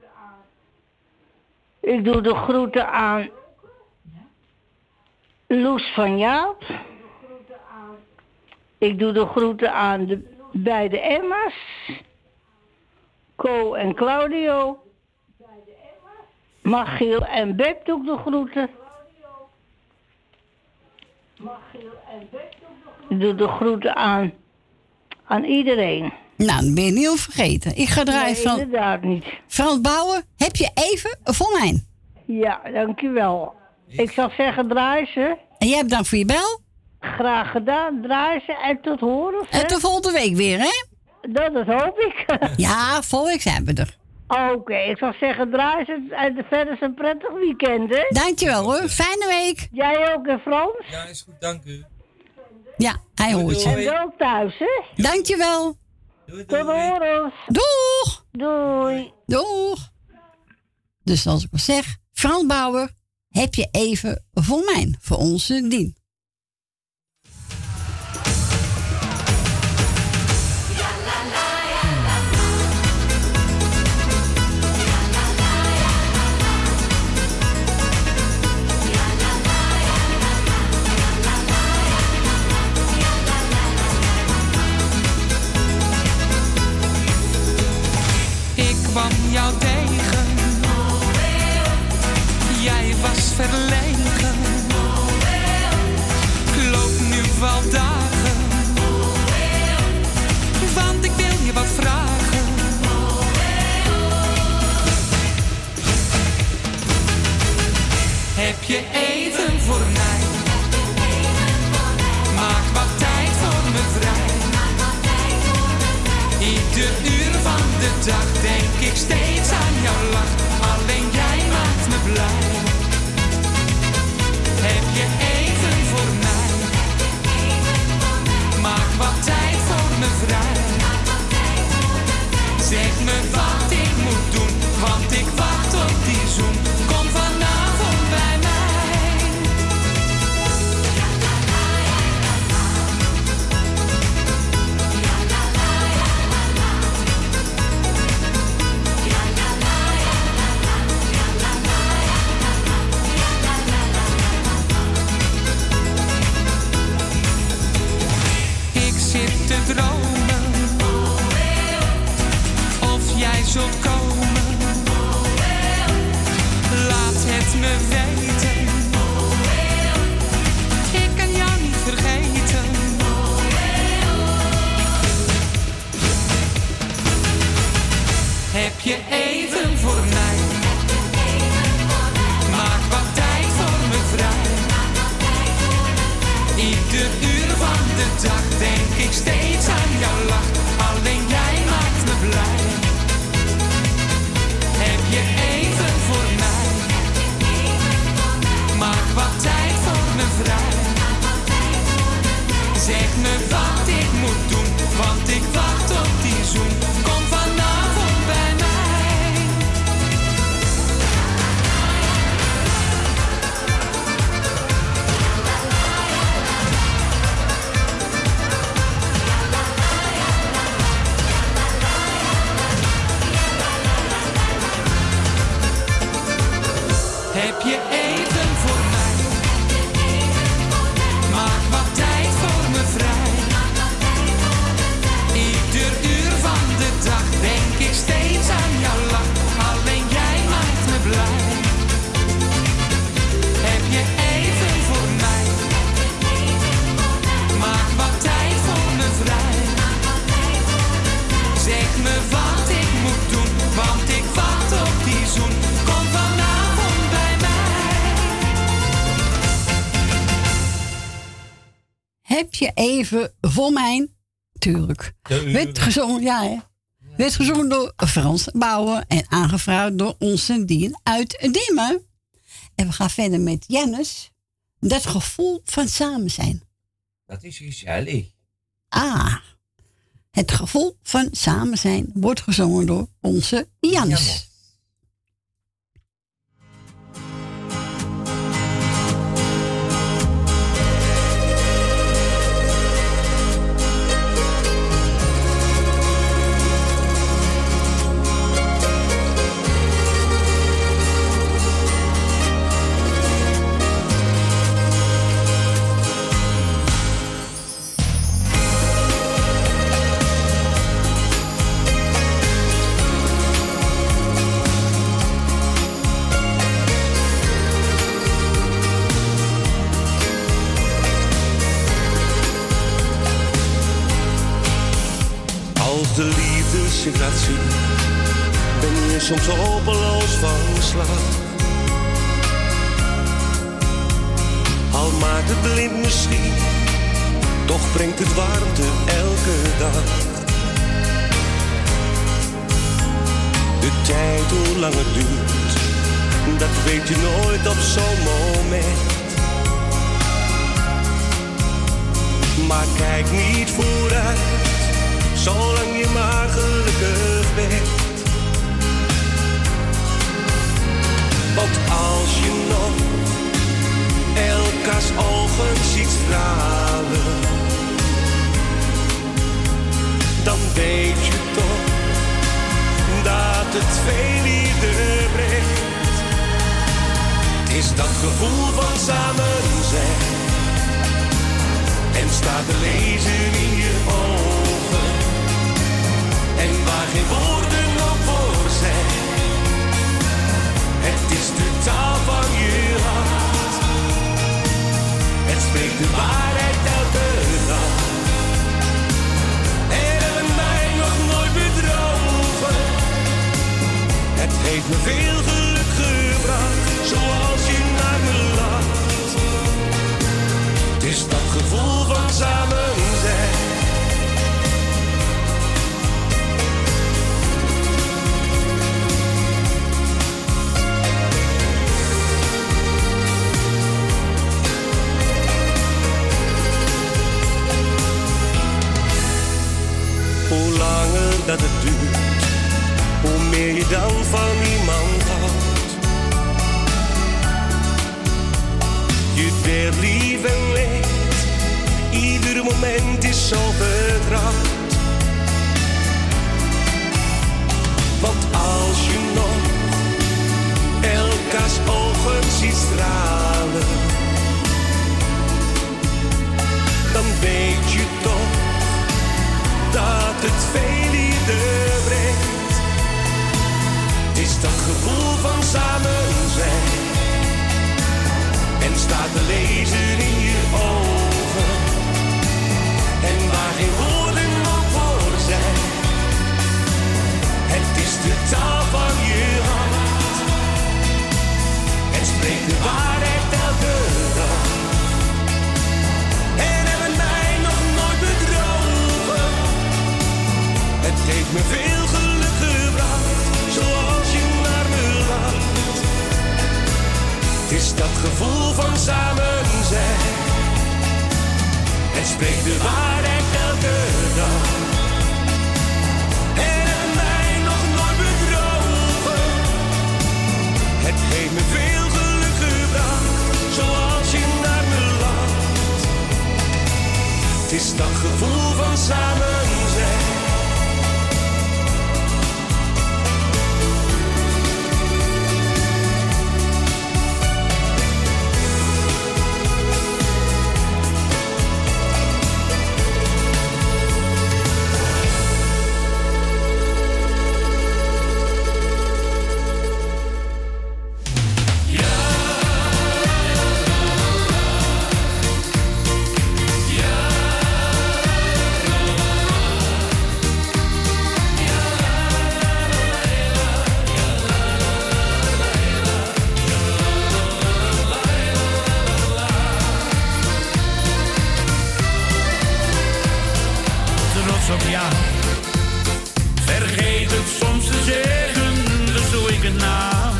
Ik doe de groeten aan Loes van Jaap. Ik doe de groeten aan de beide Emma's. Co en Claudio. Magiel en Beb doe ik de groeten. Ik doe de groeten aan, aan iedereen. Nou, dan ben je niet vergeten. Ik ga draaien Nee, van... inderdaad niet. Frans Bauer, heb je even voor mij? Ja, dankjewel. Ik zou zeggen, draai ze. En jij bedankt voor je bel. Graag gedaan, draai ze en tot horen. En tot volgende week weer, hè? Dat, dat hoop ik. Ja, volgende week zijn we er. Oké, okay, ik zou zeggen, draai ze en verder is een prettig weekend, hè? Dankjewel hoor, fijne week. Jij ook, hè, Frans? Ja, is goed, dank u. Ja, hij hoort je. En wel thuis, hè? Dankjewel. Doei, doei. Tot horen. Doeg. Doei. Doeg. Dus zoals ik al zeg, Frans Bauer, Heb je even voor mij, voor onze Dien. Ik kwam jou tegen, jij was verlegen. Ik loop nu wel dagen, want ik wil je wat vragen. Heb je even voor mij? Maak wat tijd voor me vrij. Ieder uur van de dag denk ik steeds aan jouw lach. Alleen jij maakt me blij. Heb je even voor mij? Maak wat tijd voor me vrij. Zeg me wat ik moet doen, want ik wacht op die zoen. Kom vanavond bij mij. Te dromen, of jij zult komen. Laat het me weten, ik kan jou niet vergeten. Heb je even voor mij? Maak wat tijd voor me vrij. Ieder uur van de dag denk ik steeds aan jouw lach. Alleen jij maakt me blij. Heb je even voor mij? Maak wat tijd voor me vrij. Zeg me wat ik moet doen, want ik wacht op die zoen. Kom vanavond bij mij. Heb je even voor mij? Maak wat tijd voor me vrij. Ieder uur van de dag denk ik steeds aan jouw lach. Alleen jij maakt me blij. Heb je even voor mij? Maak wat tijd voor me vrij. Zeg me wat ik moet doen, want ik wacht op die zoen. Kom vanavond bij mij. Heb je even voor mij? Tuurlijk. Werd gezongen, ja hè. Werd gezongen door Frans Bauer en aangevraagd door onze Dien uit Diemen. En we gaan verder met Jennis. Dat gevoel van samen zijn. Dat is gezellig. Ah, het gevoel van samen zijn wordt gezongen door onze Jannes. Als de liefde zich laat zien, ben je soms hopeloos van slag. Al maakt het blind misschien, toch brengt het warmte elke dag. De tijd, hoe lang het duurt, dat weet je nooit op zo'n moment. Maar kijk niet vooruit, zolang je maar gelukkig bent. Want als je nog elkaars ogen ziet stralen, dan weet je toch dat het veel liefde brengt. Het is dat gevoel van samen zijn en staat te lezen in je ogen. En waar geen woorden op voor zijn, het is de taal van je hart. Het spreekt de waarheid elke dag. En hebben mij nog nooit bedrogen. Het heeft me veel geluk gebracht, zoals je naar me lacht. Het is dat gevoel van samen zijn. Hoe langer dat het duurt, hoe meer je dan van iemand houdt. Je deelt lief en leed, ieder moment is zo vertrouwd. Want als je nog elkaars ogen ziet stralen, dan weet je toch dat het veel liefde brengt. Het is dat gevoel van samen zijn en staat te lezen in je ogen. En waar geen woorden op voor zijn, het is de taal van je hart. Het spreekt de waarheid elke dag. En hebben mij nog nooit bedrogen. Het heeft me veel geluk gebracht, zoals je naar me lacht. Het is dat gevoel van samen zijn. Het spreekt de waarheid elke dag. En heeft mij nog nooit bedrogen. Het heeft me veel geluk gebracht, zoals je naar me lacht. Het is dat gevoel van samen zijn. Op jou. Vergeet het soms te zeggen, dus doe ik het nou.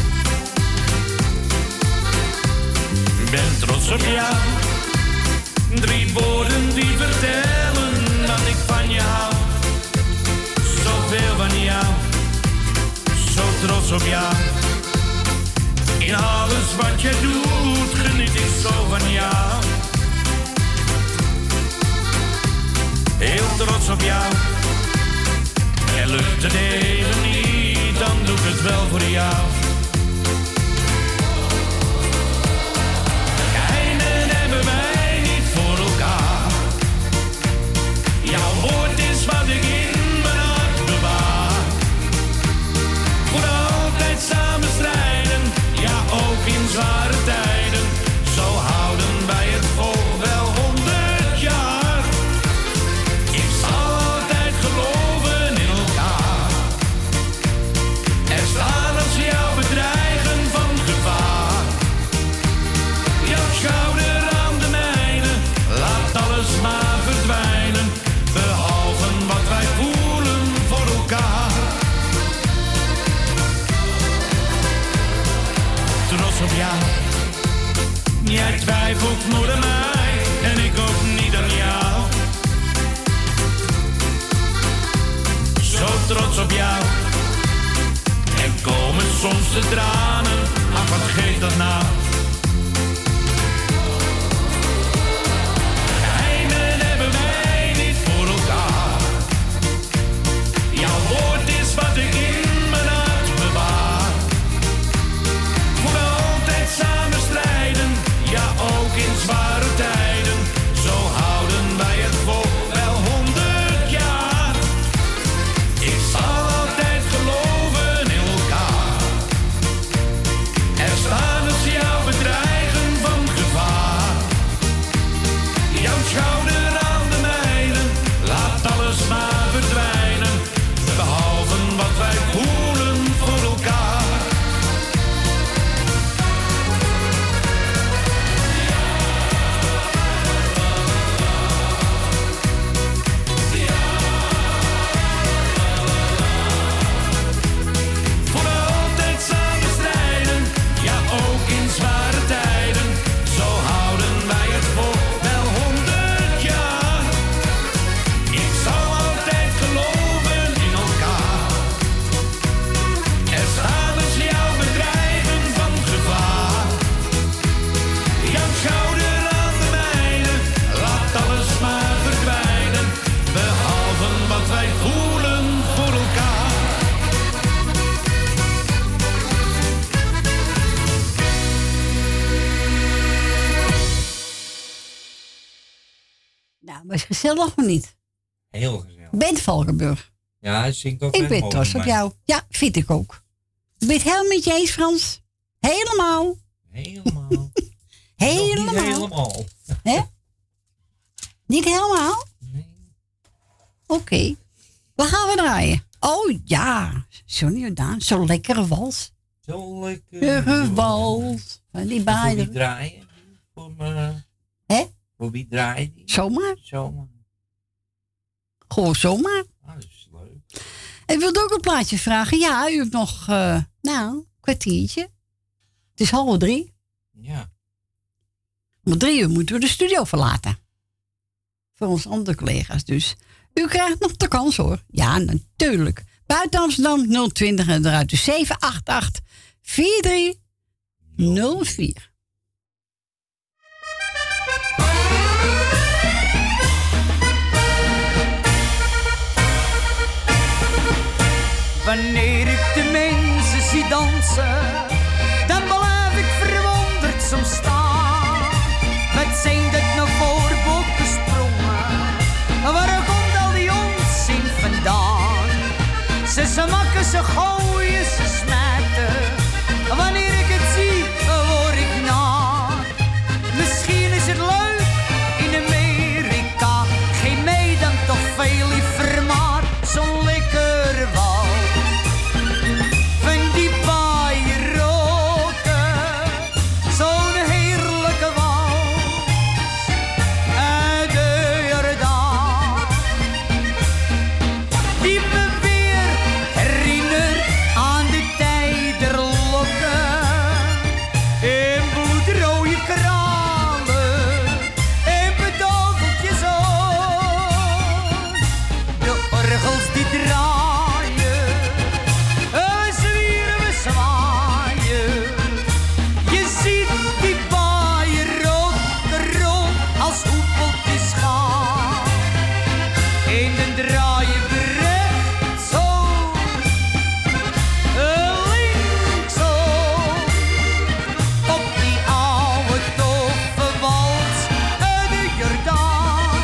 Ben trots op jou. Drie woorden die vertellen dat ik van je hou. Zoveel van jou, zo trots op jou. In alles wat je doet, geniet ik zo van jou. Heel trots op jou. En lukt het even niet, dan doe ik het wel voor jou. Geheimen hebben wij niet voor elkaar. Jouw woord is wat ik in mijn hart bewaar. Voor altijd samen strijden, ja ook in zware tijden. Zo houden wij het vol wel honderd jaar. Op jou. Jij twijfelt nooit aan mij en ik ook niet aan jou. Zo trots op jou. En komen soms de tranen, ach wat geeft dat nou? Nou, maar is gezellig of niet? Heel gezellig. Bent Valkenburg. Ja, hij zingt ook Ik echt ben mooi trots van op mij. jou. Ja, vind ik ook. Ik ben het helemaal met je eens, Frans. Helemaal. Helemaal. Helemaal. Nog niet helemaal. Hè? Niet helemaal? Nee. Oké. Okay. Waar gaan we draaien? Oh ja, Johnny Jordaan. Zo'n lekkere wals. Zo'n lekkere wals. Van die Voor wie beiden. draaien? Voor me... Hè? Voor wie draait die? Zomaar. Zomaar. Gewoon zomaar. Ah, dat is leuk. Ik wilde ook een plaatje vragen. Ja, u hebt nog, uh, nou, een kwartiertje. Het is half drie. Ja. Om drie uur moeten we de studio verlaten. Voor onze andere collega's dus. U krijgt nog de kans hoor. Ja, natuurlijk. Buiten Amsterdam nul twintig en eruit dus zeven acht acht vier drie nul vier. Wanneer ik de mensen zie dansen, dan blijf ik verwonderd soms staan. Wat zijn dat nou voor bokkensprongen? Waar komt al die onzin vandaan? Ze smakken, ze gooien, ze smijten. Wanneer ik het zie, word ik naar. Misschien is het leuk in Amerika. Geen mij dan toch veel liever maar zo'n lekker wal. Van die baaien roken, zo'n heerlijke wals uit de Jordaan. Die me weer herinnert aan de tijd der lokken en bloedrode kralen en bedoveltjes aan. De orgels die draaien, we zwieren, we zwaaien. Je ziet die baaien roken rond als hoepeltjes gaan. En dan draaien we rechtsom, linksom, op die oude toffe wals uit de Jordaan.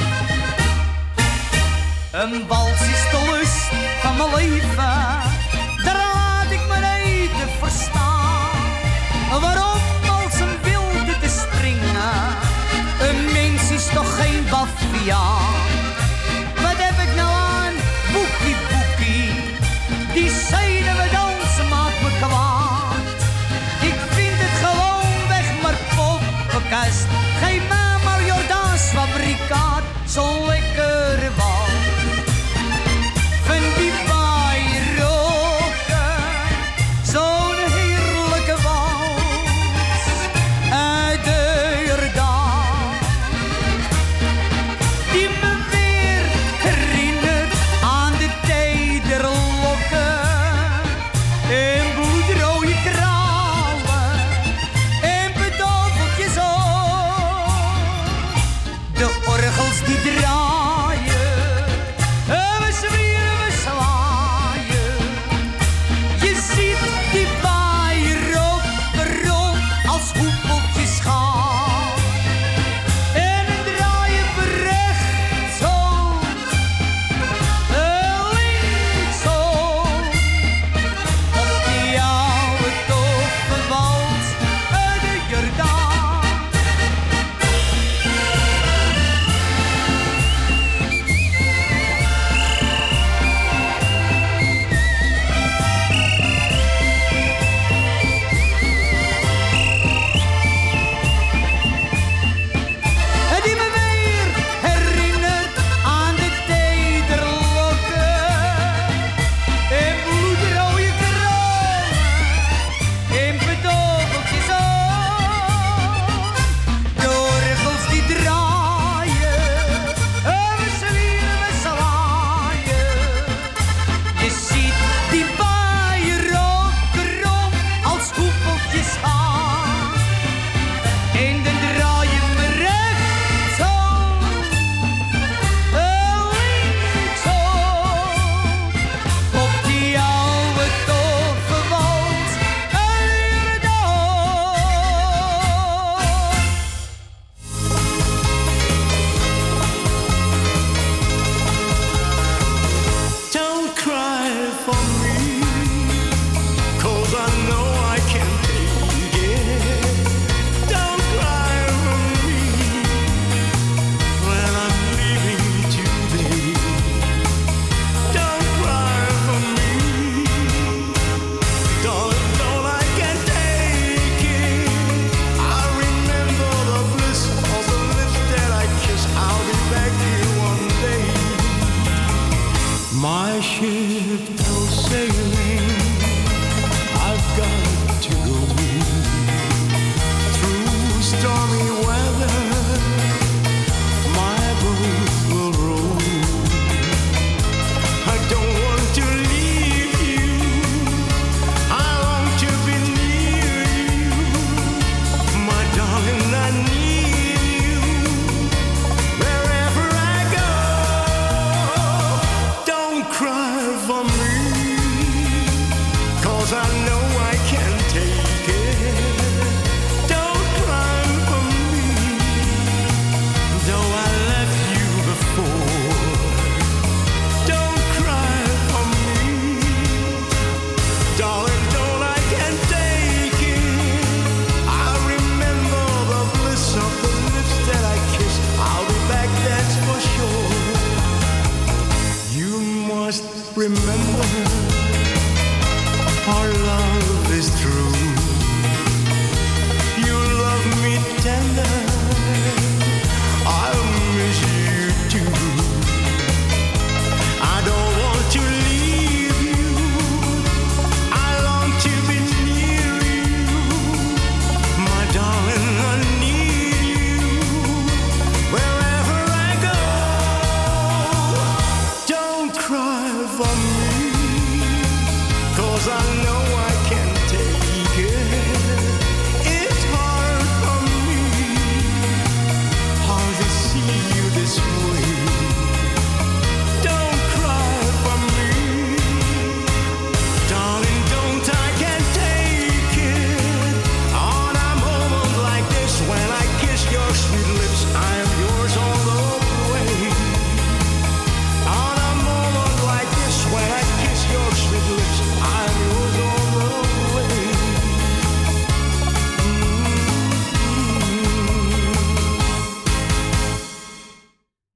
Een wals is de lust van mijn leven, daar laat ik mijn eten verstaan. Waarom als een wilde te springen? Een mens is toch geen baviaan? Wat heb ik nou aan? Boekie, boekie. Die zeiden we dansen maakt me kwaad. Ik vind het gewoon weg maar poppenkast. Geef mij maar Jordaans fabrikaat. Zo'n lekkere wal. Van die baaien roken, zo'n heerlijke wals uit de Jordaan. Die me weer herinnert aan de tijd der lokken en bloedrode kralen en bedoveltjes aan. De orgels die draaien.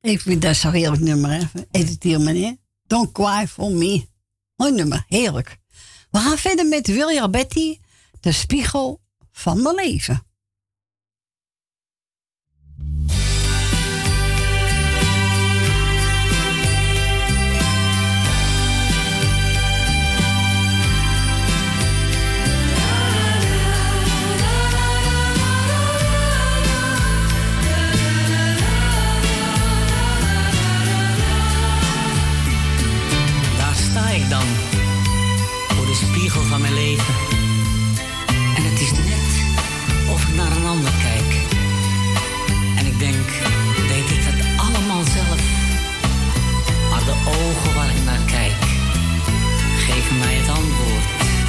Ik vind dat zo'n heerlijk nummer, hè. Edith Tielman, hè. Don't cry for me. Mooi nummer, heerlijk. We gaan verder met Willy Alberti, de spiegel van mijn leven. Ik dan voor de spiegel van mijn leven. En het is net of ik naar een ander kijk. En ik denk, deed ik dat allemaal zelf? Maar de ogen waar ik naar kijk, geven mij het antwoord.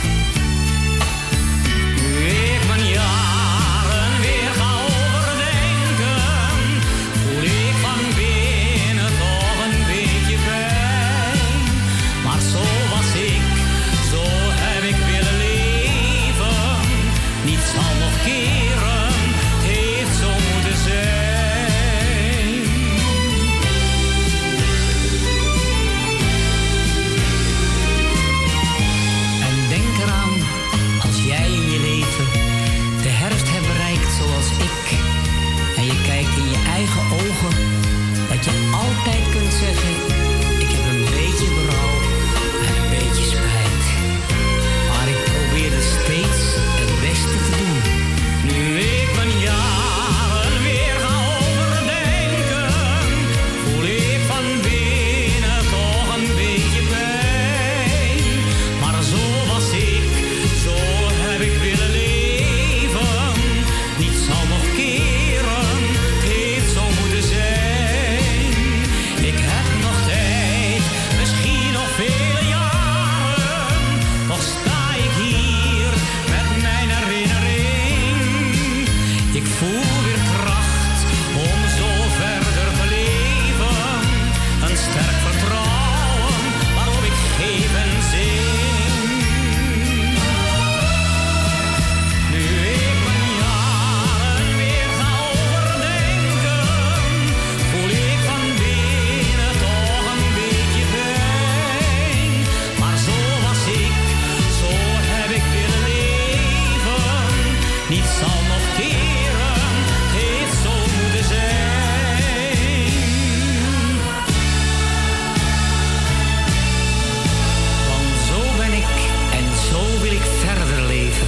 Nu ik mijn jaren weer ga overdenken, voel ik van binnen toch een beetje pijn. Maar zo was ik, zo heb ik willen leven. Niets zal nog keren, het heeft zo moeten zijn. En denk eraan, als jij in je leven de herfst hebt bereikt zoals ik, en je kijkt in je eigen ogen, dat je altijd kunt zeggen, ik heb een beetje berouw en een beetje spijt. Maar ik probeerde steeds het beste te doen. Nu ik mijn jaren weer ga overdenken, voel ik van binnen toch een beetje pijn. Maar zo was ik, zo heb ik willen leven. Niets zal nog keren, het heeft zo moeten zijn. Ik heb nog tijd, misschien nog vele jaren. Nog sta ik hier met mijn herinnering. Ik voel weer kracht om zo verder te leven. Een sterk vertrouwen waarop ik geef en zing. Nu ik mijn jaren weer ga overdenken, voel ik van binnen toch een beetje pijn. Maar zo was ik, zo heb ik willen leven. Niets zal nog keren, het heeft zo moeten zijn. Want zo ben ik en zo wil ik verder leven.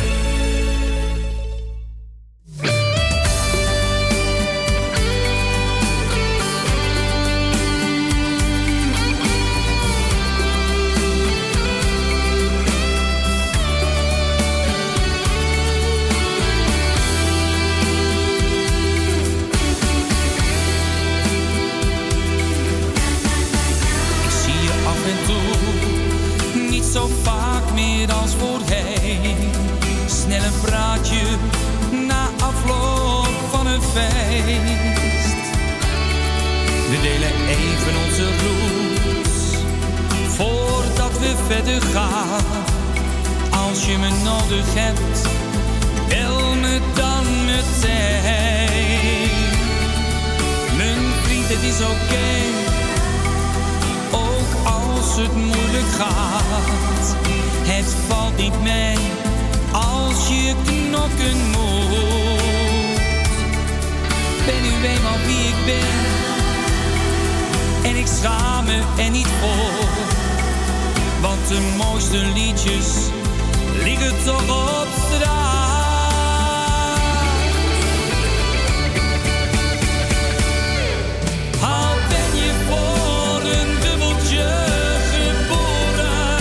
Ik zie je af en toe, niet zo vaak meer als voorheen. Snel een praatje na afloop van een feest. We delen even onze routes, voordat we verder gaan. Als je me nodig hebt, bel me dan meteen. Mijn vriend, het is oké, ook als het moeilijk gaat. Het valt niet mee als je knokken moet. Ben nu eenmaal wie ik ben en ik schaam me er niet voor. Want de mooiste liedjes liggen toch op straat. Al ben je voor een dubbeltje geboren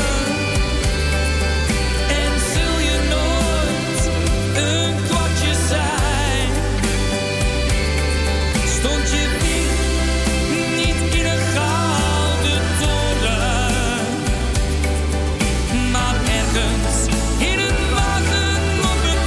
en zul je nooit een kwartje zijn, stond je wieg niet in een gouden toren, maar ergens in een wagen op een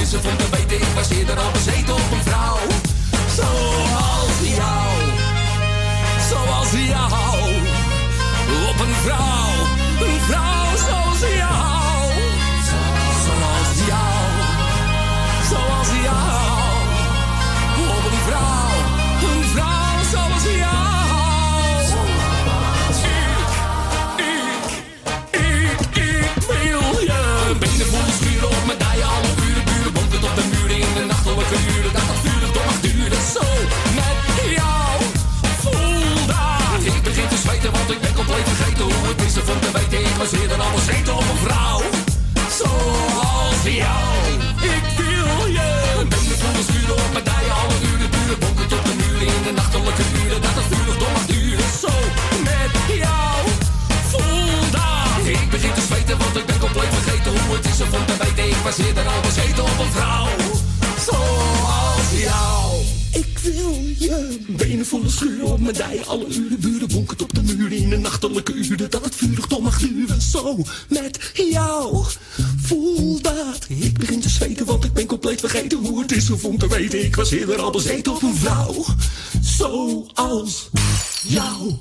is er om te weten, ik was eerder al bezeten op een vrouw. Zoals jou, zoals jou. Op een vrouw, een vrouw zoals jou. Zoals jou, zoals jou. Op een vrouw, een vrouw zoals jou. Benen vol schuren op medaille, alle uren buren. Bonken op de muren in de nachtelijke uren. Dat het vurig toch mag duren. Zo, met jou, voel dat. Ik begin te zweten, want ik ben compleet vergeten hoe het is om te weten. Ik was eerder al bezeten op een vrouw. Zoals jou, ik wil je. Benen vol schuren op medaille, alle uren buren. Bonken op de muren in de nachtelijke uren. Dat het vurig toch mag duren. Zo, met jou, voel dat. Ik begin te zweten, want ik ben compleet vergeten hoe het is om te weten. Ik was eerder al bezeten op een vrouw. Zoals jou. Ik wil je. Benen volle schuren op mijn dij. Alle uren buren bonkend op de muren in de nachtelijke uren. Dat het vurig toch mag duren. Zo met jou. Voel dat. Ik begin te zweten, want ik ben compleet vergeten hoe het is om te weten. Ik was eerder al bezeten op een vrouw. Zoals jou.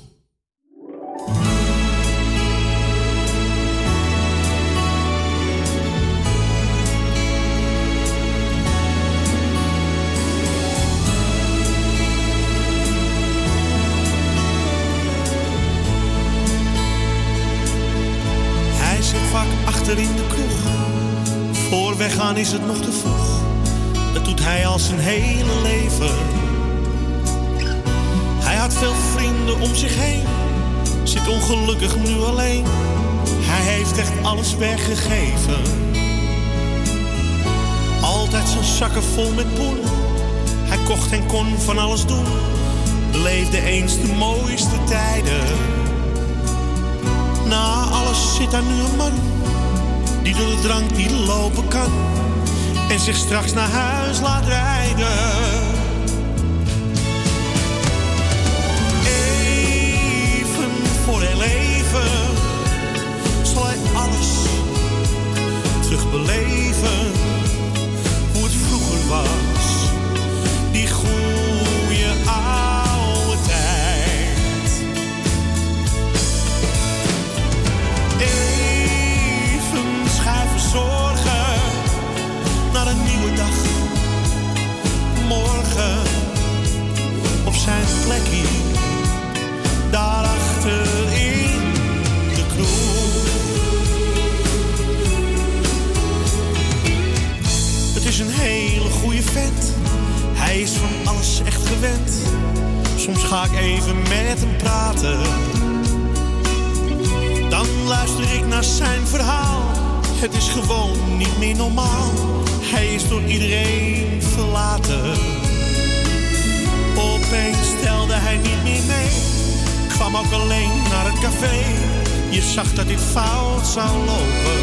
Achter in de kroeg, voor weggaan is het nog te vroeg. Dat doet hij al zijn hele leven. Hij had veel vrienden om zich heen, zit ongelukkig nu alleen. Hij heeft echt alles weggegeven. Altijd zijn zakken vol met poen. Hij kocht en kon van alles doen. Beleefde eens de mooiste tijden. Na alles zit daar nu een man die door de drank niet lopen kan en zich straks naar huis laat rijden. Even voor heel even zal hij alles terugbeleven. Hoe het vroeger was, die goeie oude tijd. Even schuiven zorgen naar een nieuwe dag. Morgen op zijn plekje, daarachter in de kroeg. Het is een hele goede vent, hij is van alles echt gewend. Soms ga ik even met hem praten, dan luister ik naar zijn verhaal. Het is gewoon niet meer normaal, hij is door iedereen verlaten. Opeens stelde hij niet meer mee, kwam ook alleen naar het café. Je zag dat dit fout zou lopen.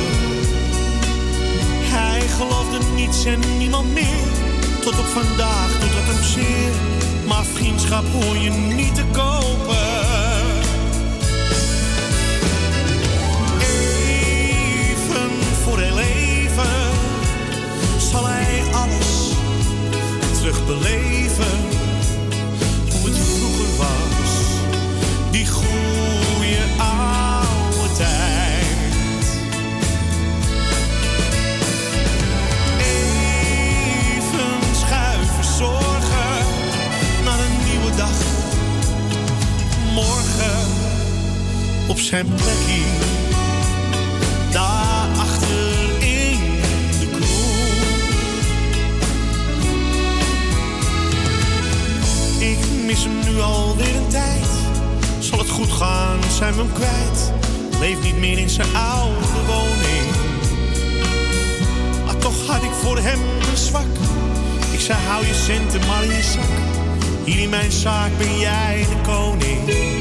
Hij geloofde niets en niemand meer, tot op vandaag doet dat hem zeer. Maar vriendschap hoor je niet te kopen. Even voor heel even zal hij alles terugbeleven. Hoe het vroeger was, die goeie oude tijd. Even schuiven zorgen naar een nieuwe dag. Morgen op zijn plekje, daarachter in de kroeg. Ik mis hem nu alweer een tijd. Zal het goed gaan, zijn we hem kwijt. Leeft niet meer in zijn oude woning. Maar toch had ik voor hem een zwak. Ik zei hou je centen maar in je zak. Hier in mijn zaak ben jij de koning.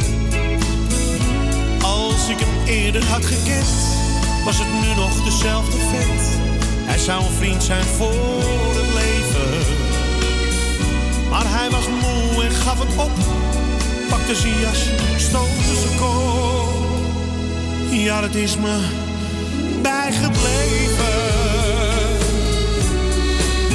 Als ik hem eerder had gekend, was het nu nog dezelfde vent. Hij zou een vriend zijn voor het leven. Maar hij was moe en gaf het op. Pakte zijn jas, stootte zijn kop. Ja, dat is me bijgebleven.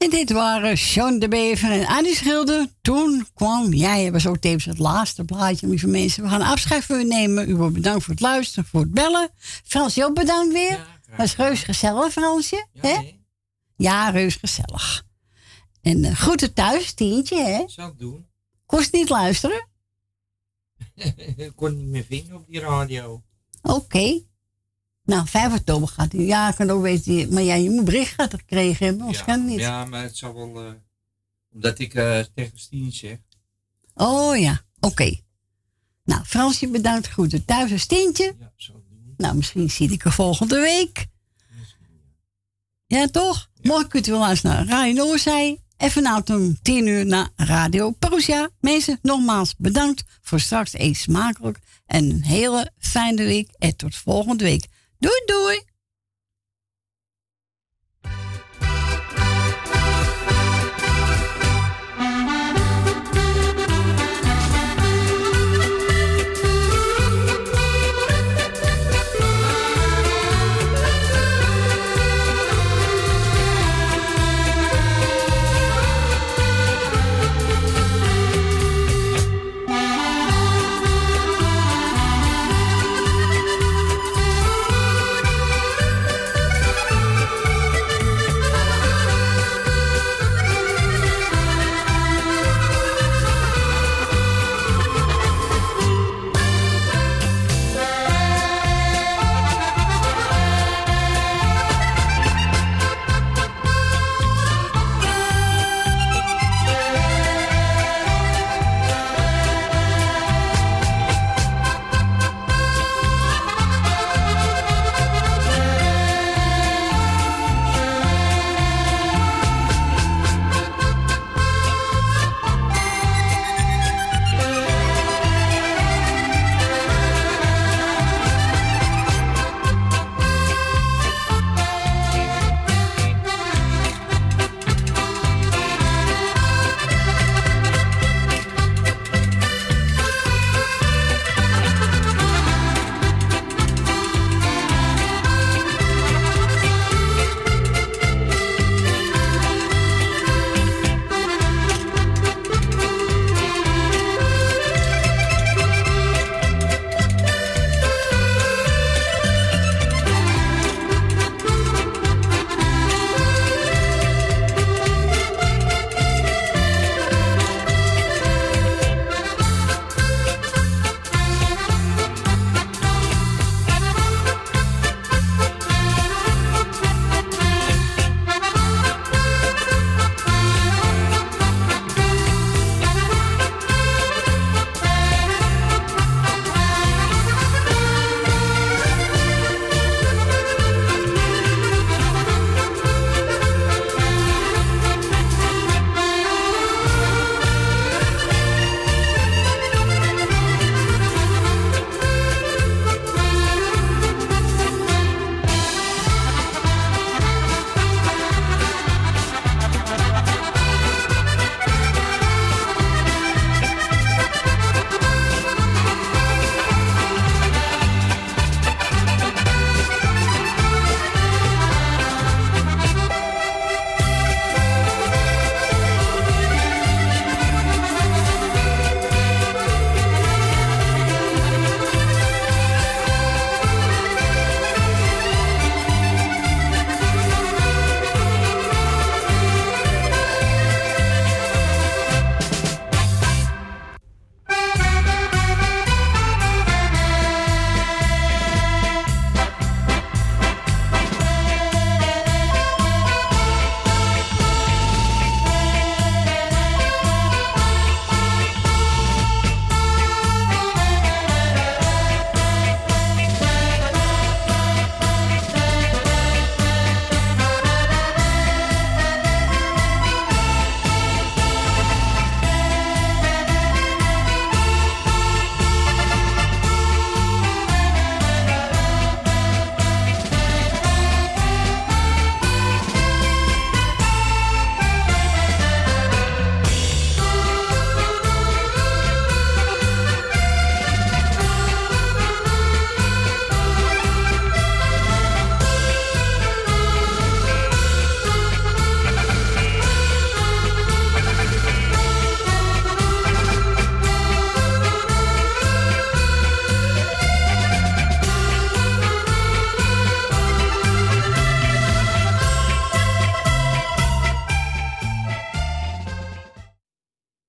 En dit waren Sean de Bever en Annie Schilder. Toen kwam jij. Dat was ook tevens het laatste plaatje, lieve mensen. We gaan afscheid van u nemen. U wordt bedankt voor het luisteren, voor het bellen. Fransje ook bedankt weer. Ja, was reus gezellig, Fransje. Ja, hè? Nee. Ja, reus gezellig. En uh, groeten thuis, Tientje, hè? Zou ik doen. Kost niet luisteren? Ik kon het niet meer vinden op die radio. Oké. Okay. Nou, vijf oktober gaat hij. Ja, ik kan ook weten. Maar ja, je moet bericht gaat gekregen hebben, anders ja, kan het niet. Ja, maar het zal wel. Uh, omdat ik uh, tegen Stien zeg. Oh ja, oké. Okay. Nou, Fransje, bedankt. Groeten thuis, een Stientje. Ja, zo doen. Nou, misschien zie ik er volgende week. Ja, toch? Ja. Morgen kunt u wel eens naar Radio Noorzij. En vanavond om tien uur naar Radio Parousia. Mensen, nogmaals bedankt voor straks. Eet smakelijk. En een hele fijne week. En tot volgende week. Doei, doei.